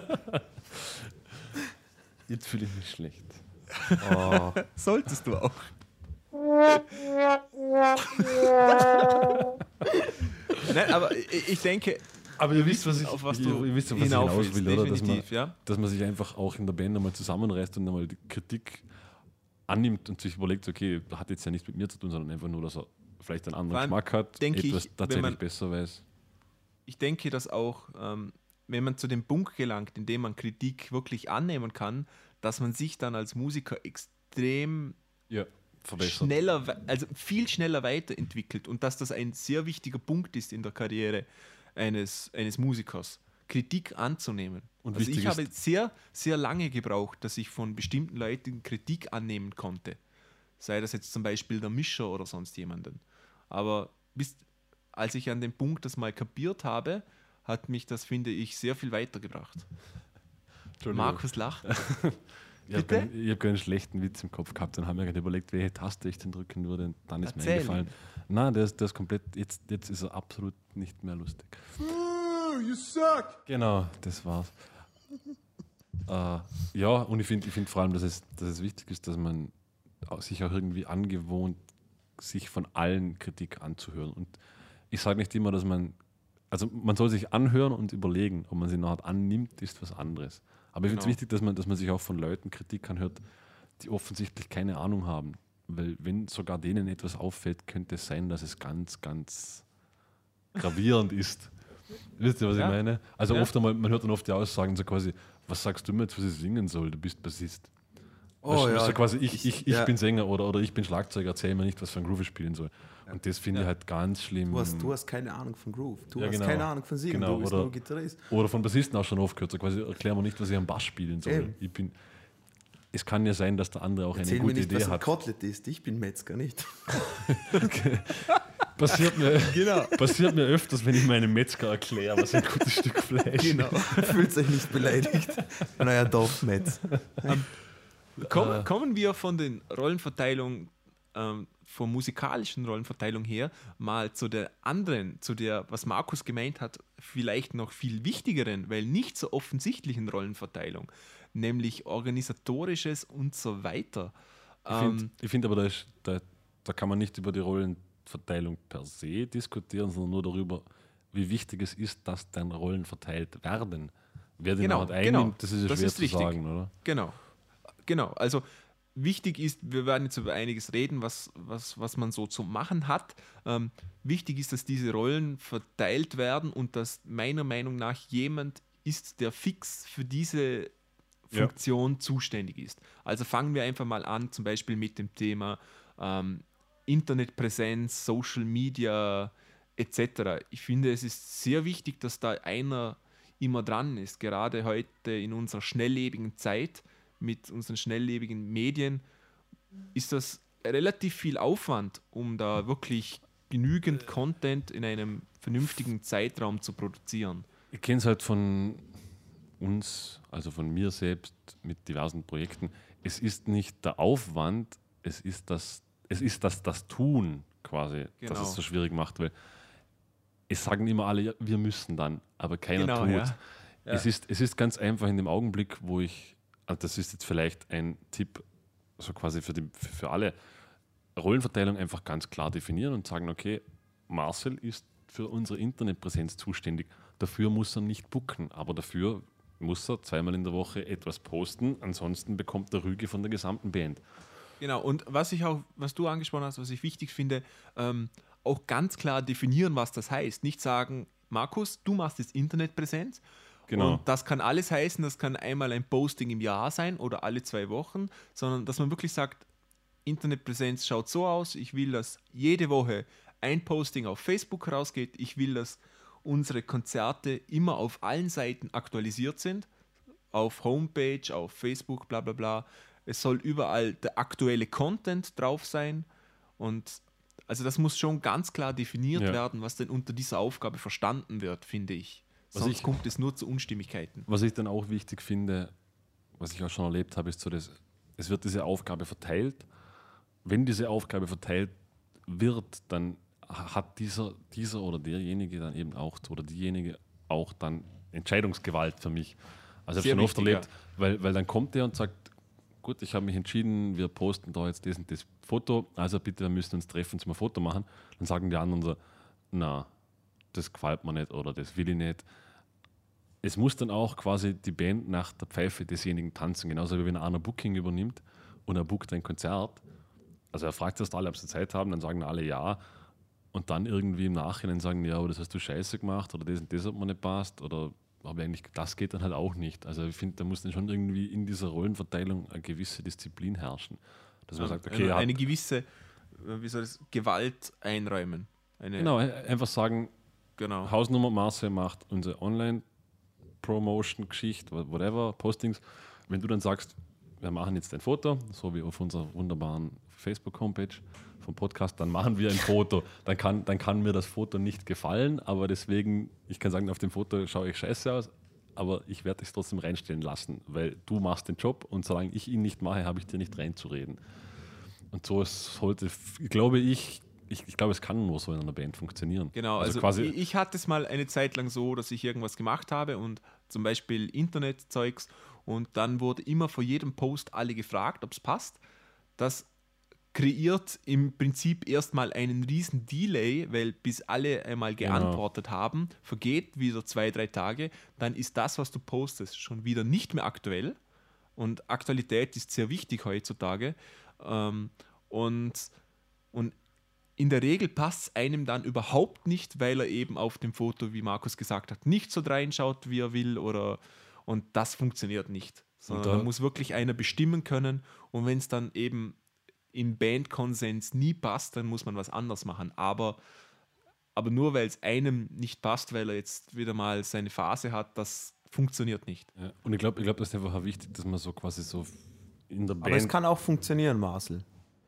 Jetzt fühle ich mich schlecht. Oh. Solltest du auch. Nein, aber ich, ich denke, aber ihr wisst, was ich, auf was ihr, du ihr wisst, was ich hinauf hinaus will, oder? Dass man, ja? dass man sich einfach auch in der Band einmal zusammenreißt und einmal die Kritik annimmt und sich überlegt, okay, hat jetzt ja nichts mit mir zu tun, sondern einfach nur, dass er vielleicht einen anderen Geschmack hat, etwas ich, tatsächlich man, besser weiß. Ich denke, dass auch, ähm, wenn man zu dem Punkt gelangt, in dem man Kritik wirklich annehmen kann, dass man sich dann als Musiker extrem ja, schneller, also viel schneller weiterentwickelt und dass das ein sehr wichtiger Punkt ist in der Karriere eines, eines Musikers, Kritik anzunehmen. Und also ich habe sehr, sehr lange gebraucht, dass ich von bestimmten Leuten Kritik annehmen konnte. Sei das jetzt zum Beispiel der Mischer oder sonst jemanden. Aber bis, als ich an dem Punkt das mal kapiert habe, hat mich das, finde ich, sehr viel weitergebracht. Markus lacht. Ich habe keinen, hab keinen schlechten Witz im Kopf gehabt und habe mir gerade überlegt, welche Taste ich denn drücken würde. Und dann ist Erzähl. mir eingefallen. Nein, der ist, der ist komplett, jetzt, jetzt ist er absolut nicht mehr lustig. Oh, you suck! Genau, das war's. Äh, ja, und ich finde ich find vor allem, dass es, dass es wichtig ist, dass man auch- sich auch irgendwie angewohnt, sich von allen Kritik anzuhören. Und ich sage nicht immer, dass man, also man soll sich anhören und überlegen, ob man sie nachher annimmt, ist was anderes. Aber ich finde es Genau. wichtig, dass man, dass man sich auch von Leuten Kritik anhört, die offensichtlich keine Ahnung haben. Weil wenn sogar denen etwas auffällt, könnte es sein, dass es ganz, ganz gravierend ist. Wisst ihr, was Ja. ich meine? Also Ja. oft einmal, man hört dann oft die Aussagen so quasi, was sagst du mir jetzt, was ich singen soll? Du bist Bassist. Oh, ja. So quasi, ich, ich, ich ja. bin Sänger oder, oder ich bin Schlagzeuger, erzähl mir nicht, was für ein Groove ich spielen soll. Und das finde Ja. ich halt ganz schlimm. Du hast, du hast keine Ahnung von Groove. Du Ja, hast genau. keine Ahnung von Singen. Genau, Du bist oder- nur Gitarrist. Oder von Bassisten auch schon oft gehört, so quasi, erklär mir nicht, was ich am Bass spielen soll. Eben. Ich bin, es kann ja sein, dass der andere auch Erzähl eine mir gute nicht, Idee was ein hat. Kotelett ist. Ich bin Metzger, nicht? Passiert mir, Genau. passiert mir öfters, wenn ich meinem Metzger erkläre, was ein gutes Stück Fleisch Genau. Fühlt euch nicht beleidigt. Naja, doch, Metz. Komm, kommen wir von den Rollenverteilungen, ähm, von musikalischen Rollenverteilung her, mal zu der anderen, zu der, was Markus gemeint hat, vielleicht noch viel wichtigeren, weil nicht so offensichtlichen Rollenverteilung, nämlich organisatorisches und so weiter. Ich finde Ähm, ich find aber, da, ist, da, da kann man nicht über die Rollenverteilung per se diskutieren, sondern nur darüber, wie wichtig es ist, dass dann Rollen verteilt werden. Wer den Genau, halt einnimmt, genau. das ist ja Das schwer ist zu richtig. sagen, oder? Genau, genau. Also wichtig ist, wir werden jetzt über einiges reden, was, was, was man so zu machen hat. Ähm, wichtig ist, dass diese Rollen verteilt werden und dass meiner Meinung nach jemand ist, der fix für diese Ja. Funktion zuständig ist. Also fangen wir einfach mal an, zum Beispiel mit dem Thema ähm, Internetpräsenz, Social Media et cetera. Ich finde, es ist sehr wichtig, dass da einer immer dran ist. Gerade heute in unserer schnelllebigen Zeit mit unseren schnelllebigen Medien ist das relativ viel Aufwand, um da wirklich genügend Content in einem vernünftigen Zeitraum zu produzieren. Ich kenne es halt von uns, also von mir selbst mit diversen Projekten. Es ist nicht der Aufwand, es ist das, es ist das, das Tun quasi, Genau. das es so schwierig macht, weil es sagen immer alle, ja, wir müssen dann, aber keiner Genau, tut. ja. Ja. Es, ist, es ist ganz einfach in dem Augenblick, wo ich, also das ist jetzt vielleicht ein Tipp, so quasi für, die, für, für alle, Rollenverteilung einfach ganz klar definieren und sagen, okay, Marcel ist für unsere Internetpräsenz zuständig. Dafür muss er nicht booken, aber dafür muss er zweimal in der Woche etwas posten, ansonsten bekommt er Rüge von der gesamten Band. Genau, und was ich auch, was du angesprochen hast, was ich wichtig finde, ähm, auch ganz klar definieren, was das heißt. Nicht sagen, Markus, du machst jetzt Internetpräsenz. Genau. Und das kann alles heißen, das kann einmal ein Posting im Jahr sein oder alle zwei Wochen, sondern dass man wirklich sagt, Internetpräsenz schaut so aus, ich will, dass jede Woche ein Posting auf Facebook rausgeht, ich will, dass unsere Konzerte immer auf allen Seiten aktualisiert sind, auf Homepage, auf Facebook, bla bla bla. Es soll überall der aktuelle Content drauf sein und also das muss schon ganz klar definiert Ja. werden, was denn unter dieser Aufgabe verstanden wird, finde ich. Was Sonst ich- kommt es nur zu Unstimmigkeiten. Was ich dann auch wichtig finde, was ich auch schon erlebt habe, ist so, dass es wird diese Aufgabe verteilt. Wenn diese Aufgabe verteilt wird, dann hat dieser, dieser oder derjenige dann eben auch, oder diejenige auch dann Entscheidungsgewalt für mich. Also ich Sehr habe schon oft wichtig, erlebt, weil, weil dann kommt der und sagt, gut, ich habe mich entschieden, wir posten da jetzt das und das Foto, also bitte, wir müssen uns treffen zum ein Foto machen. Dann sagen die anderen so, na, das gefällt mir nicht oder das will ich nicht. Es muss dann auch quasi die Band nach der Pfeife desjenigen tanzen, genauso wie wenn einer Booking übernimmt und er bookt ein Konzert. Also er fragt erst alle, ob sie Zeit haben, dann sagen alle ja und dann irgendwie im Nachhinein sagen, ja, aber das hast du scheiße gemacht oder das und das hat mir nicht passt oder aber eigentlich, das geht dann halt auch nicht. Also ich finde, da muss dann schon irgendwie in dieser Rollenverteilung eine gewisse Disziplin herrschen. Dass man sagt, okay, eine, er hat, eine gewisse, äh, wie soll das, Gewalt einräumen. Eine, genau, einfach sagen, genau. Hausnummer Marcel macht unsere Online-Promotion-Geschichte, whatever, Postings. Wenn du dann sagst, wir machen jetzt ein Foto, so wie auf unserer wunderbaren Facebook-Homepage vom Podcast, dann machen wir ein Foto. Dann kann, dann kann mir das Foto nicht gefallen, aber deswegen, ich kann sagen, auf dem Foto schaue ich scheiße aus, aber ich werde es trotzdem reinstellen lassen, weil du machst den Job und solange ich ihn nicht mache, habe ich dir nicht reinzureden. Und so sollte, glaube ich, Ich, ich glaube, es kann nur so in einer Band funktionieren. Genau, also, quasi ich, ich hatte es mal eine Zeit lang so, dass ich irgendwas gemacht habe und zum Beispiel Internetzeugs und dann wurde immer vor jedem Post alle gefragt, ob es passt. Das kreiert im Prinzip erstmal einen riesen Delay, weil bis alle einmal geantwortet genau. haben, vergeht wieder zwei, drei Tage, dann ist das, was du postest, schon wieder nicht mehr aktuell. Und Aktualität ist sehr wichtig heutzutage. Ähm, und, und in der Regel passt es einem dann überhaupt nicht, weil er eben auf dem Foto, wie Markus gesagt hat, nicht so reinschaut, wie er will. Oder, und das funktioniert nicht. Sondern da, da muss wirklich einer bestimmen können. Und wenn es dann eben im Bandkonsens nie passt, dann muss man was anderes machen. Aber, aber nur weil es einem nicht passt, weil er jetzt wieder mal seine Phase hat, das funktioniert nicht. Ja, und ich glaube, ich glaub, das ist einfach wichtig, dass man so quasi so in der Band... Aber es kann auch funktionieren, Marcel.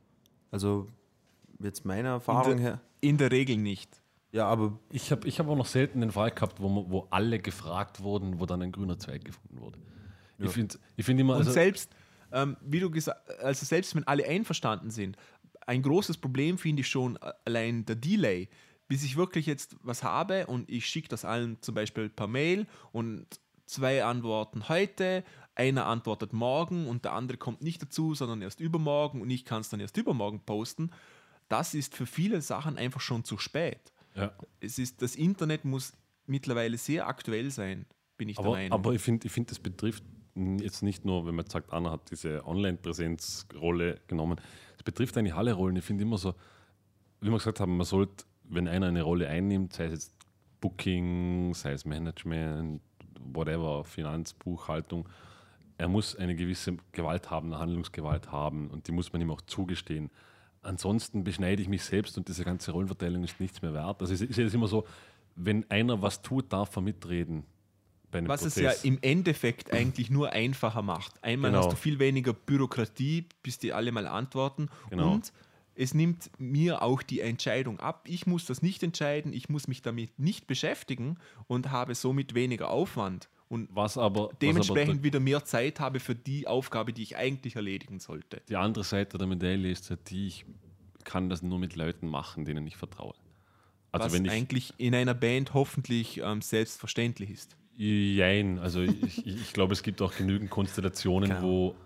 Also jetzt meiner Erfahrung in der, her... In der Regel nicht. Ja, aber... Ich habe ich hab auch noch selten den Fall gehabt, wo, man, wo alle gefragt wurden, wo dann ein grüner Zweig gefunden wurde. Ja. Ich finde ich find immer... Und also selbst, ähm, wie du gesagt also selbst wenn alle einverstanden sind, ein großes Problem finde ich schon allein der Delay. Bis ich wirklich jetzt was habe und ich schicke das allen zum Beispiel per Mail und zwei antworten heute, einer antwortet morgen und der andere kommt nicht dazu, sondern erst übermorgen und ich kann es dann erst übermorgen posten. Das ist für viele Sachen einfach schon zu spät. Ja. Es ist, das Internet muss mittlerweile sehr aktuell sein, bin ich aber, der Meinung. Aber ich finde, ich find, das betrifft jetzt nicht nur, wenn man sagt, Anna hat diese Online-Präsenzrolle genommen, es betrifft eigentlich alle Rollen. Ich finde immer so, wie wir gesagt haben, man sollte, wenn einer eine Rolle einnimmt, sei es jetzt Booking, sei es Management, whatever, Finanzbuchhaltung, er muss eine gewisse Gewalt haben, eine Handlungsgewalt haben und die muss man ihm auch zugestehen. Ansonsten beschneide ich mich selbst und diese ganze Rollenverteilung ist nichts mehr wert. Also ich sehe das immer so, wenn einer was tut, darf er mitreden bei einem Was Prozess. es ja im Endeffekt eigentlich nur einfacher macht. Einmal Genau. hast du viel weniger Bürokratie, bis die alle mal antworten Genau. und es nimmt mir auch die Entscheidung ab. Ich muss das nicht entscheiden, ich muss mich damit nicht beschäftigen und habe somit weniger Aufwand und was aber, dementsprechend was aber wieder mehr Zeit habe für die Aufgabe, die ich eigentlich erledigen sollte. die andere Seite der Medaille ist, die ich kann das nur mit Leuten machen, denen ich vertraue. Also was wenn ich, eigentlich in einer Band hoffentlich ähm, selbstverständlich ist. Jein, also ich, ich glaube, es gibt auch genügend Konstellationen, Genau. wo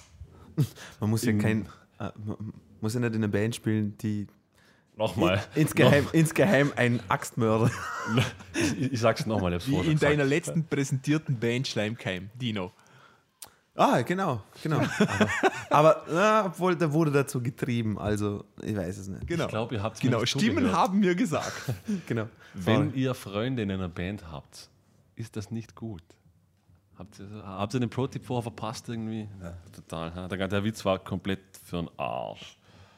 Man muss ja in- kein... Äh, man muss ja nicht in einer Band spielen, die nochmal, insgeheim, insgeheim ein Axtmörder... ich, ich sag's nochmal, ich hab's Wie vorher in gesagt. deiner letzten präsentierten Band Schleimkeim, Dino. Ah, genau, genau. Aber, aber na, obwohl, da wurde dazu getrieben, also ich weiß es nicht. Genau, Ich glaube, ihr habt mir genau. nicht Stimmen zugehört. haben mir gesagt. Genau. Wenn ihr Freunde in einer Band habt, ist das nicht gut. Habt ihr, habt ihr den Pro-Tipp vorher verpasst irgendwie? Ja. Total. Ha? Der, der Witz war komplett für den Arsch.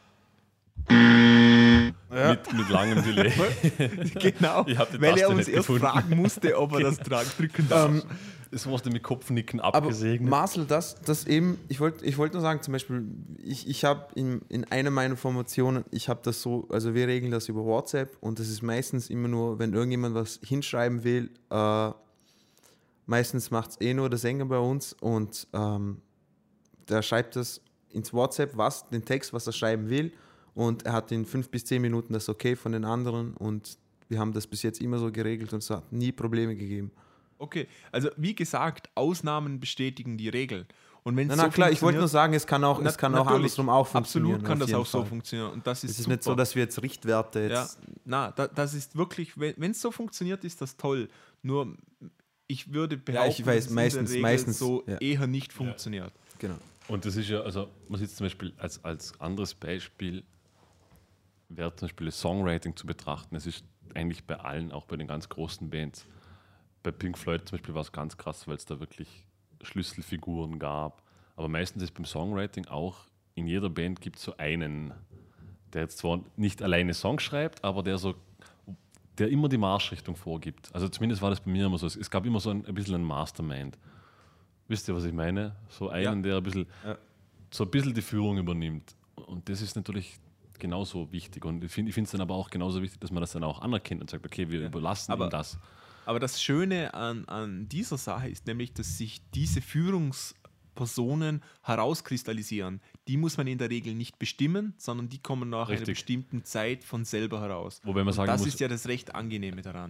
Ja. Mit, mit langem Delay. Genau, Ich hab die weil er Taste uns nicht erst gefunden. fragen musste, ob er das dra- drücken darf. Ähm, Es wurde mit Kopfnicken aber abgesegnet. Marcel, das, das eben, ich wollte ich wollt nur sagen, zum Beispiel, ich, ich habe in, in einer meiner Formationen, ich habe das so, also wir regeln das über WhatsApp und das ist meistens immer nur, wenn irgendjemand was hinschreiben will, äh, meistens macht es eh nur der Sänger bei uns und ähm, der schreibt das ins WhatsApp, was, den Text, was er schreiben will und er hat in fünf bis zehn Minuten das Okay von den anderen und wir haben das bis jetzt immer so geregelt und es hat nie Probleme gegeben. Okay, also wie gesagt, Ausnahmen bestätigen die Regel. Und wenn Na, es na so klar, ich wollte nur funktioniert- sagen, es kann auch, Na- es kann auch natürlich, andersrum auch funktionieren. Absolut kann auf das jeden auch so Fall. funktionieren. Und das ist, Es ist super. nicht so, dass wir jetzt Richtwerte Ja, jetzt. na, da, das ist wirklich, wenn es so funktioniert, ist das toll. Nur ich würde behaupten, Ja, ich weiß, dass es meistens- in der Regel meistens, so ja. eher nicht funktioniert. Genau. Und das ist ja, also man sieht zum Beispiel als, als anderes Beispiel, wäre zum Beispiel das Songwriting zu betrachten. Es ist eigentlich bei allen, auch bei den ganz großen Bands. Bei Pink Floyd zum Beispiel war es ganz krass, weil es da wirklich Schlüsselfiguren gab. Aber meistens ist beim Songwriting auch, in jeder Band gibt es so einen, der jetzt zwar nicht alleine Songs schreibt, aber der so, der immer die Marschrichtung vorgibt. Also zumindest war das bei mir immer so. Es gab immer so ein, ein bisschen einen Mastermind. Wisst ihr, was ich meine? So einen, Ja. der ein bisschen, Ja. so ein bisschen die Führung übernimmt. Und das ist natürlich genauso wichtig. Und ich finde es dann aber auch genauso wichtig, dass man das dann auch anerkennt und sagt, okay, wir überlassen Aber- ihm das. Aber das Schöne an, an dieser Sache ist nämlich, dass sich diese Führungspersonen herauskristallisieren. Die muss man in der Regel nicht bestimmen, sondern die kommen nach einer Richtig. bestimmten Zeit von selber heraus. Wobei man Und sagen das muss, ist ja das recht Angenehme daran.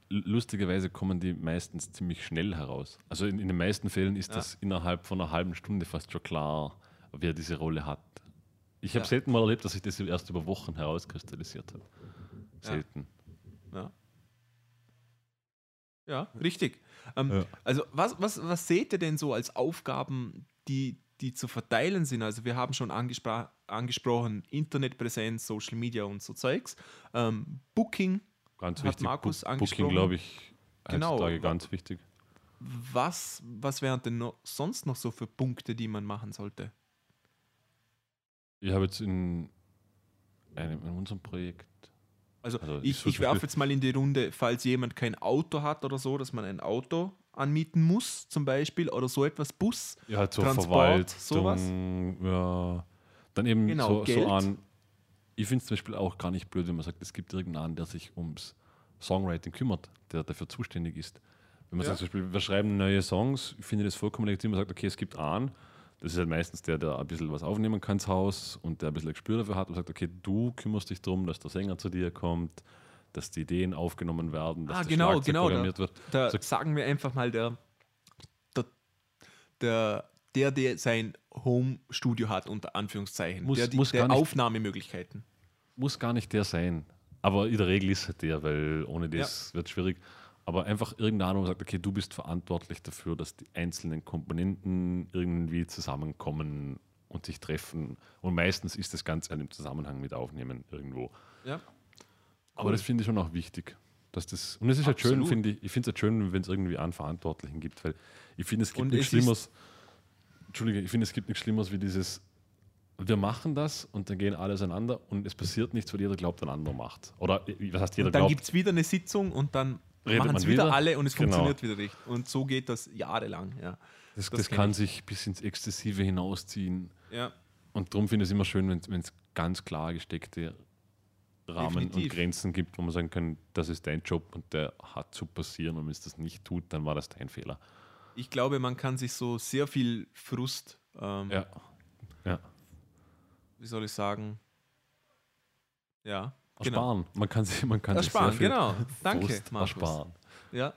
lustigerweise kommen die meistens ziemlich schnell heraus. Also in, in den meisten Fällen ist Ja. das innerhalb von einer halben Stunde fast schon klar, wer diese Rolle hat. Ich habe Ja. selten mal erlebt, dass sich das erst über Wochen herauskristallisiert hat. Selten. Ja, ja richtig. Ähm, Ja. Also was, was, was seht ihr denn so als Aufgaben, die, die zu verteilen sind? Also wir haben schon angespra- angesprochen, Internetpräsenz, Social Media und so Zeugs. Ähm, Booking, Ganz Hat wichtig. Markus Book- angesprochen. Booking, glaube ich, Genau. heutzutage ganz wichtig. was, was wären denn noch, sonst noch so für Punkte, die man machen sollte? Ich habe jetzt in, einem, in unserem Projekt, Also, Also ich, ich so ich zum werfe Beispiel- jetzt mal in die Runde, falls jemand kein Auto hat oder so, dass man ein Auto anmieten muss, zum Beispiel, oder so etwas, Bus. ja, halt so Transport, Verwaltung, ja, dann eben Genau, so, Geld. so an. Ich finde es zum Beispiel auch gar nicht blöd, wenn man sagt, es gibt irgendeinen, der sich ums Songwriting kümmert, der dafür zuständig ist. Wenn man Ja. sagt, zum Beispiel, wir schreiben neue Songs, ich finde das vollkommen legitim, man sagt, okay, es gibt einen, das ist halt meistens der, der ein bisschen was aufnehmen kann ins Haus und der ein bisschen ein Gespür dafür hat und sagt, okay, du kümmerst dich darum, dass der Sänger zu dir kommt, dass die Ideen aufgenommen werden, dass Ah, das genau, Schlagzeug genau, programmiert wird. Da So- sagen wir einfach mal, der, der, der, der, der sein Home-Studio hat, unter Anführungszeichen, Muss- der, die, muss der gar nicht- Aufnahmemöglichkeiten. Muss gar nicht der sein. Aber in der Regel ist es der, weil ohne das wird es schwierig. Aber einfach irgendeiner, wo man sagt, okay, du bist verantwortlich dafür, dass die einzelnen Komponenten irgendwie zusammenkommen und sich treffen. Und meistens ist das Ganze halt im Zusammenhang mit Aufnehmen irgendwo. Ja. Aber das finde ich schon auch wichtig. Dass das, und es ist halt schön, Absolut. finde ich, ich finde es halt schön, wenn es irgendwie einen Verantwortlichen gibt, weil ich finde, es gibt Und nichts es ist- Schlimmeres. Entschuldige, ich finde, es gibt nichts Schlimmeres wie dieses, wir machen das und dann gehen alle auseinander und es passiert nichts, weil jeder glaubt, ein anderer macht. Oder äh, was heißt jeder Und dann glaubt? gibt es wieder eine Sitzung und dann Redet machen man es wieder, wieder. alle und es Genau. funktioniert wieder nicht. Und so geht das jahrelang. Ja. Das, Das das kenn kann ich. sich bis ins Exzessive hinausziehen. Ja. Und darum finde ich es immer schön, wenn es ganz klar gesteckte Rahmen Definitiv. und Grenzen gibt, wo man sagen kann, das ist dein Job und der hat zu passieren. Und wenn es das nicht tut, dann war das dein Fehler. Ich glaube, man kann sich so sehr viel Frust, ähm, Ja. Ja. wie soll ich sagen, ja, genau. Ersparen. Man kann sich, man kann sich Ersparen, sehr viel genau. Danke, Frust Markus. ersparen. Ja.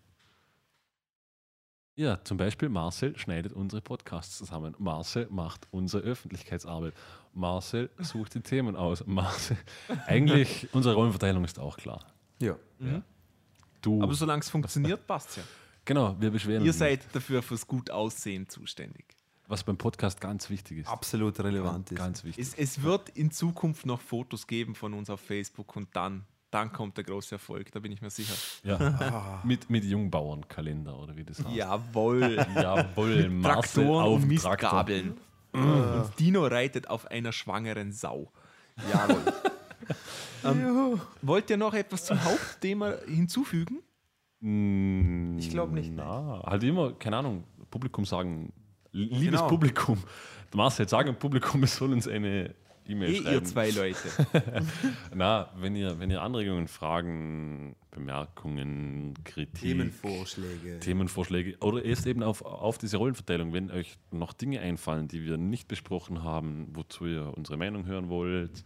Ja, zum Beispiel Marcel schneidet unsere Podcasts zusammen. Marcel macht unsere Öffentlichkeitsarbeit. Marcel sucht die Themen aus. Marcel. Eigentlich, unsere Rollenverteilung ist auch klar. Ja. Mhm. Du, Aber solange es funktioniert, passt ja. genau, wir beschweren Ihr uns seid dafür fürs gut Aussehen zuständig. nicht. Was beim Podcast ganz wichtig ist. Absolut relevant ist. Ganz wichtig. Es, es wird in Zukunft noch Fotos geben von uns auf Facebook und dann, dann kommt der große Erfolg, da bin ich mir sicher. Ja. mit, mit Jungbauernkalender oder wie das heißt. Jawohl. Jawohl, Marcel Traktoren auf und dem Traktor. Mistgabeln. Und Dino reitet auf einer schwangeren Sau. Jawohl. ähm, wollt ihr noch etwas zum Hauptthema hinzufügen? Mm, Ich glaub nicht, Na, halt immer, keine Ahnung, Publikum sagen, liebes Genau. Publikum, der Marcel, sagen dem Publikum, es soll uns eine E-Mail Eh, schreiben. ihr zwei Leute. Na, wenn ihr, wenn ihr Anregungen, Fragen, Bemerkungen, Kritik, Themenvorschläge. Themenvorschläge oder erst eben auf, auf diese Rollenverteilung, wenn euch noch Dinge einfallen, die wir nicht besprochen haben, wozu ihr unsere Meinung hören wollt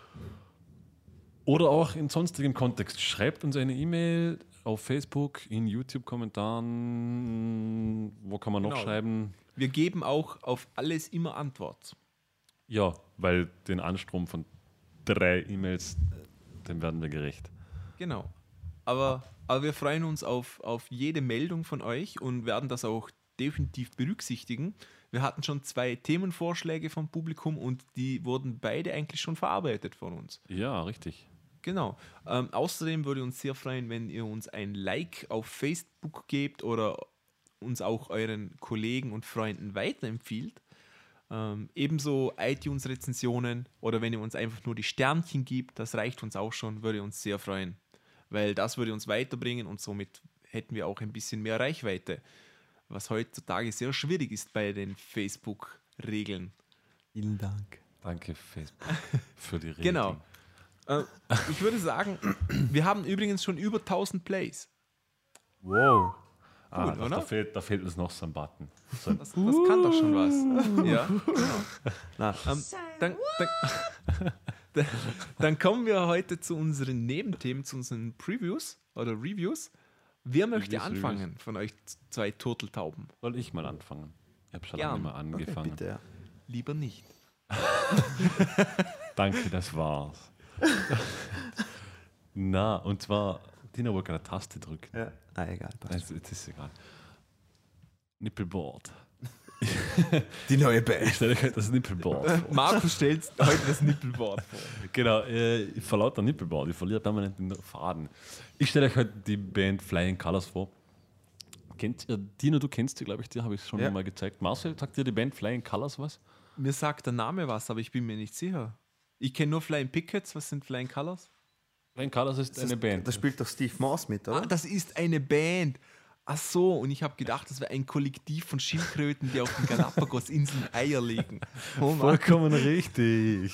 oder auch in sonstigem Kontext, schreibt uns eine E-Mail auf Facebook, in YouTube-Kommentaren, wo kann man noch Genau. schreiben? Wir geben auch auf alles immer Antwort. Ja, weil den Anstrom von drei E-Mails, dem werden wir gerecht. Genau. Aber, aber wir freuen uns auf, auf jede Meldung von euch und werden das auch definitiv berücksichtigen. Wir hatten schon zwei Themenvorschläge vom Publikum und die wurden beide eigentlich schon verarbeitet von uns. Ja, richtig. Genau. Ähm, außerdem würde uns sehr freuen, wenn ihr uns ein Like auf Facebook gebt oder uns auch euren Kollegen und Freunden weiterempfiehlt. Ähm, ebenso iTunes-Rezensionen oder wenn ihr uns einfach nur die Sternchen gibt, das reicht uns auch schon, würde uns sehr freuen. Weil das würde uns weiterbringen und somit hätten wir auch ein bisschen mehr Reichweite. Was heutzutage sehr schwierig ist bei den Facebook-Regeln. Vielen Dank. Danke, Facebook, für die Rede. Genau. Äh, ich würde sagen, wir haben übrigens schon über tausend Plays. Wow. Ah, Cool, da, oder? da, fehlt, da fehlt uns noch so ein Button. So ein Das, das kann doch schon was. Ja, genau. Na, Ähm, dann, dann, dann, dann kommen wir heute zu unseren Nebenthemen, zu unseren Previews oder Reviews. Wer möchte Reviews, anfangen von euch zwei Turteltauben? Soll ich mal anfangen? Ich habe schon Gern. lange mal angefangen. Bitte, ja. Lieber nicht. Danke, das war's. Na, und zwar, Dino wollte eine Taste drücken. ja. Ah, egal. Passt. Also, jetzt ist egal. Nippelboard. Die neue Ich Band. stelle euch das Nippelboard vor. Markus stellt heute das Nippelwort vor. Genau, äh, ich verlaute der Nippelboard, ich verliere permanent den Faden. Ich stelle euch heute die Band Flying Colors vor. Kennt ihr, Dino, du kennst die, glaube ich, dir habe ich schon Ja. mal gezeigt. Marcel, sagt dir die Band Flying Colors was? Mir sagt der Name was, aber ich bin mir nicht sicher. Ich kenne nur Flying Pickets. Was sind Flying Colors? Flying Colors ist Das, eine Band. da spielt doch Steve Moss mit, Ah, oder? das ist eine Band. Ach so, und ich habe gedacht, das wäre ein Kollektiv von Schildkröten, die auf den Galapagos-Inseln Eier legen. Oh Mann. Vollkommen richtig.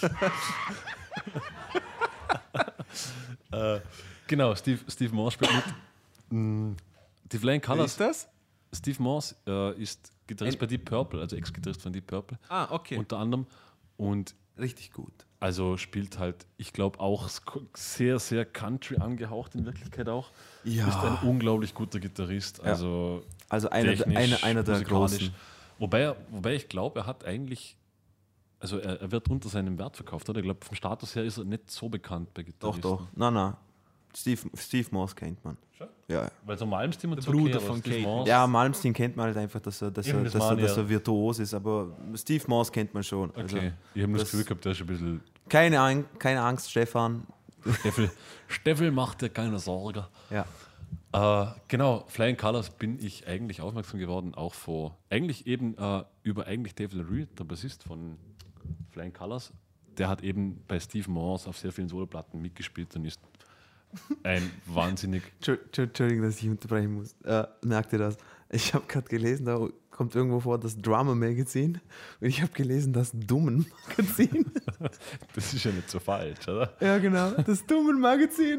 äh, genau, Steve, Steve Morse spielt mit. Mm, Die Flying Wer Colors. ist das? Steve Morse äh, ist Gitarrist Ein- bei Deep Purple, also Ex-Gitarrist von Deep Purple Ah, okay. unter anderem. Und Richtig gut. also spielt halt, ich glaube, auch sk- sehr, sehr Country angehaucht in Wirklichkeit auch. Ja. Ist ein unglaublich guter Gitarrist. Also Also einer, der- technisch, einer, einer der musikalisch. großen. Wobei, er, wobei ich glaube, er hat eigentlich, also er, er wird unter seinem Wert verkauft, oder? Ich glaube, vom Status her ist er nicht so bekannt bei Doch, Gitarristen. doch. Nein, nein. Steve, Steve Moss kennt man. Schon? Ja, ja. Weil so Malmsteen und Der so Bruder aber von Steve Kate. Morse- Ja, Malmsteen kennt man halt einfach, dass er, dass Eben, er, das dass er, meine ich, dass ja. er virtuos ist, aber Steve Moss kennt man schon. Also, Okay, ich habe das das- Gefühl gehabt, der ist ein bisschen. keine, Ang keine Angst, Stefan. Steffel, Steffel macht dir keine Sorge. Ja. Äh, genau, Flying Colors bin ich eigentlich aufmerksam geworden, auch vor, eigentlich eben äh, über eigentlich Dave LaRue, der Bassist von Flying Colors. Der hat eben bei Steve Morse auf sehr vielen Soloplatten mitgespielt und ist ein wahnsinnig. Entschu- Entschu- Entschuldigung, dass ich unterbrechen muss. Äh, merkt ihr das? Ich habe gerade gelesen, da kommt irgendwo vor das Drama Magazine und ich habe gelesen, das Dummen Magazin. Das ist ja nicht so falsch, oder? Ja, genau, das Dummen Magazin.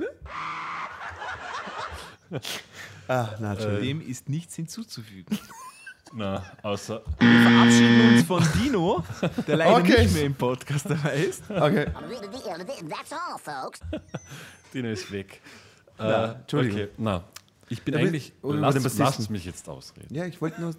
ah, na, Entschuldigung. Dem ist nichts hinzuzufügen. Na, außer. Wir verabschieden uns von Dino, der leider Okay. nicht mehr im Podcast dabei ist. Okay. That's all, folks. Dino ist weg. Na, äh, Entschuldigung. Okay, na. Ich bin Ja, aber- eigentlich. oder Lasst den Bassisten. lasst mich jetzt ausreden. Ja, ich wollte nur.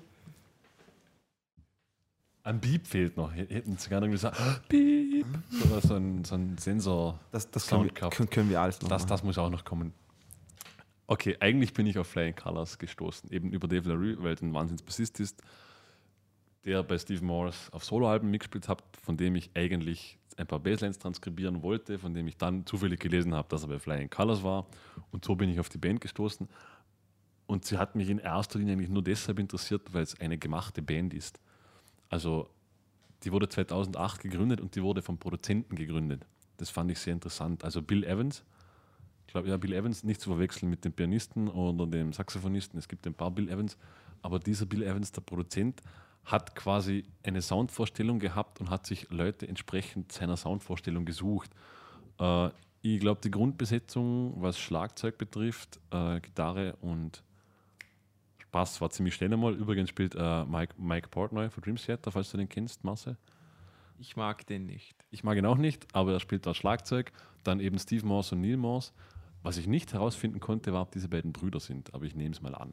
Ein Beep fehlt noch. Hätten sie gerne gesagt, Beep. So, so, ein, so ein Sensor. Das, das können, Sound wir, gehabt. können, können wir alles noch Das, machen. das muss auch noch kommen. Okay, eigentlich bin ich auf Flying Colors gestoßen, eben über Dave LaRue, weil er ein Wahnsinns-Bassist ist, der bei Steve Morse auf Soloalben mitgespielt hat, von dem ich eigentlich ein paar Basslines transkribieren wollte, von dem ich dann zufällig gelesen habe, dass er bei Flying Colors war. Und so bin ich auf die Band gestoßen. Und sie hat mich in erster Linie eigentlich nur deshalb interessiert, weil es eine gemachte Band ist. Also die wurde zweitausendacht gegründet und die wurde vom Produzenten gegründet. Das fand ich sehr interessant. Also Bill Evans, ich glaube, ja, Bill Evans, nicht zu verwechseln mit dem Pianisten oder dem Saxophonisten. Es gibt ein paar Bill Evans, aber dieser Bill Evans, der Produzent, hat quasi eine Soundvorstellung gehabt und hat sich Leute entsprechend seiner Soundvorstellung gesucht. Äh, ich glaube, die Grundbesetzung, was Schlagzeug betrifft, äh, Gitarre und Bass war ziemlich schnell einmal. Übrigens spielt äh, Mike, Mike Portnoy von Dream Theater, falls du den kennst, Marcel. Ich mag den nicht. Ich mag ihn auch nicht, aber er spielt da Schlagzeug. Dann eben Steve Morse und Neil Morse. Was ich nicht herausfinden konnte, war, ob diese beiden Brüder sind, aber ich nehme es mal an.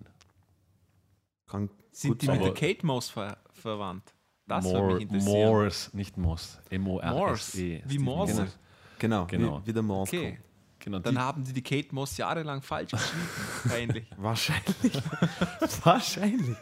Kann Sind gut die sein. mit der aber- Kate Moss ver verwandt? Das würde Mor- mich interessieren. Morse, nicht Moss. M O R S E. Morse, wie Steve Morse. Morse. Genau, Genau. Wie, wie der Morse Okay, kommt. Genau, dann die, haben sie die Kate Moss jahrelang falsch geschrieben. Peinlich. Wahrscheinlich. Wahrscheinlich.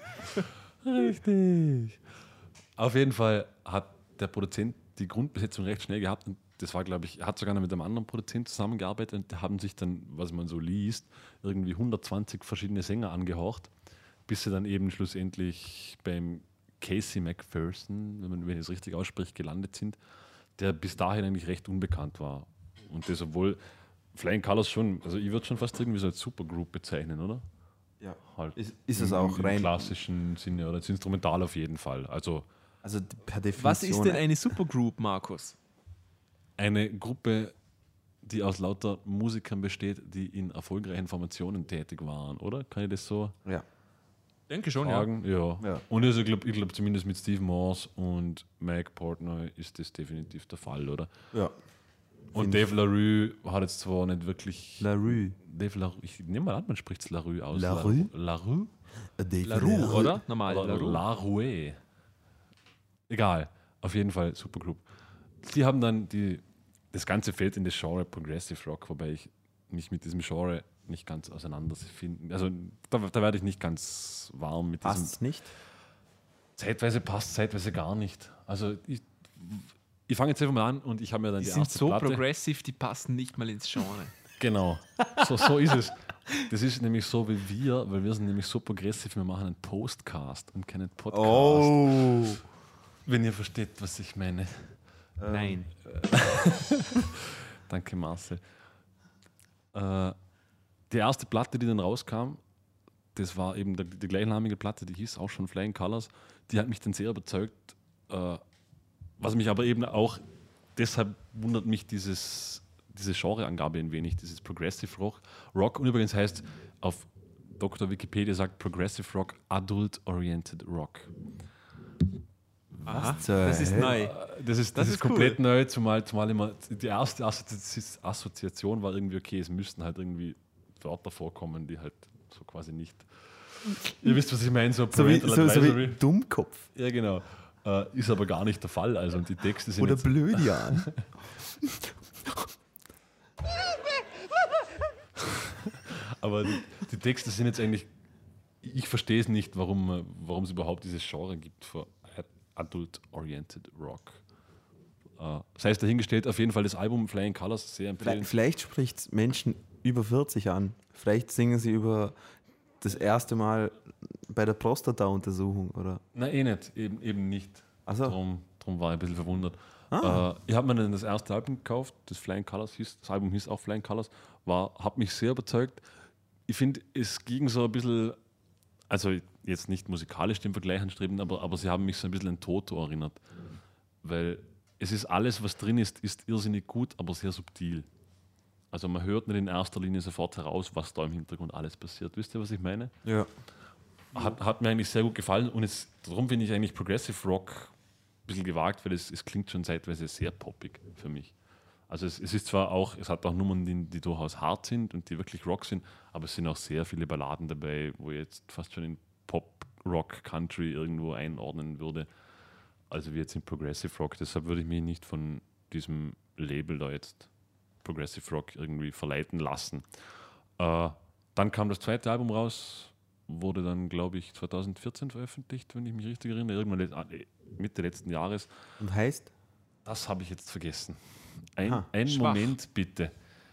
Richtig. Auf jeden Fall hat der Produzent die Grundbesetzung recht schnell gehabt und das war, glaube ich, er hat sogar noch mit einem anderen Produzent zusammengearbeitet und da haben sich dann, was man so liest, irgendwie hundertzwanzig verschiedene Sänger angehaucht, bis sie dann eben schlussendlich beim Casey McPherson, wenn man wenn ich es richtig ausspricht, gelandet sind, der bis dahin eigentlich recht unbekannt war. Und das, obwohl Flying Colors schon, also ich würde schon fast irgendwie so als Supergroup bezeichnen, oder? Ja. Halt. Ist, ist es Im- auch im rein. klassischen Sinne oder als Instrumental auf jeden Fall. Also Also per Definition. Was ist denn eine Supergroup, Markus? eine Gruppe, die aus lauter Musikern besteht, die in erfolgreichen Formationen tätig waren, oder? Kann ich das so Ja. Denke schon, sagen? Ja. Ja. Und also, ich glaube, ich glaub, zumindest mit Steve Morse und Mike Portnoy ist das definitiv der Fall, oder? Ja. Und find Dave LaRue hat jetzt zwar nicht wirklich. LaRue. Dave LaRue, ich nehme mal an, man spricht es LaRue aus. LaRue? LaRue? Dave LaRue, oder? Normal, Oder LaRue. LaRue. Egal, auf jeden Fall Supergroup. Die haben dann die, das ganze Feld in das Genre Progressive Rock, wobei ich mich mit diesem Genre nicht ganz auseinanderfinde. Also da, da werde ich nicht ganz warm mit diesem. Passt nicht? Zeitweise passt, zeitweise gar nicht. Also ich, ich fange jetzt einfach mal an und ich habe mir dann Die die sind erste so Platte. progressiv, die passen nicht mal ins Genre. Genau, so, so ist es. Das ist nämlich so wie wir, weil wir sind nämlich so progressiv, wir machen einen Postcast und keinen Podcast. Oh. Wenn ihr versteht, was ich meine. Nein. Danke, Marcel. Äh, die erste Platte, die dann rauskam, das war eben die, die gleichnamige Platte, die hieß auch schon Flying Colors. Die hat mich dann sehr überzeugt. Äh, was mich aber eben auch, deshalb wundert mich dieses, diese Genreangabe ein wenig, dieses Progressive Rock. Rock und übrigens heißt auf Doktor Wikipedia sagt Progressive Rock Adult Oriented Rock. Aha, zur das ist Hölle? neu. Äh, Das ist, das Das ist, ist komplett neu, zumal, zumal immer die erste Assozi- Assoziation war irgendwie, okay, es müssten halt irgendwie Wörter vorkommen, die halt so quasi nicht. Ihr wisst, was ich meine, so So wie, Parental so, so Advisory. wie Dummkopf. Ja, genau. Äh, ist aber gar nicht der Fall. Also und die Texte sind Oder jetzt, Blödian. aber die, die Texte sind jetzt eigentlich. Ich verstehe es nicht, warum, warum es überhaupt dieses Genre gibt für Adult-Oriented Rock. Äh, sei es dahingestellt, auf jeden Fall das Album Flying Colors sehr empfehlen. Vielleicht, vielleicht spricht es Menschen über vierzig an. Vielleicht singen sie über das erste Mal bei der Prostata-Untersuchung, oder? Nein, eh nicht, eben, eben nicht. Ach so. Darum, darum war ich ein bisschen verwundert. Ah. Äh, ich habe mir dann das erste Album gekauft, das Flying Colors hieß, das Album hieß auch Flying Colors, war, hat mich sehr überzeugt. Ich finde, es ging so ein bisschen, also jetzt nicht musikalisch den Vergleich anstreben, aber, aber sie haben mich so ein bisschen an Toto erinnert. Weil es ist alles, was drin ist, ist irrsinnig gut, aber sehr subtil. Also man hört nicht in erster Linie sofort heraus, was da im Hintergrund alles passiert. Wisst ihr, was ich meine? Ja. Hat, hat mir eigentlich sehr gut gefallen und es, darum finde ich eigentlich Progressive Rock ein bisschen gewagt, weil es, es klingt schon zeitweise sehr poppig für mich. Also es, es ist zwar auch, es hat auch Nummern, die, die durchaus hart sind und die wirklich Rock sind, aber es sind auch sehr viele Balladen dabei, wo ich jetzt fast schon in Pop, Rock, Country irgendwo einordnen würde. Also wie jetzt in Progressive Rock. Deshalb würde ich mich nicht von diesem Label da jetzt Progressive Rock irgendwie verleiten lassen. Äh, dann kam das zweite Album raus, wurde dann, glaube ich, zwanzig vierzehn veröffentlicht, wenn ich mich richtig erinnere, irgendwann let- Mitte letzten Jahres. Und heißt? Das habe ich jetzt vergessen. Ein, Aha, ein schwach. Moment bitte.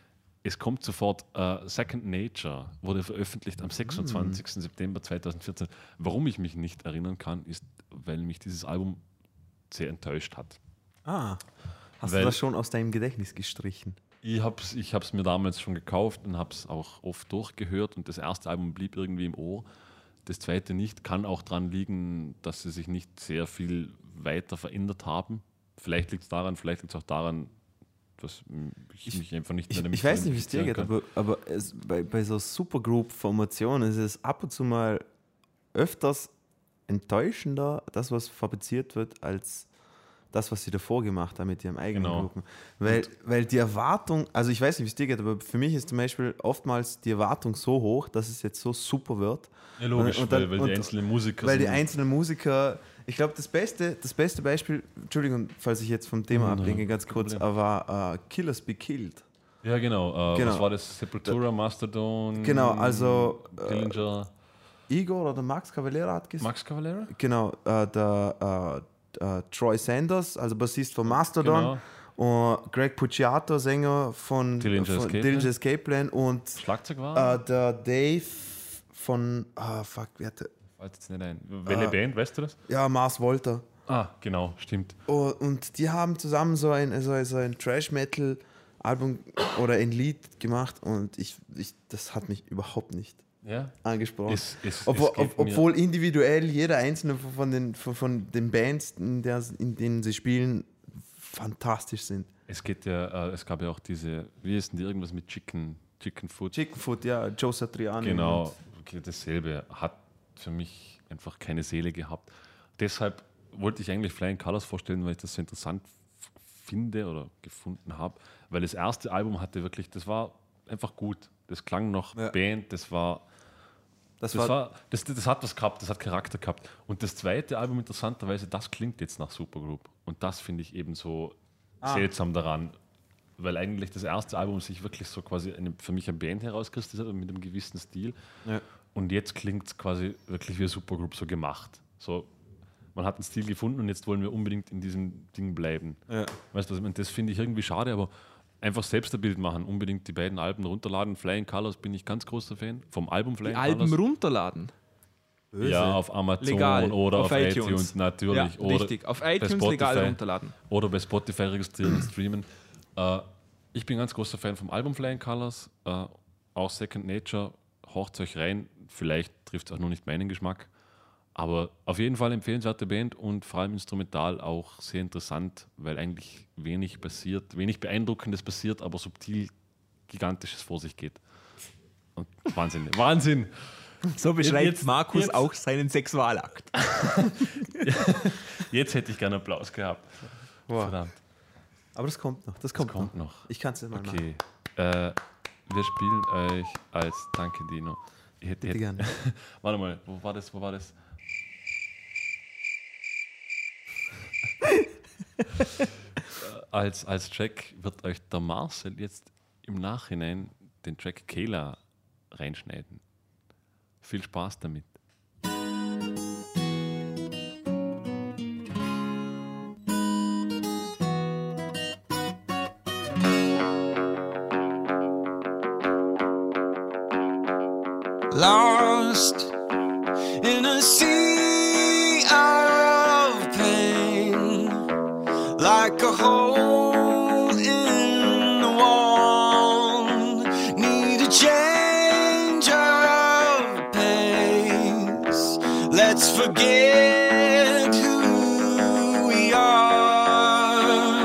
Es kommt sofort. Uh, Second Nature wurde veröffentlicht am sechsundzwanzigsten September zweitausendvierzehn. Warum ich mich nicht erinnern kann, ist, weil mich dieses Album sehr enttäuscht hat. Ah. Hast Weil- du das schon aus deinem Gedächtnis gestrichen? Ich habe es ich hab's mir damals schon gekauft und habe es auch oft durchgehört und das erste Album blieb irgendwie im Ohr. Das zweite nicht. Kann auch daran liegen, dass sie sich nicht sehr viel weiter verändert haben. Vielleicht liegt es daran, vielleicht liegt es auch daran, dass ich, Ich- mich einfach nicht mehr Ich, damit ich weiß nicht, wie es dir geht, identifizieren aber, aber es, bei, bei so Supergroup-Formationen ist es ab und zu mal öfters enttäuschender, das, was fabriziert wird, als das, was sie davor gemacht haben mit ihrem eigenen Genau. Gruppen. Weil, weil die Erwartung, also ich weiß nicht, wie es dir geht, aber für mich ist zum Beispiel oftmals die Erwartung so hoch, dass es jetzt so super wird. kann. Ja, logisch, Und dann- weil, weil und- die einzelnen Musiker Weil die sind- einzelnen Musiker, ich glaube, das beste, das beste Beispiel, Entschuldigung, falls ich jetzt vom Thema Nein, ablenke, ganz kein kurz, Problem. war äh, Killers Be Killed. Ja, genau. Äh, Genau. Was war das? Sepultura, Mastodon? Genau, also, äh, Dillinger, Igor oder Max Cavalera hat gesagt. Max Cavalera? Genau, äh, der äh, äh, Troy Sanders, also Bassist von Mastodon, Genau. und Greg Puciato, Sänger von Dillinger von Escape Dillinger Plan. Escape Plan und Schlagzeug war? äh, der Dave von, ah fuck, wer hat der? Fällt jetzt nicht ein. Welche Äh, Band, weißt du das? Ja, Mars Volta. Ah, genau, stimmt. Oh, und die haben zusammen so ein, so, so ein Trash-Metal-Album oder ein Lied gemacht und ich, ich, das hat mich überhaupt nicht Ja. angesprochen. Es, es, Obwohl, es geht ob, mir- obwohl individuell jeder einzelne von den, von, von den Bands, in, der, in denen sie spielen, fantastisch sind. Es geht ja, äh, es gab ja auch diese, wie ist denn die, irgendwas mit Chicken, Chicken Food. Chickenfoot, ja, Joe Satriani. Genau, und- okay, dasselbe. Hat für mich einfach keine Seele gehabt. Deshalb wollte ich eigentlich Flying Colors vorstellen, weil ich das so interessant f- finde oder gefunden habe, weil das erste Album hatte wirklich, das war einfach gut. Das klang noch Ja. Band, das war, Das, das, war, war das, das hat was gehabt, das hat Charakter gehabt. Und das zweite Album, interessanterweise, das klingt jetzt nach Supergroup. Und das finde ich eben so Ah. seltsam daran, weil eigentlich das erste Album sich wirklich so quasi eine, für mich eine Band herauskristallisiert hat mit einem gewissen Stil. ja. Und jetzt klingt es quasi wirklich wie eine Supergroup so gemacht. So, man hat einen Stil gefunden und jetzt wollen wir unbedingt in diesem Ding bleiben. Ja. Weißt du, was ich meine? Das finde ich irgendwie schade, aber einfach selbst ein Bild machen, unbedingt die beiden Alben runterladen. Flying Colors bin ich ganz großer Fan. Vom Album Flying Die Alben Colors. runterladen. Böse. Ja, auf Amazon Legal, oder auf auf, iTunes, iTunes. natürlich. Ja, oder richtig. Auf bei iTunes legal Spotify. runterladen. Oder bei Spotify registrieren und streamen. Äh, ich bin ganz großer Fan vom Album Flying Colors. Äh, auch Second Nature. Haucht euch rein. Vielleicht trifft es auch noch nicht meinen Geschmack. Aber auf jeden Fall empfehlenswerte Band und vor allem instrumental auch sehr interessant, weil eigentlich wenig passiert, wenig Beeindruckendes passiert, aber subtil Gigantisches vor sich geht. Und Wahnsinn. Wahnsinn! So beschreibt Jetzt- Markus jetzt- auch seinen Sexualakt. Jetzt hätte ich gerne Applaus gehabt. Boah. Verdammt. Aber das kommt noch. Das kommt, Kommt noch. noch. Ich kann es jetzt mal machen. Okay. Äh, wir spielen euch als Danke, Dino. Ich hätte, Bitte hätte, gerne. warte mal, wo war das? Wo war das? Äh, als, als Track wird euch der Marcel jetzt im Nachhinein den Track Kayla reinschneiden. Viel Spaß damit. Lost in a sea of pain, like a hole in the wall. Need a change of pace. Let's forget who we are.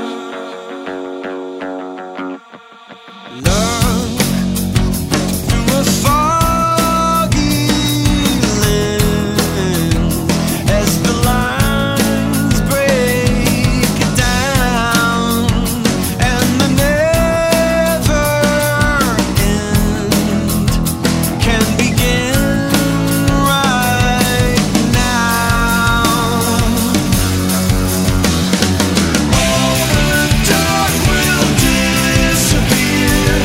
Look through a foggy lens as the lines break down and the never end can begin right now. All the dark will disappear.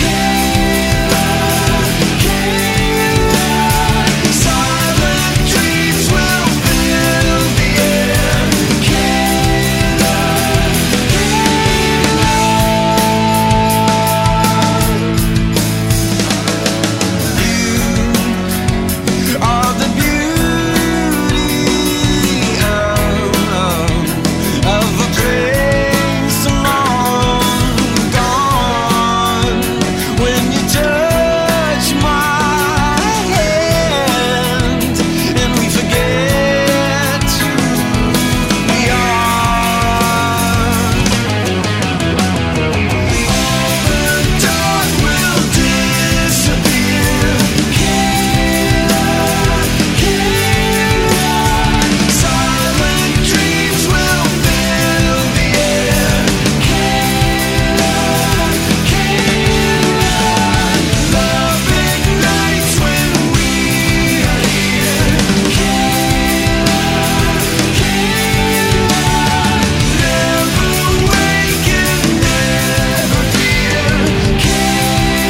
Silent dreams will fill the air. You are the beauty of, of a place long gone. When you touch my hand and we forget who we are. The dark will disappear. Silent dreams will fill the air. Love ignites when we are here. Never wake and never fear.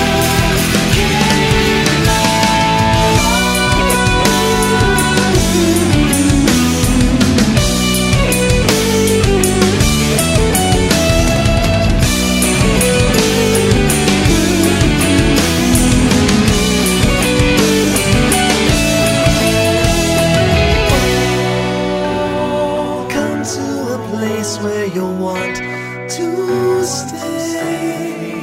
Come to a place where you'll want to stay.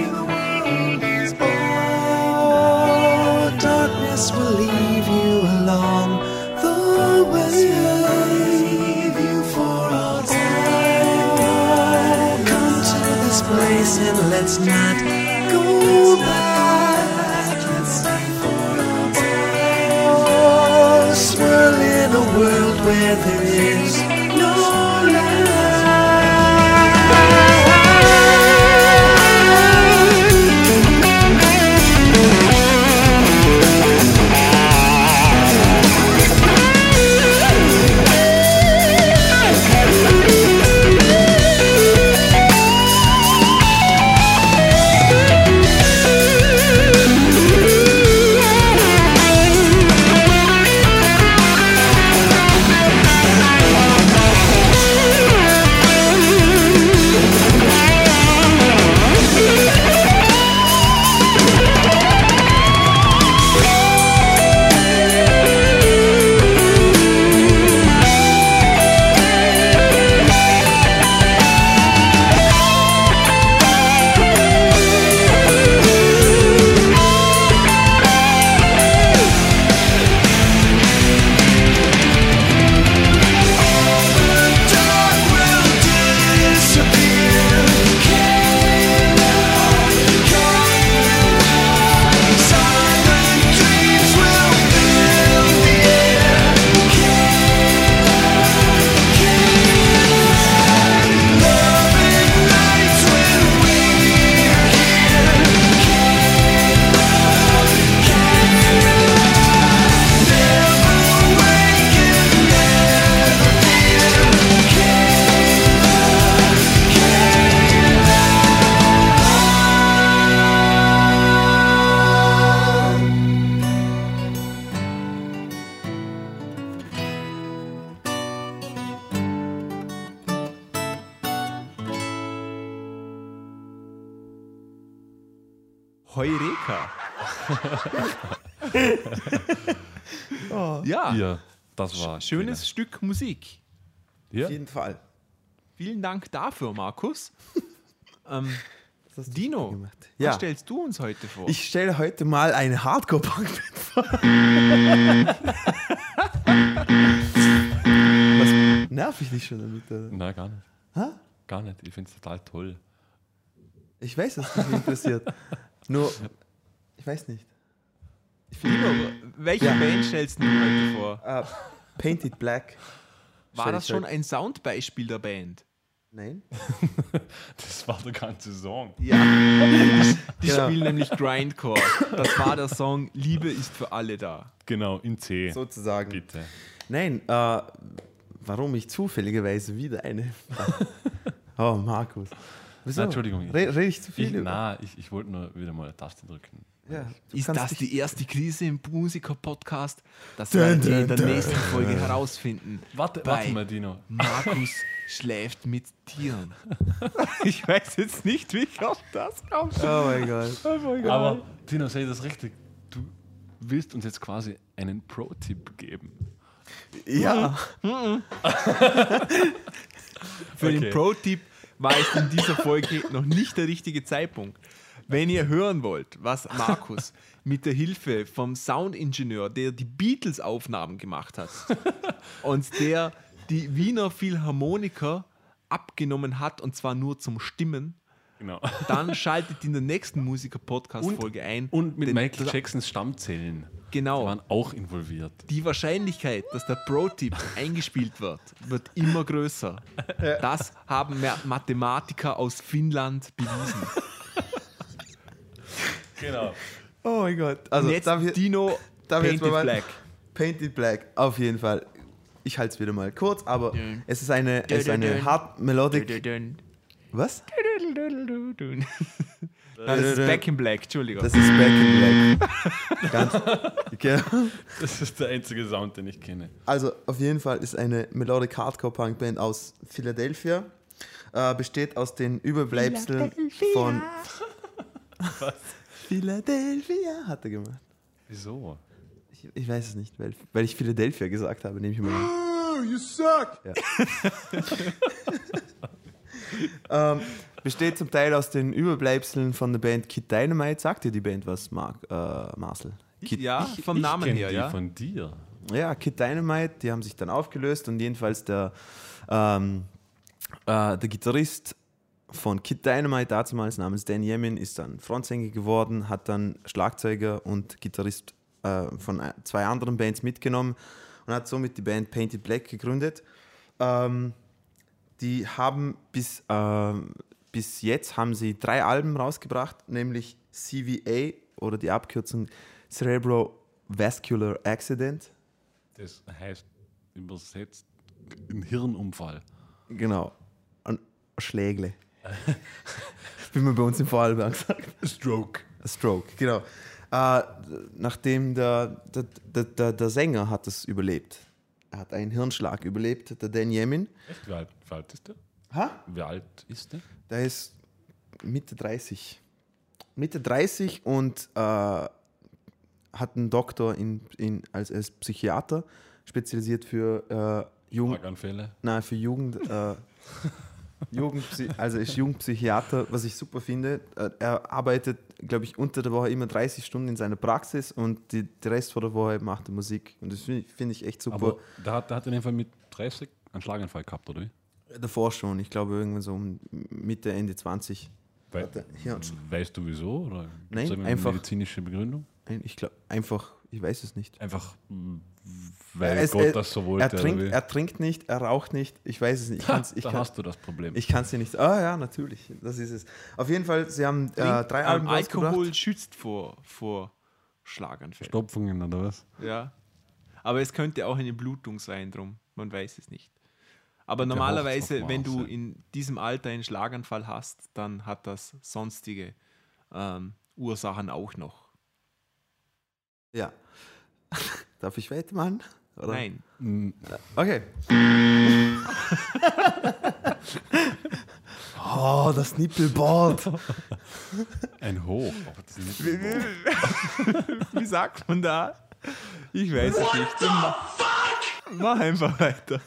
Oh, darkness will leave you along the way. Leave you for all time. Come to this place and let's not go back. Let's stay for all time. Oh, swirl in a world where there is no light. Heureka. oh. Ja, Ja, das war. schönes Stück Musik. Ja. Auf jeden Fall. Vielen Dank dafür, Markus. ähm, Das hast du Dino, super gemacht. was Ja, stellst du uns heute vor? ich stelle heute mal eine Hardcore-Punk-Band vor. Was nerv ich dich schon damit? Oder? Nein, gar nicht. Hä? Gar nicht. Ich finde es total toll. Ich weiß, dass dich interessiert. Nur, ich weiß nicht. Dino, welche Ja. Band stellst du heute vor? Uh, Painted Black. War Stell das ich schon heute- ein Soundbeispiel der Band? Nein? Das war der ganze Song. Ja. Die Genau. spielen nämlich Grindcore. Das war der Song Liebe ist für alle da. Genau, in C. Sozusagen. Bitte. Nein, äh, warum ich zufälligerweise wieder eine. Oh, Markus. Wieso? Nein, Entschuldigung. Ich, Re- Rede ich zu viel ich, über? nein, ich, ich wollte nur wieder mal eine Taste drücken. Ja, du Ist kannst das dich- die erste Krise im Musiker-Podcast? Das Dun, werden wir in dun, der dun. nächsten Folge herausfinden. Warte, Bei warte mal, Dino. Markus schläft mit Tieren. Ich weiß jetzt nicht, wie ich auf das komme. Oh mein Gott. Aber, Dino, sehe ich das richtig? Du willst uns jetzt quasi einen Pro-Tipp geben. Ja. Für Okay. den Pro-Tipp war es in dieser Folge noch nicht der richtige Zeitpunkt. Wenn ihr hören wollt, was Markus mit der Hilfe vom Soundingenieur, der die Beatles-Aufnahmen gemacht hat und der die Wiener Philharmoniker abgenommen hat, und zwar nur zum Stimmen, Genau. dann schaltet in der nächsten Musiker-Podcast-Folge ein. Und mit Denn Michael da- Jacksons Stammzellen. Die Genau. waren auch involviert. Die Wahrscheinlichkeit, dass der Pro-Tipp eingespielt wird, wird immer größer. Das haben Ma- Mathematiker aus Finnland bewiesen. Genau. Oh mein Gott. Also, Und jetzt darf ich, Dino darf ich jetzt Painted mal Black. Painted Black, auf jeden Fall. Ich halte es wieder mal kurz, aber es ist eine, es ist eine hard melodic. Was? Nein, das ist Back in Black, Entschuldigung. Das ist Back in Black. Ganz, genau. Das ist der einzige Sound, den ich kenne. Also auf jeden Fall ist eine Melodic Hardcore Punk Band aus Philadelphia. Äh, besteht aus den Überbleibseln von. Was? Philadelphia hat er gemacht. Wieso? Ich, ich weiß es nicht, weil, weil ich Philadelphia gesagt habe, nehme ich mal an. Oh, you suck! ähm, besteht zum Teil aus den Überbleibseln von der Band Kid Dynamite. Sagt dir die Band was, Mark, äh, Marcel? Kid, ja, vom ich Namen kenn her, die ja. von dir. Ja, Kid Dynamite, die haben sich dann aufgelöst und jedenfalls der, ähm, äh, der Gitarrist von Kid Dynamite damals namens Dan Yemin ist dann Frontsänger geworden, hat dann Schlagzeuger und Gitarrist äh, von äh, zwei anderen Bands mitgenommen und hat somit die Band Painted Black gegründet. Ähm, die haben bis, ähm, bis jetzt haben sie drei Alben rausgebracht, nämlich C V A oder die Abkürzung Cerebrovascular Accident. Das heißt übersetzt ein Hirnunfall. Genau. Ein Schlägle. Wie man bei uns im Vorarlberg sagt. Stroke. Stroke, genau. Äh, nachdem der, der, der, der, der Sänger hat es überlebt. Er hat einen Hirnschlag überlebt, der Dan Yemin. Echt? Wie alt, wie alt ist der? Ha? Wie alt ist der? Der ist Mitte dreißig. Mitte dreißig und äh, hat einen Doktor in, in, als, als Psychiater, spezialisiert für äh, Jugend, Schlaganfälle. nein, für Jugend, äh, Jugendpsy also ist Jugendpsychiater, was ich super finde. Äh, Er arbeitet, glaube ich, unter der Woche immer dreißig Stunden in seiner Praxis und die, die Rest von der Woche macht er Musik. Und das finde ich, find ich echt super. Aber der hat, der hat in dem Fall mit dreißig einen Schlaganfall gehabt, oder wie? Davor schon, ich glaube irgendwann so um Mitte, Ende zwanzig. Weil, Hat er Hirnschlag. weißt du wieso? Oder gibt's Nein, irgendeine einfach- medizinische Begründung? Ich glaube einfach, ich weiß es nicht. Einfach, mh, weil Es- Gott er- das so wollte. Er trinkt, oder wie? er trinkt nicht, er raucht nicht, ich weiß es nicht. Ich kann's, ich da kann, hast du das Problem. ich kann es dir nicht. Ah ja, natürlich, das ist es. Auf jeden Fall, sie haben äh, drei Ähm, Alben Alkohol rausgebracht. schützt vor, vor Schlaganfällen. Stopfungen oder was? Ja. Aber es könnte auch eine Blutung sein, drum. Man weiß es nicht. Aber Der normalerweise, Hochzeitsmaße. wenn du in diesem Alter einen Schlaganfall hast, dann hat das sonstige ähm, Ursachen auch noch. Ja. Darf ich weitermachen? Oder? Nein. Mm, Okay. oh, das Nippelboard. Ein Hoch. Aber das ist nicht ein Hoch. Wie sagt man da? Ich weiß es nicht. Mach, mach einfach weiter.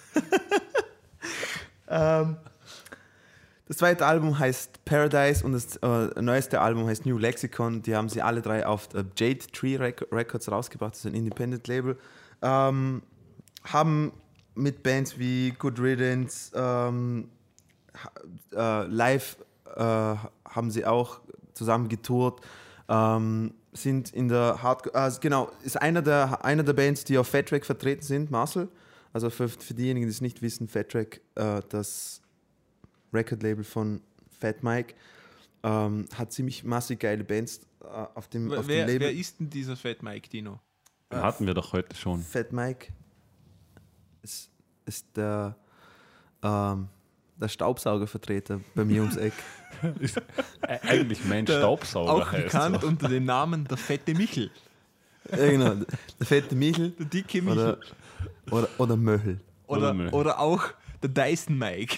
Ähm, das zweite Album heißt Paradise und das äh, neueste Album heißt New Lexicon. Die haben sie alle drei auf äh, Jade Tree Rec- Records rausgebracht. Das ist ein Independent-Label. Ähm, haben mit Bands wie Good Riddance, ähm, äh, live äh, haben sie auch zusammen getourt. Ähm, sind in der Hardcore, also genau, ist einer der, einer der Bands, die auf Fat Track vertreten sind, Marcel. Also für, für diejenigen, die es nicht wissen, Fat Track, äh, das Record-Label von Fat Mike, ähm, hat ziemlich massig geile Bands äh, auf dem, auf Wer, dem Label. wer ist denn dieser Fat Mike, Dino? Den hatten wir doch heute schon. Fat Mike ist, ist der, ähm, der Staubsaugervertreter bei mir ums Eck. Ist äh, eigentlich mein Staubsauger Auch heißt. bekannt so. unter dem Namen der fette Michel. Ja, genau, der fette Michel Der dicke Michel. oder, oder, oder Möchel. Oder, Oder oder, Müll. auch der Dyson Mike.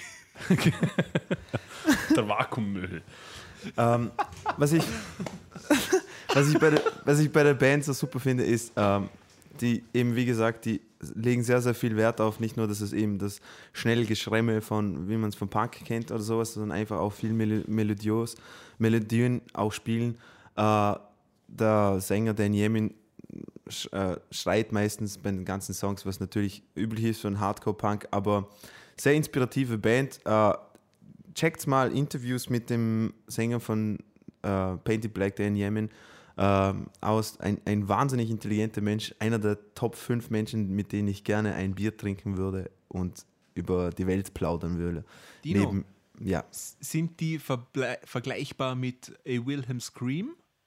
Der Vakuummüll. Ähm, was, ich, was, ich bei der, was ich bei der Band so super finde, ist, ähm, die eben, wie gesagt, die legen sehr, sehr viel Wert auf, nicht nur, dass es eben das schnelle Geschremme von, wie man es vom Punk kennt oder sowas, sondern einfach auch viel Mel- Melodios, Melodien auch spielen. Äh, der Sänger Dan Yemin sch, äh, schreit meistens bei den ganzen Songs, was natürlich üblich ist für einen Hardcore-Punk, aber sehr inspirative Band. Äh, checkt mal Interviews mit dem Sänger von äh, Painted Black, Dan Yemin, äh, aus. Ein, ein wahnsinnig intelligenter Mensch, einer der Top fünf Menschen, mit denen ich gerne ein Bier trinken würde und über die Welt plaudern würde. Dino, Neben, ja. sind die verble- vergleichbar mit A Wilhelm Scream?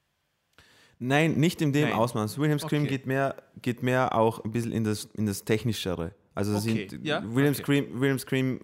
Nein, nicht in dem Nein. Ausmaß. Wilhelm Scream Okay. geht, mehr, geht mehr auch ein bisschen in das, in das Technischere. Also Okay, sind, ja, Wilhelm, okay. Scream, Wilhelm Scream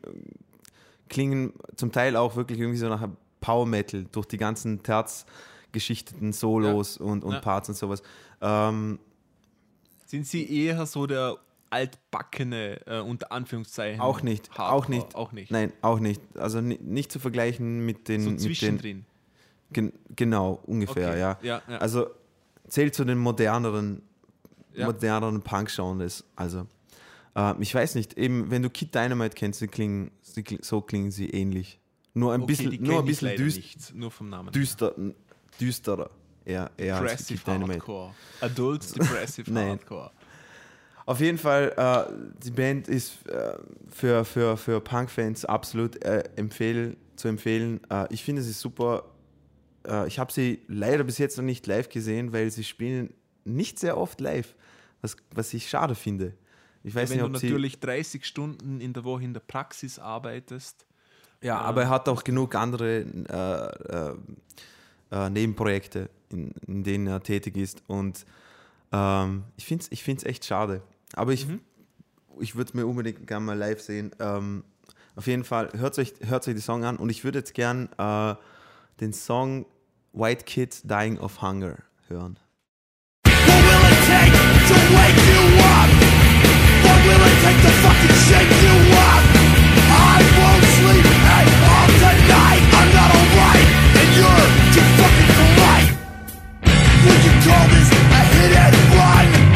klingen zum Teil auch wirklich irgendwie so nach Power Metal durch die ganzen Terz-geschichteten Solos und, und Ja. Parts und sowas. Ähm, Sind sie eher so der altbackene, äh, unter Anführungszeichen? auch nicht. Hardcore? Auch nicht. Auch nicht. Nein, auch nicht. Also ni- nicht zu vergleichen mit den. So mit den zwischendrin. gen, genau, ungefähr, Okay, ja. ja, ja. Also zählt zu den moderneren, Ja. moderneren Punk-Genres. Also, äh, ich weiß nicht, eben, wenn du Kid Dynamite kennst, sie klingen, sie, kling- so klingen sie ähnlich. Nur ein Okay, bisschen, die nur ein kenn ich bisschen leider düst, nicht, nur vom Namen. düster, düsterer. Eher, eher als Depressive Kid Dynamite. Hardcore. Adult Depressive Nein. Hardcore. Auf jeden Fall, äh, die Band ist äh, für, für, für Punk-Fans absolut äh, empfehl, zu empfehlen. Äh, ich finde sie super. Äh, ich habe sie leider bis jetzt noch nicht live gesehen, weil sie spielen nicht sehr oft live, was, was ich schade finde. Ich weiß Wenn nicht, du ob sie... natürlich dreißig Stunden in der Woche in der Praxis arbeitest. Ja, aber er hat auch genug andere äh, äh, äh, Nebenprojekte, in, in denen er tätig ist. Und ähm, ich finde es ich find's echt schade. Aber ich, ich würde es mir unbedingt gerne mal live sehen. Ähm, auf jeden Fall, hört euch, hört euch die Song an. Und ich würde jetzt gern äh, den Song White Kids Dying of Hunger hören. What will it take to wake you up? What will it take to fucking shake you up? I won't sleep at all tonight. I'm not alright, and you're too fucking polite. Would you call this a hit and run?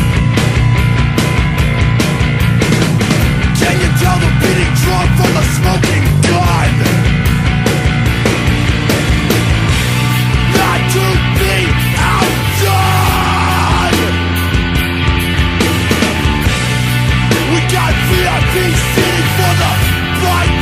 Can you tell the beating drum from the smoking gun? Not to be outdone. We got V I P seating for the bright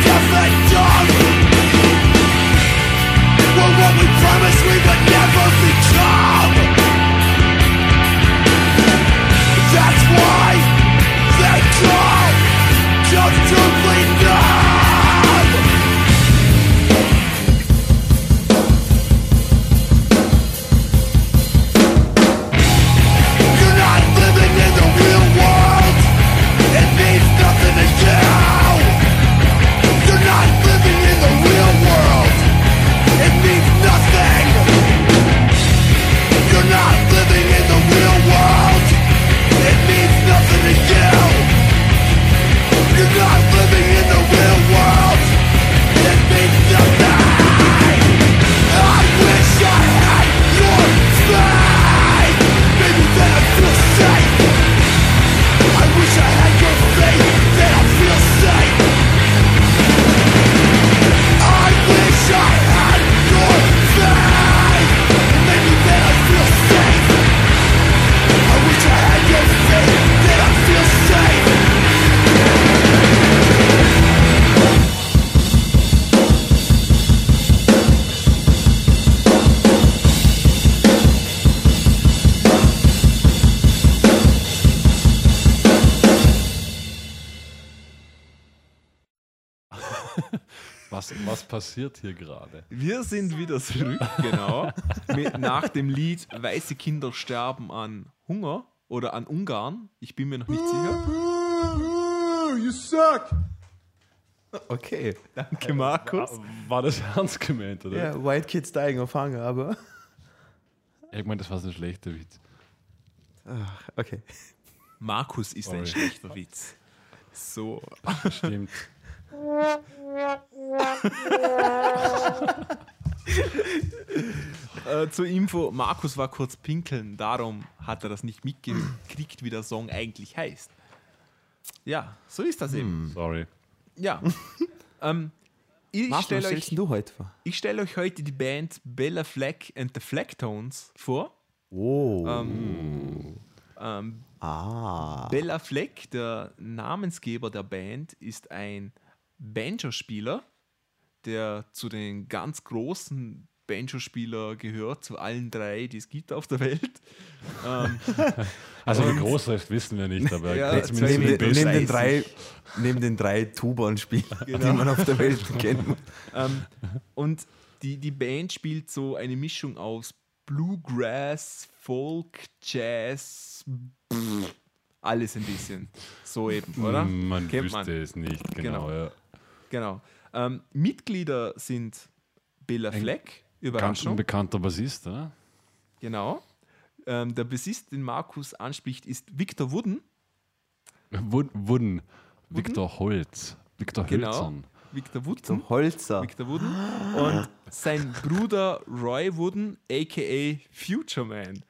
Was passiert hier gerade? Wir sind wieder zurück, genau. Mit, nach dem Lied Weiße Kinder sterben an Hunger oder an Ungarn. Ich bin mir noch nicht sicher. You suck! Okay. Danke, Markus. War, war das ernst gemeint, oder? Ja, White Kids Dying of Hunger, aber. Ich meine, das war so ein schlechter Witz. Ach, okay. Markus ist ein Sorry. schlechter Witz. So. Stimmt. Äh, zur Info, Markus war kurz pinkeln, darum hat er das nicht mitgekriegt, wie der Song eigentlich heißt. Ja, so ist das eben. Sorry. Ja. ähm, ich Martin, was stelle stellst euch, denn du heute vor? ich stell euch heute die Band Bella Fleck and the Flecktones vor. Oh. Ähm, ah. Bella Fleck, der Namensgeber der Band, ist ein Banjo-Spieler, der zu den ganz großen Banjo-Spieler gehört, zu allen drei, die es gibt auf der Welt. ähm, Also wie Und- groß das ist, wissen wir nicht, aber Ja, er zumindest Neben in den, den neben, besten. den drei, neben den drei Tuban-Spielern, die man auf der Welt kennt. ähm, und die, die Band spielt so eine Mischung aus Bluegrass, Folk, Jazz, pff, alles ein bisschen. So eben, oder? Man Kennt wüsste man. es nicht, Genau. genau. Ja. Genau. Ähm, Mitglieder sind Bella Fleck, Ganz Überraschung. unbekannter Bassist, oder? Genau. Ähm, der Bassist, den Markus anspricht, ist Victor Wooden. Wud- Wooden. Viktor Holz. Viktor Genau. Hölzern. Victor Wooden. Zum Holzer. Victor Wooden. Und sein Bruder Roy Wooden, aka Future Man.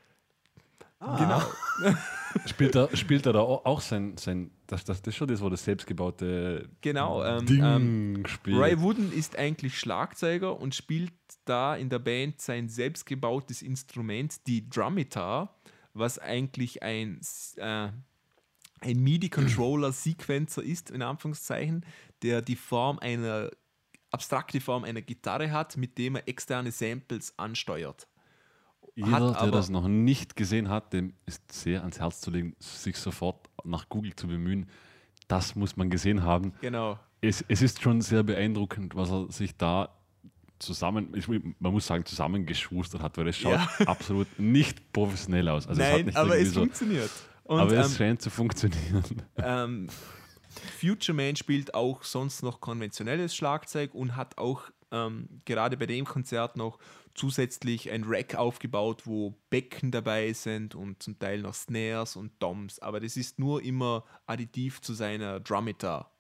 Genau. Spielt er, spielt er da au- auch sein, sein das, das, das ist schon das, wo das selbstgebaute Genau. Ähm, Ding ähm, spielt. Roy Wooden ist eigentlich Schlagzeuger und spielt da in der Band sein selbstgebautes Instrument, die Drummitar, was eigentlich ein, äh, ein MIDI-Controller-Sequencer ist, in Anführungszeichen, der die Form einer, abstrakte Form einer Gitarre hat, mit dem er externe Samples ansteuert. Jeder, hat der aber- das noch nicht gesehen hat, dem ist sehr ans Herz zu legen, sich sofort nach Google zu bemühen. Das muss man gesehen haben. Genau. Es, es ist schon sehr beeindruckend, was er sich da zusammen, ich, man muss sagen, zusammengeschustert hat, weil es schaut Ja. absolut nicht professionell aus. Also es hat Nein, nicht aber irgendwie es so, funktioniert. Und, aber ähm, es scheint zu funktionieren. Ähm, Future Man spielt auch sonst noch konventionelles Schlagzeug und hat auch ähm, gerade bei dem Konzert noch zusätzlich ein Rack aufgebaut, wo Becken dabei sind und zum Teil noch Snares und Toms. Aber das ist nur immer additiv zu seiner Drummitar.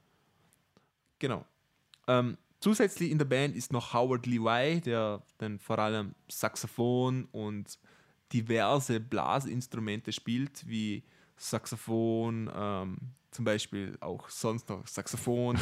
Genau. Ähm, zusätzlich in der Band ist noch Howard Levi, der dann vor allem Saxophon und diverse Blasinstrumente spielt, wie Saxophon, ähm, zum Beispiel auch sonst noch Saxophon,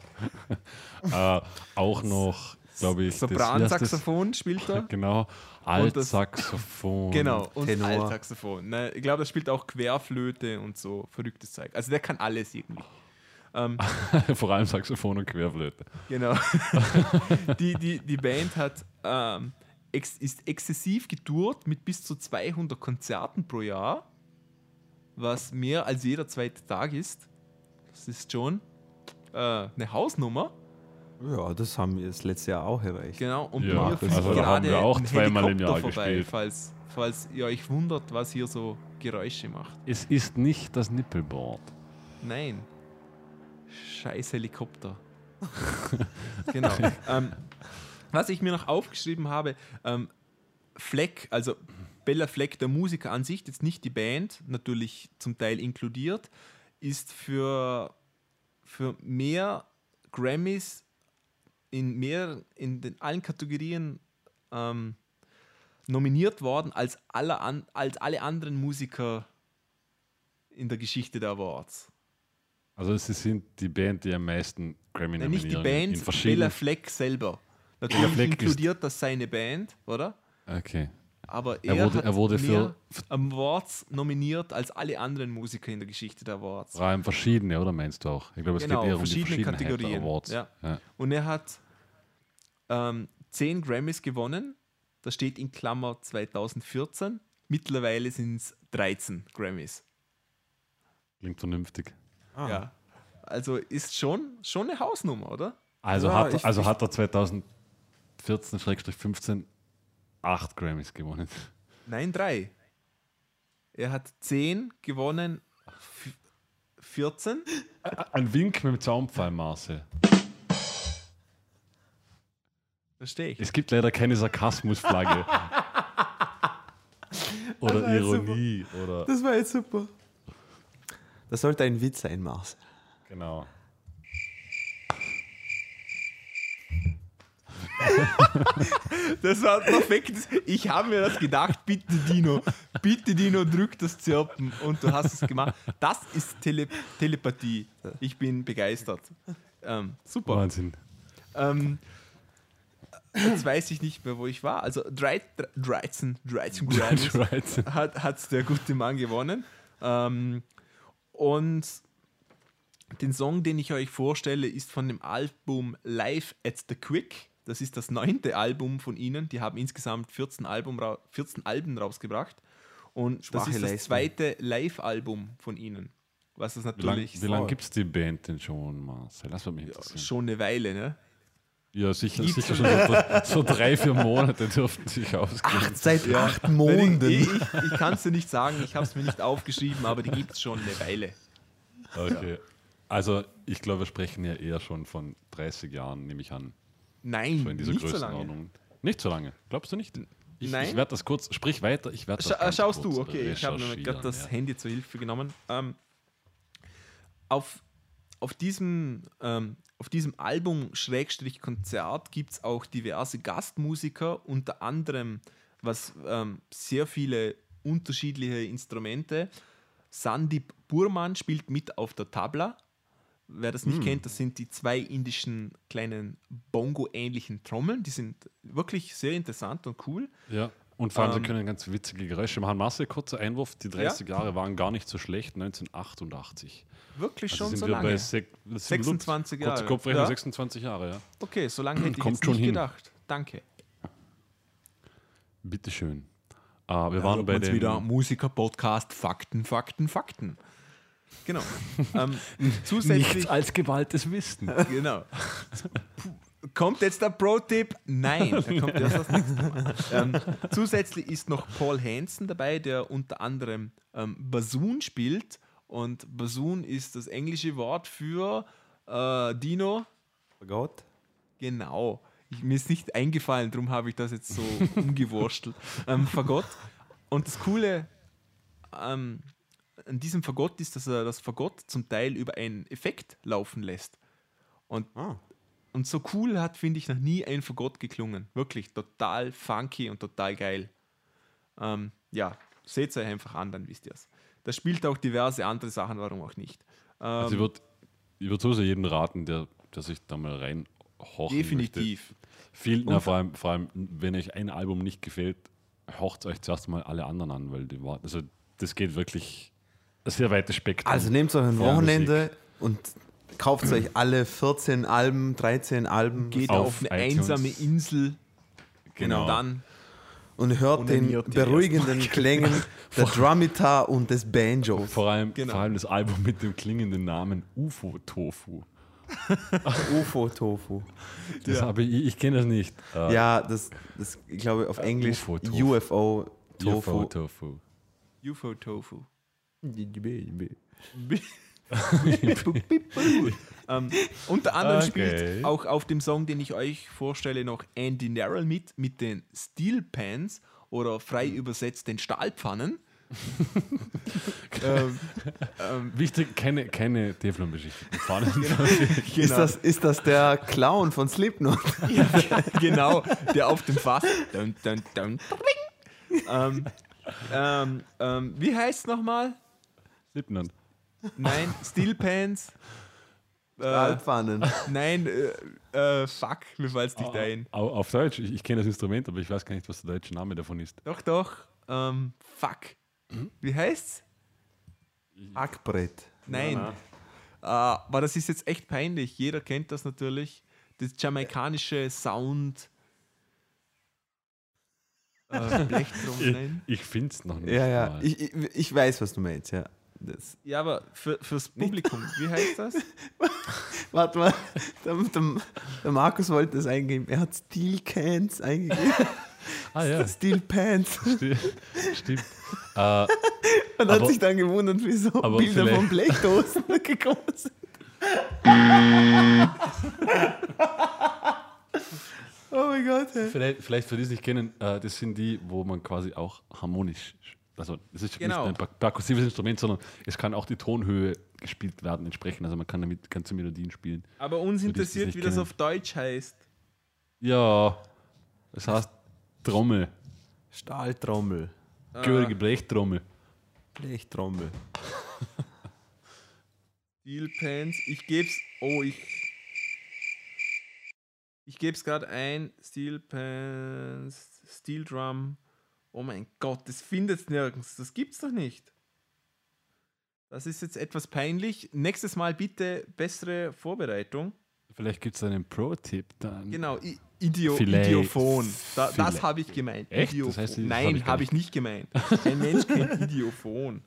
äh, auch noch, glaube ich, das- wie heißt das? Sopransaxophon spielt er. Genau, Altsaxophon. Genau, und Tenor. Altsaxophon. Ne, ich glaube, er spielt auch Querflöte und so verrücktes Zeug. Also der kann alles irgendwie. Ähm, Vor allem Saxophon und Querflöte. Genau. die, die, die Band hat, ähm, ex, ist exzessiv getourt mit bis zu zweihundert Konzerten pro Jahr, was mehr als jeder zweite Tag ist. Das ist schon äh, eine Hausnummer. Ja, das haben wir das letzte Jahr auch erreicht. Genau. Und Ja, bei mir das- fliegt also da haben gerade wir auch ein zweimal im Helikopter Jahr vorbei, gespielt. falls, falls ihr euch wundert, was hier so Geräusche macht. Es ist nicht das Nippelboard. Nein. Scheiß Helikopter. Genau. ähm, was ich mir noch aufgeschrieben habe, ähm, Fleck, also Bella Fleck, der Musiker an sich, jetzt nicht die Band, natürlich zum Teil inkludiert, ist für, für mehr Grammys in mehr in den allen Kategorien ähm, nominiert worden als alle, an, als alle anderen Musiker in der Geschichte der Awards. Also sie sind die Band, die am meisten Nein, Grammy-Nominierungen nicht die in Band, Bella verschiedenen... Fleck selber. Natürlich Fleck ist- inkludiert das seine Band, oder? Okay. Aber er, Er wurde- hat er wurde mehr für- Awards nominiert als alle anderen Musiker in der Geschichte der Awards. Vor allem verschiedene, oder meinst du auch? Ich glaube, es Genau, geht eher um die verschiedene Verschiedenheit der Kategorien, Awards. ja. Ja. Und er hat ähm, zehn Grammys gewonnen. Das steht in Klammer zwanzig vierzehn. Mittlerweile sind es dreizehn Grammys. Klingt vernünftig. Ah. Ja. Also ist schon, schon eine Hausnummer, oder? Also, Ja, hat, ich- also ich- hat er zweitausendvierzehn fünfzehn acht Grammys gewonnen. Nein, drei. Er hat zehn gewonnen, f- vierzehn. Ein Wink mit dem Zaunpfeil, Marcel. Verstehe ich. Es gibt leider keine Sarkasmusflagge. Oder war jetzt Ironie. Oder, Das war jetzt super. Das sollte ein Witz sein, Mars. genau. Das war perfekt. Ich habe mir das gedacht, bitte Dino, bitte Dino, drück das Zirpen und du hast es gemacht. Das ist Tele Telepathie. Ich bin begeistert. Ähm, super. Wahnsinn. Ähm, jetzt weiß ich nicht mehr, wo ich war. Also dreizehn, dreizehn Grammys Right. hat, hat der gute Mann gewonnen. Ähm, und den Song, den ich euch vorstelle, ist von dem Album Live at the Quick. Das ist das neunte Album von ihnen. Die haben insgesamt vierzehn, Album ra- vierzehn Alben rausgebracht. Und Schwache das ist das Leistung. zweite Live-Album von ihnen. Was das Wie lange natürlich wie lang gibt es die Band denn schon, Marcel? Das würde mich interessieren. schon eine Weile, ne? Ja, sicher, Gibt's sicher schon so, so drei, vier Monate dürften sich ausgehen. Seit acht Nein, Monaten. Ich, ich, ich kann es dir nicht sagen, ich habe es mir nicht aufgeschrieben, aber die gibt es schon eine Weile. Okay. Also, ich glaube, wir sprechen ja eher schon von dreißig Jahren, nehme ich an. Nein, So in dieser nicht so lange. Größenordnung. Nicht so lange, glaubst du nicht? Ich, Nein. ich werde das kurz, sprich weiter, ich werde das Scha ganz schaust kurz du, okay, ich habe mir recherchieren, gerade das ja. Handy zur Hilfe genommen. Ähm, auf, auf, diesem, ähm, auf diesem Album Schrägstrich Konzert gibt es auch diverse Gastmusiker, unter anderem was ähm, sehr viele unterschiedliche Instrumente. Sandeep Burman spielt mit auf der Tabla. Wer das nicht kennt, das sind die zwei indischen kleinen Bongo-ähnlichen Trommeln. Die sind wirklich sehr interessant und cool. Ja, und vor allem, Ähm, sie können ganz witzige Geräusche machen. Marcel, kurzer Einwurf, die dreißig Jahre waren gar nicht so schlecht, neunzehnhundertachtundachtzig. Wirklich Also schon sind so wir lange. bei sek das sind sechsundzwanzig kurze Jahre. Kopfrechnung, Ja. sechsundzwanzig Jahre, ja. Okay, so lange hätte ich Kommt jetzt schon nicht hin. gedacht. Danke. Bitteschön. Äh, wir waren bei den... wieder Musiker-Podcast Fakten, Fakten, Fakten. Genau. ähm, zusätzlich, als gewaltes Wissen. genau. Kommt jetzt der Pro-Tipp? Nein, da kommt erst das nächste Mal. Ähm, zusätzlich ist noch Paul Hansen dabei, der unter anderem ähm, Bassoon spielt. Und Bassoon ist das englische Wort für äh, Dino. Gott. Genau. Ich, mir ist nicht eingefallen, darum habe ich das jetzt so umgewurstelt. Ähm, Fagott. Und das Coole ähm, an diesem Fagott ist, dass er das Fagott zum Teil über einen Effekt laufen lässt. Und, Ah. und so cool hat, finde ich, noch nie ein Fagott geklungen. Wirklich total funky und total geil. Ähm, ja, seht es euch einfach an, dann wisst ihr es. Das spielt auch diverse andere Sachen, warum auch nicht. Ähm, Also ich würde ich würd sowieso jedem raten, der, der sich da mal reinhorchen definitiv. möchte. Viel, na, vor, allem, vor allem, wenn euch ein Album nicht gefällt, horcht euch zuerst mal alle anderen an, weil die, war- also das geht wirklich ein sehr weites Spektrum. Also nehmt euch ein von Wochenende und kauft euch alle vierzehn Alben, dreizehn Alben Geht Auf auf, eine iTunes. einsame Insel Genau. und dann und hört den Onaniert ihr beruhigenden Klängen der Drumgitarre und des Banjos. Vor allem, Genau. vor allem das Album mit dem klingenden Namen U F O-Tofu. U F O-Tofu. Das Ja. habe ich, ich kenne das nicht. Äh, Ja, das, das ich glaube auf Englisch U F O-Tofu. U F O-Tofu. U F O-Tofu. U F O-Tofu. ähm, unter anderem Okay. spielt auch auf dem Song, den ich euch vorstelle, noch Andy Narrell mit, mit den Steel Pans oder frei übersetzt den Stahlpfannen. ähm, ähm, Wichtig, keine, keine Teflon-beschichteten Pfannen. Ist, genau, das, ist das der Clown von Slipknot? genau, der auf dem Fass. Dun, dun, dun, ding. ähm, ähm, ähm, wie heißt es nochmal? Slipknot. Nein, Steel Pans. Äh, Stahlpfannen. nein, äh, äh, fuck, mir fällt es nicht ein. Au- Auf Deutsch, ich, ich kenne das Instrument, aber ich weiß gar nicht, was der deutsche Name davon ist. Doch, doch. Ähm, fuck. Wie heißt's? Hackbrett. Nein. Äh, aber das ist jetzt echt peinlich. Jeder kennt das natürlich. Das jamaikanische Sound. Äh, Blechtrommel. Ich finde es noch nicht Ja, ja. mal. Ich, ich, ich weiß, was du meinst, ja. Das, Ja, aber für, fürs Publikum, wie heißt das? warte mal, der, der, der Markus wollte das eingeben. Er hat Steel Cans eingegeben. Ah ja, Steel Pants. sti- stimmt. Äh, Und Aber- hat sich dann gewundert, wieso aber Bilder vielleicht- von Blechdosen gekommen sind. Oh mein Gott, hey. vielleicht, vielleicht für die, die es nicht kennen, äh, das sind die, wo man quasi auch harmonisch, also es ist Genau. nicht ein per- perkussives Instrument, sondern es kann auch die Tonhöhe gespielt werden entsprechend. Also man kann damit ganze Melodien spielen. Aber uns Für die, die es interessiert, nicht wie das kennen. auf Deutsch heißt. Ja, das heißt Trommel, Stahltrommel, gehörige Blechtrommel. Blechtrommel. Steel Pants. Ich geb's. Oh, ich. Ich geb's gerade ein. Steel Pants. Steel Drum. Oh mein Gott, das findet's nirgends. Das gibt's doch nicht. Das ist jetzt etwas peinlich. Nächstes Mal bitte bessere Vorbereitung. Vielleicht gibt es einen Pro-Tipp dann. Genau, I Idio Vielleicht- Idiophon. Da, das vielleicht. habe ich gemeint. Echt? Idiophon. Das heißt, das hab Nein, ich gar habe ich nicht gemeint. Ein Mensch kennt Idiophon.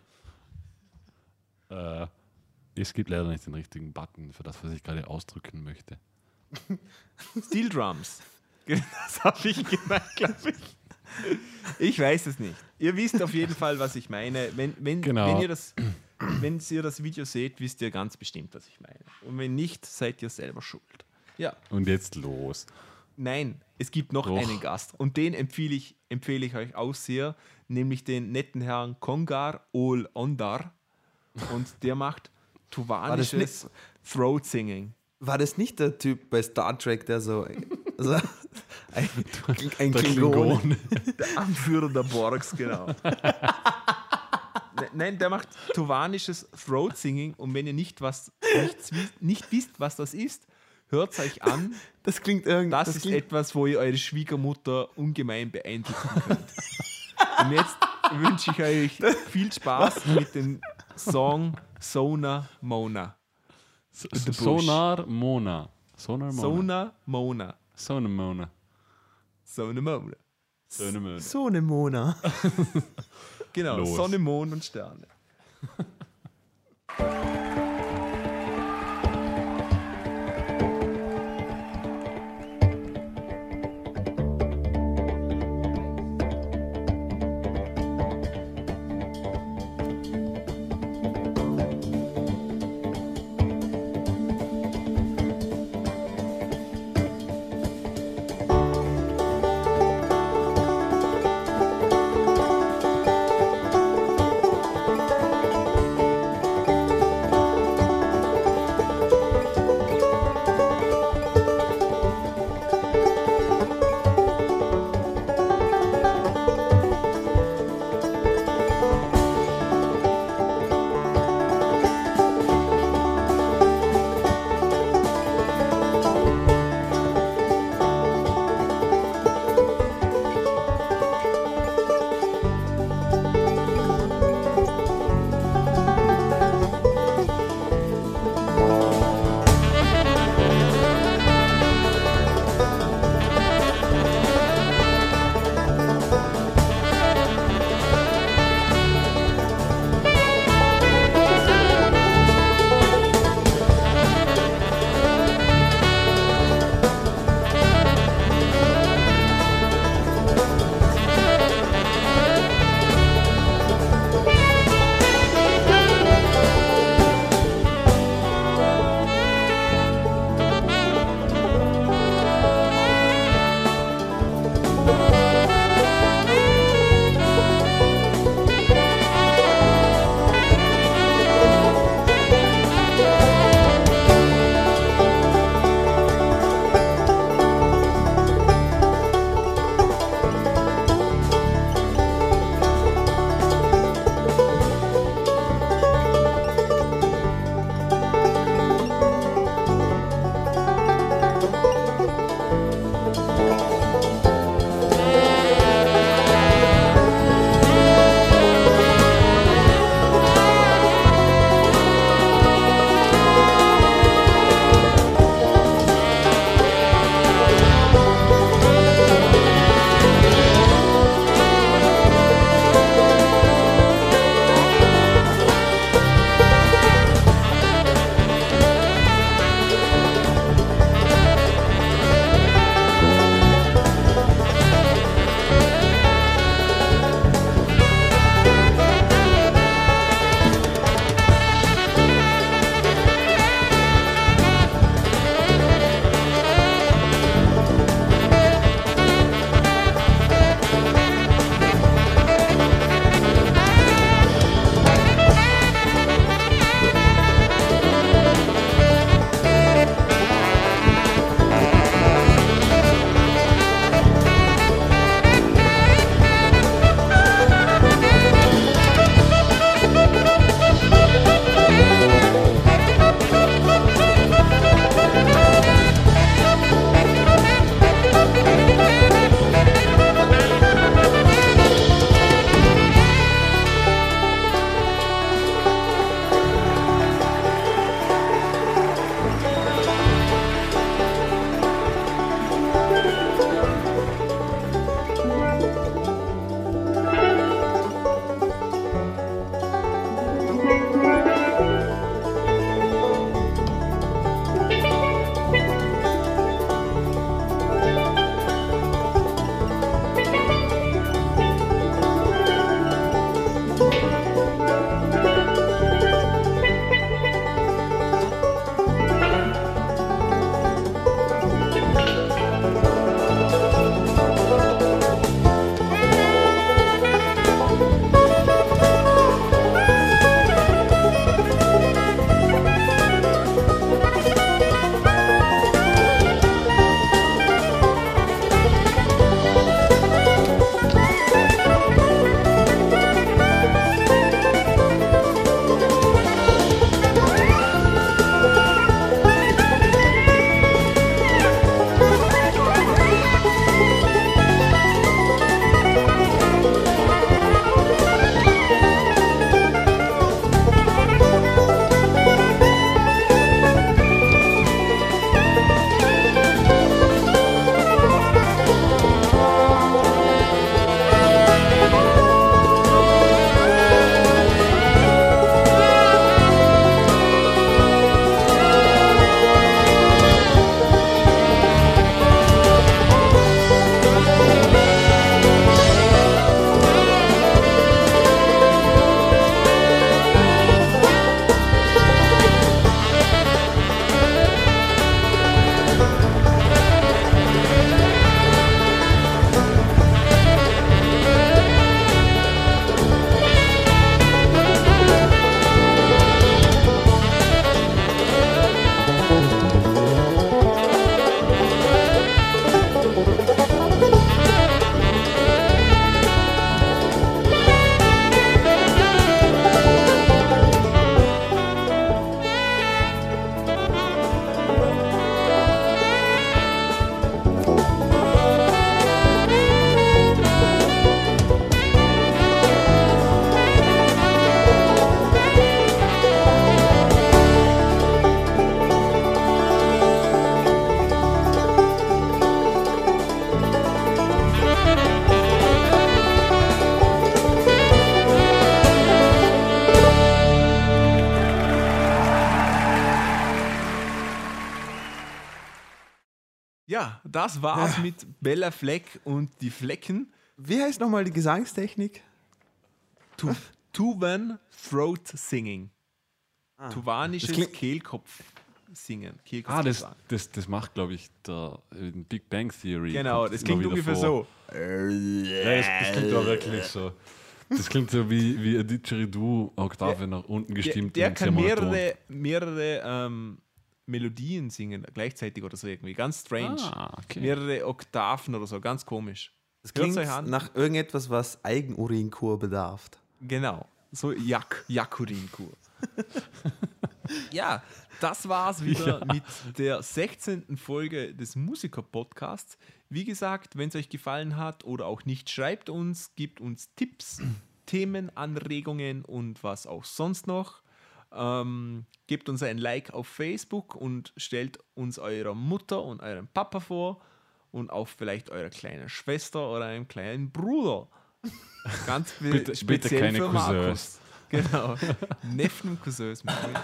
Äh, es gibt leider nicht den richtigen Button für das, was ich gerade ausdrücken möchte. Steel Drums. Das habe ich gemeint, glaube ich. Ich weiß es nicht. Ihr wisst auf jeden Fall, was ich meine. Wenn, wenn, Genau. wenn, ihr das, wenn ihr das Video seht, wisst ihr ganz bestimmt, was ich meine. Und wenn nicht, seid ihr selber schuld. Ja, Und jetzt los. nein, es gibt noch Doch. einen Gast. Und den empfehle ich, empfehle ich euch auch sehr, nämlich den netten Herrn Kongar Ol Ondar. Und der macht tuvanisches Throat Singing. War das nicht der Typ bei Star Trek, der so, so ein, ein Der Klingon? Klingon. Der Anführer der Borgs, genau. Ne- Nein, der macht tuvanisches Throat Singing und wenn ihr nicht, was, nicht, nicht wisst, was das ist, hört es euch an. Das klingt irgendwie. Das, Das, ist klingt, etwas, wo ihr eure Schwiegermutter ungemein beeindrucken könnt. Und jetzt wünsche ich euch viel Spaß mit dem Song Sona Mona. S- the bush. Sonar Mona. Sonar Mona. Sona Mona. Sonar Mona. Sona Mona. Sonar Mona. so eine Mona. Genau, Los. Sonne, Mond und Sterne. Thank das war's mit Bella Fleck und die Flecken. Wie heißt nochmal die Gesangstechnik? Tu Tuvan Throat Singing. Tuvanisches Das klingt- Kehlkopf singen. Ah, das, Kehlkopfgesang. das, das macht, glaube ich, der in Big Bang Theory. Genau, kommt das immer klingt wieder ungefähr vor. so. Ja, das, das klingt auch wirklich so. Das klingt so wie, wie ein Didgeridoo-Oktave nach unten Der, gestimmt. der und sehr kann monoton. mehrere, mehrere ähm, Melodien singen gleichzeitig oder so irgendwie. Ganz strange. Ah, okay. Mehrere Oktaven oder so, ganz komisch. Das Hört's klingt euch an. nach irgendetwas, was Eigenurinkur bedarf. Genau. So Jak Jakurinkur. Ja, das war's wieder mit der sechzehnten Folge des Musiker-Podcasts. Wie gesagt, wenn es euch gefallen hat oder auch nicht, schreibt uns, gibt uns Tipps, Themenanregungen und was auch sonst noch. Ähm, gebt uns ein Like auf Facebook und stellt uns eurer Mutter und eurem Papa vor und auch vielleicht eurer kleinen Schwester oder einem kleinen Bruder. Ganz be- Bitte- speziell bitte keine für Cousins. Markus. Genau. Neffen und Cousins.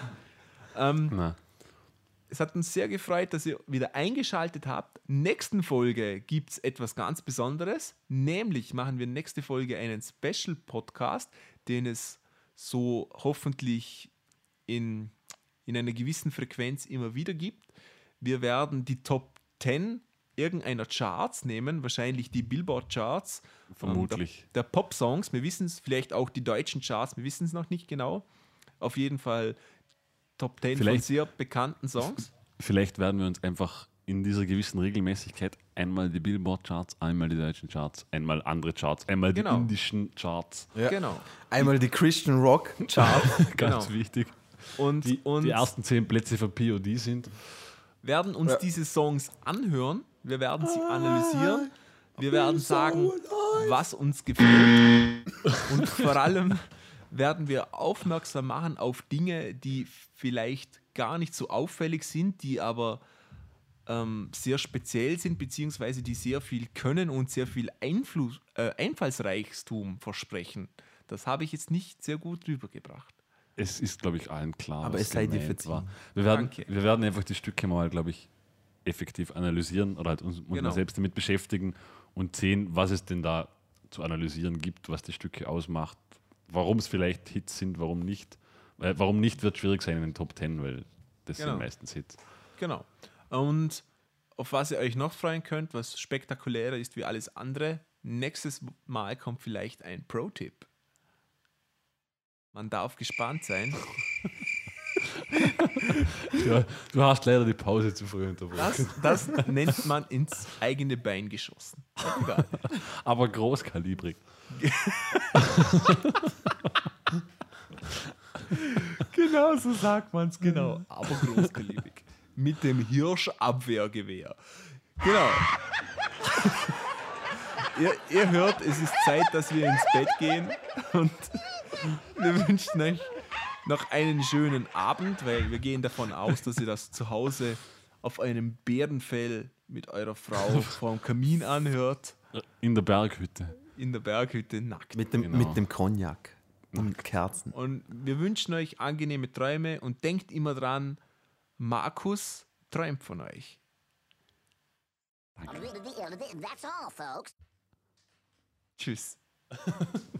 ähm, Na, es hat uns sehr gefreut, dass ihr wieder eingeschaltet habt. Nächsten Folge gibt es etwas ganz Besonderes. Nämlich machen wir nächste Folge einen Special-Podcast, den es so hoffentlich in, in einer gewissen Frequenz immer wieder gibt. Wir werden die Top zehn irgendeiner Charts nehmen, wahrscheinlich die Billboard-Charts. Vermutlich. Ähm, der, der Pop-Songs, wir wissen es, vielleicht auch die deutschen Charts, wir wissen es noch nicht genau. Auf jeden Fall Top zehn von Vielleicht- sehr bekannten Songs. vielleicht werden wir uns einfach in dieser gewissen Regelmäßigkeit einmal die Billboard-Charts, einmal die deutschen Charts, einmal andere Charts, einmal Genau. die indischen Charts. Ja. Genau. Einmal die Christian Rock Chart. Ganz Genau. wichtig. Und, Die, und die ersten zehn Plätze für P O D sind. werden uns Ja. diese Songs anhören. Wir werden sie analysieren. Wir werden sagen, was uns gefällt. Und vor allem werden wir aufmerksam machen auf Dinge, die vielleicht gar nicht so auffällig sind, die aber ähm, sehr speziell sind, beziehungsweise die sehr viel können und sehr viel Einfluss, äh, Einfallsreichtum versprechen. Das habe ich jetzt nicht sehr gut rübergebracht. Es ist, glaube ich, allen klar. Aber was es sei dir gemeint verziehen. war. Wir werden, Danke. wir werden einfach die Stücke mal, glaube ich, effektiv analysieren oder halt uns, uns Genau. mal selbst damit beschäftigen und sehen, was es denn da zu analysieren gibt, was die Stücke ausmacht, warum es vielleicht Hits sind, warum nicht. Weil, warum nicht, wird schwierig sein in den Top Ten, weil das Genau. sind meistens Hits. Genau. Und auf was ihr euch noch freuen könnt, was spektakulärer ist wie alles andere, nächstes Mal kommt vielleicht ein Pro-Tipp. Man darf gespannt sein. Ja, du hast leider die Pause zu früh unterbrochen. Das, das nennt man ins eigene Bein geschossen. Egal. Aber großkalibrig. Genau so sagt man es, genau. Aber großkalibrig. Mit dem Hirschabwehrgewehr. Genau. ihr, ihr hört, es ist Zeit, dass wir ins Bett gehen. Und wir wünschen euch noch einen schönen Abend, weil wir gehen davon aus, dass ihr das zu Hause auf einem Bärenfell mit eurer Frau vor dem Kamin anhört. In der Berghütte. In der Berghütte nackt. Mit dem, Genau. mit dem Cognac und Kerzen. Und wir wünschen euch angenehme Träume und denkt immer dran, Markus träumt von euch. That's all, folks. Tschüss.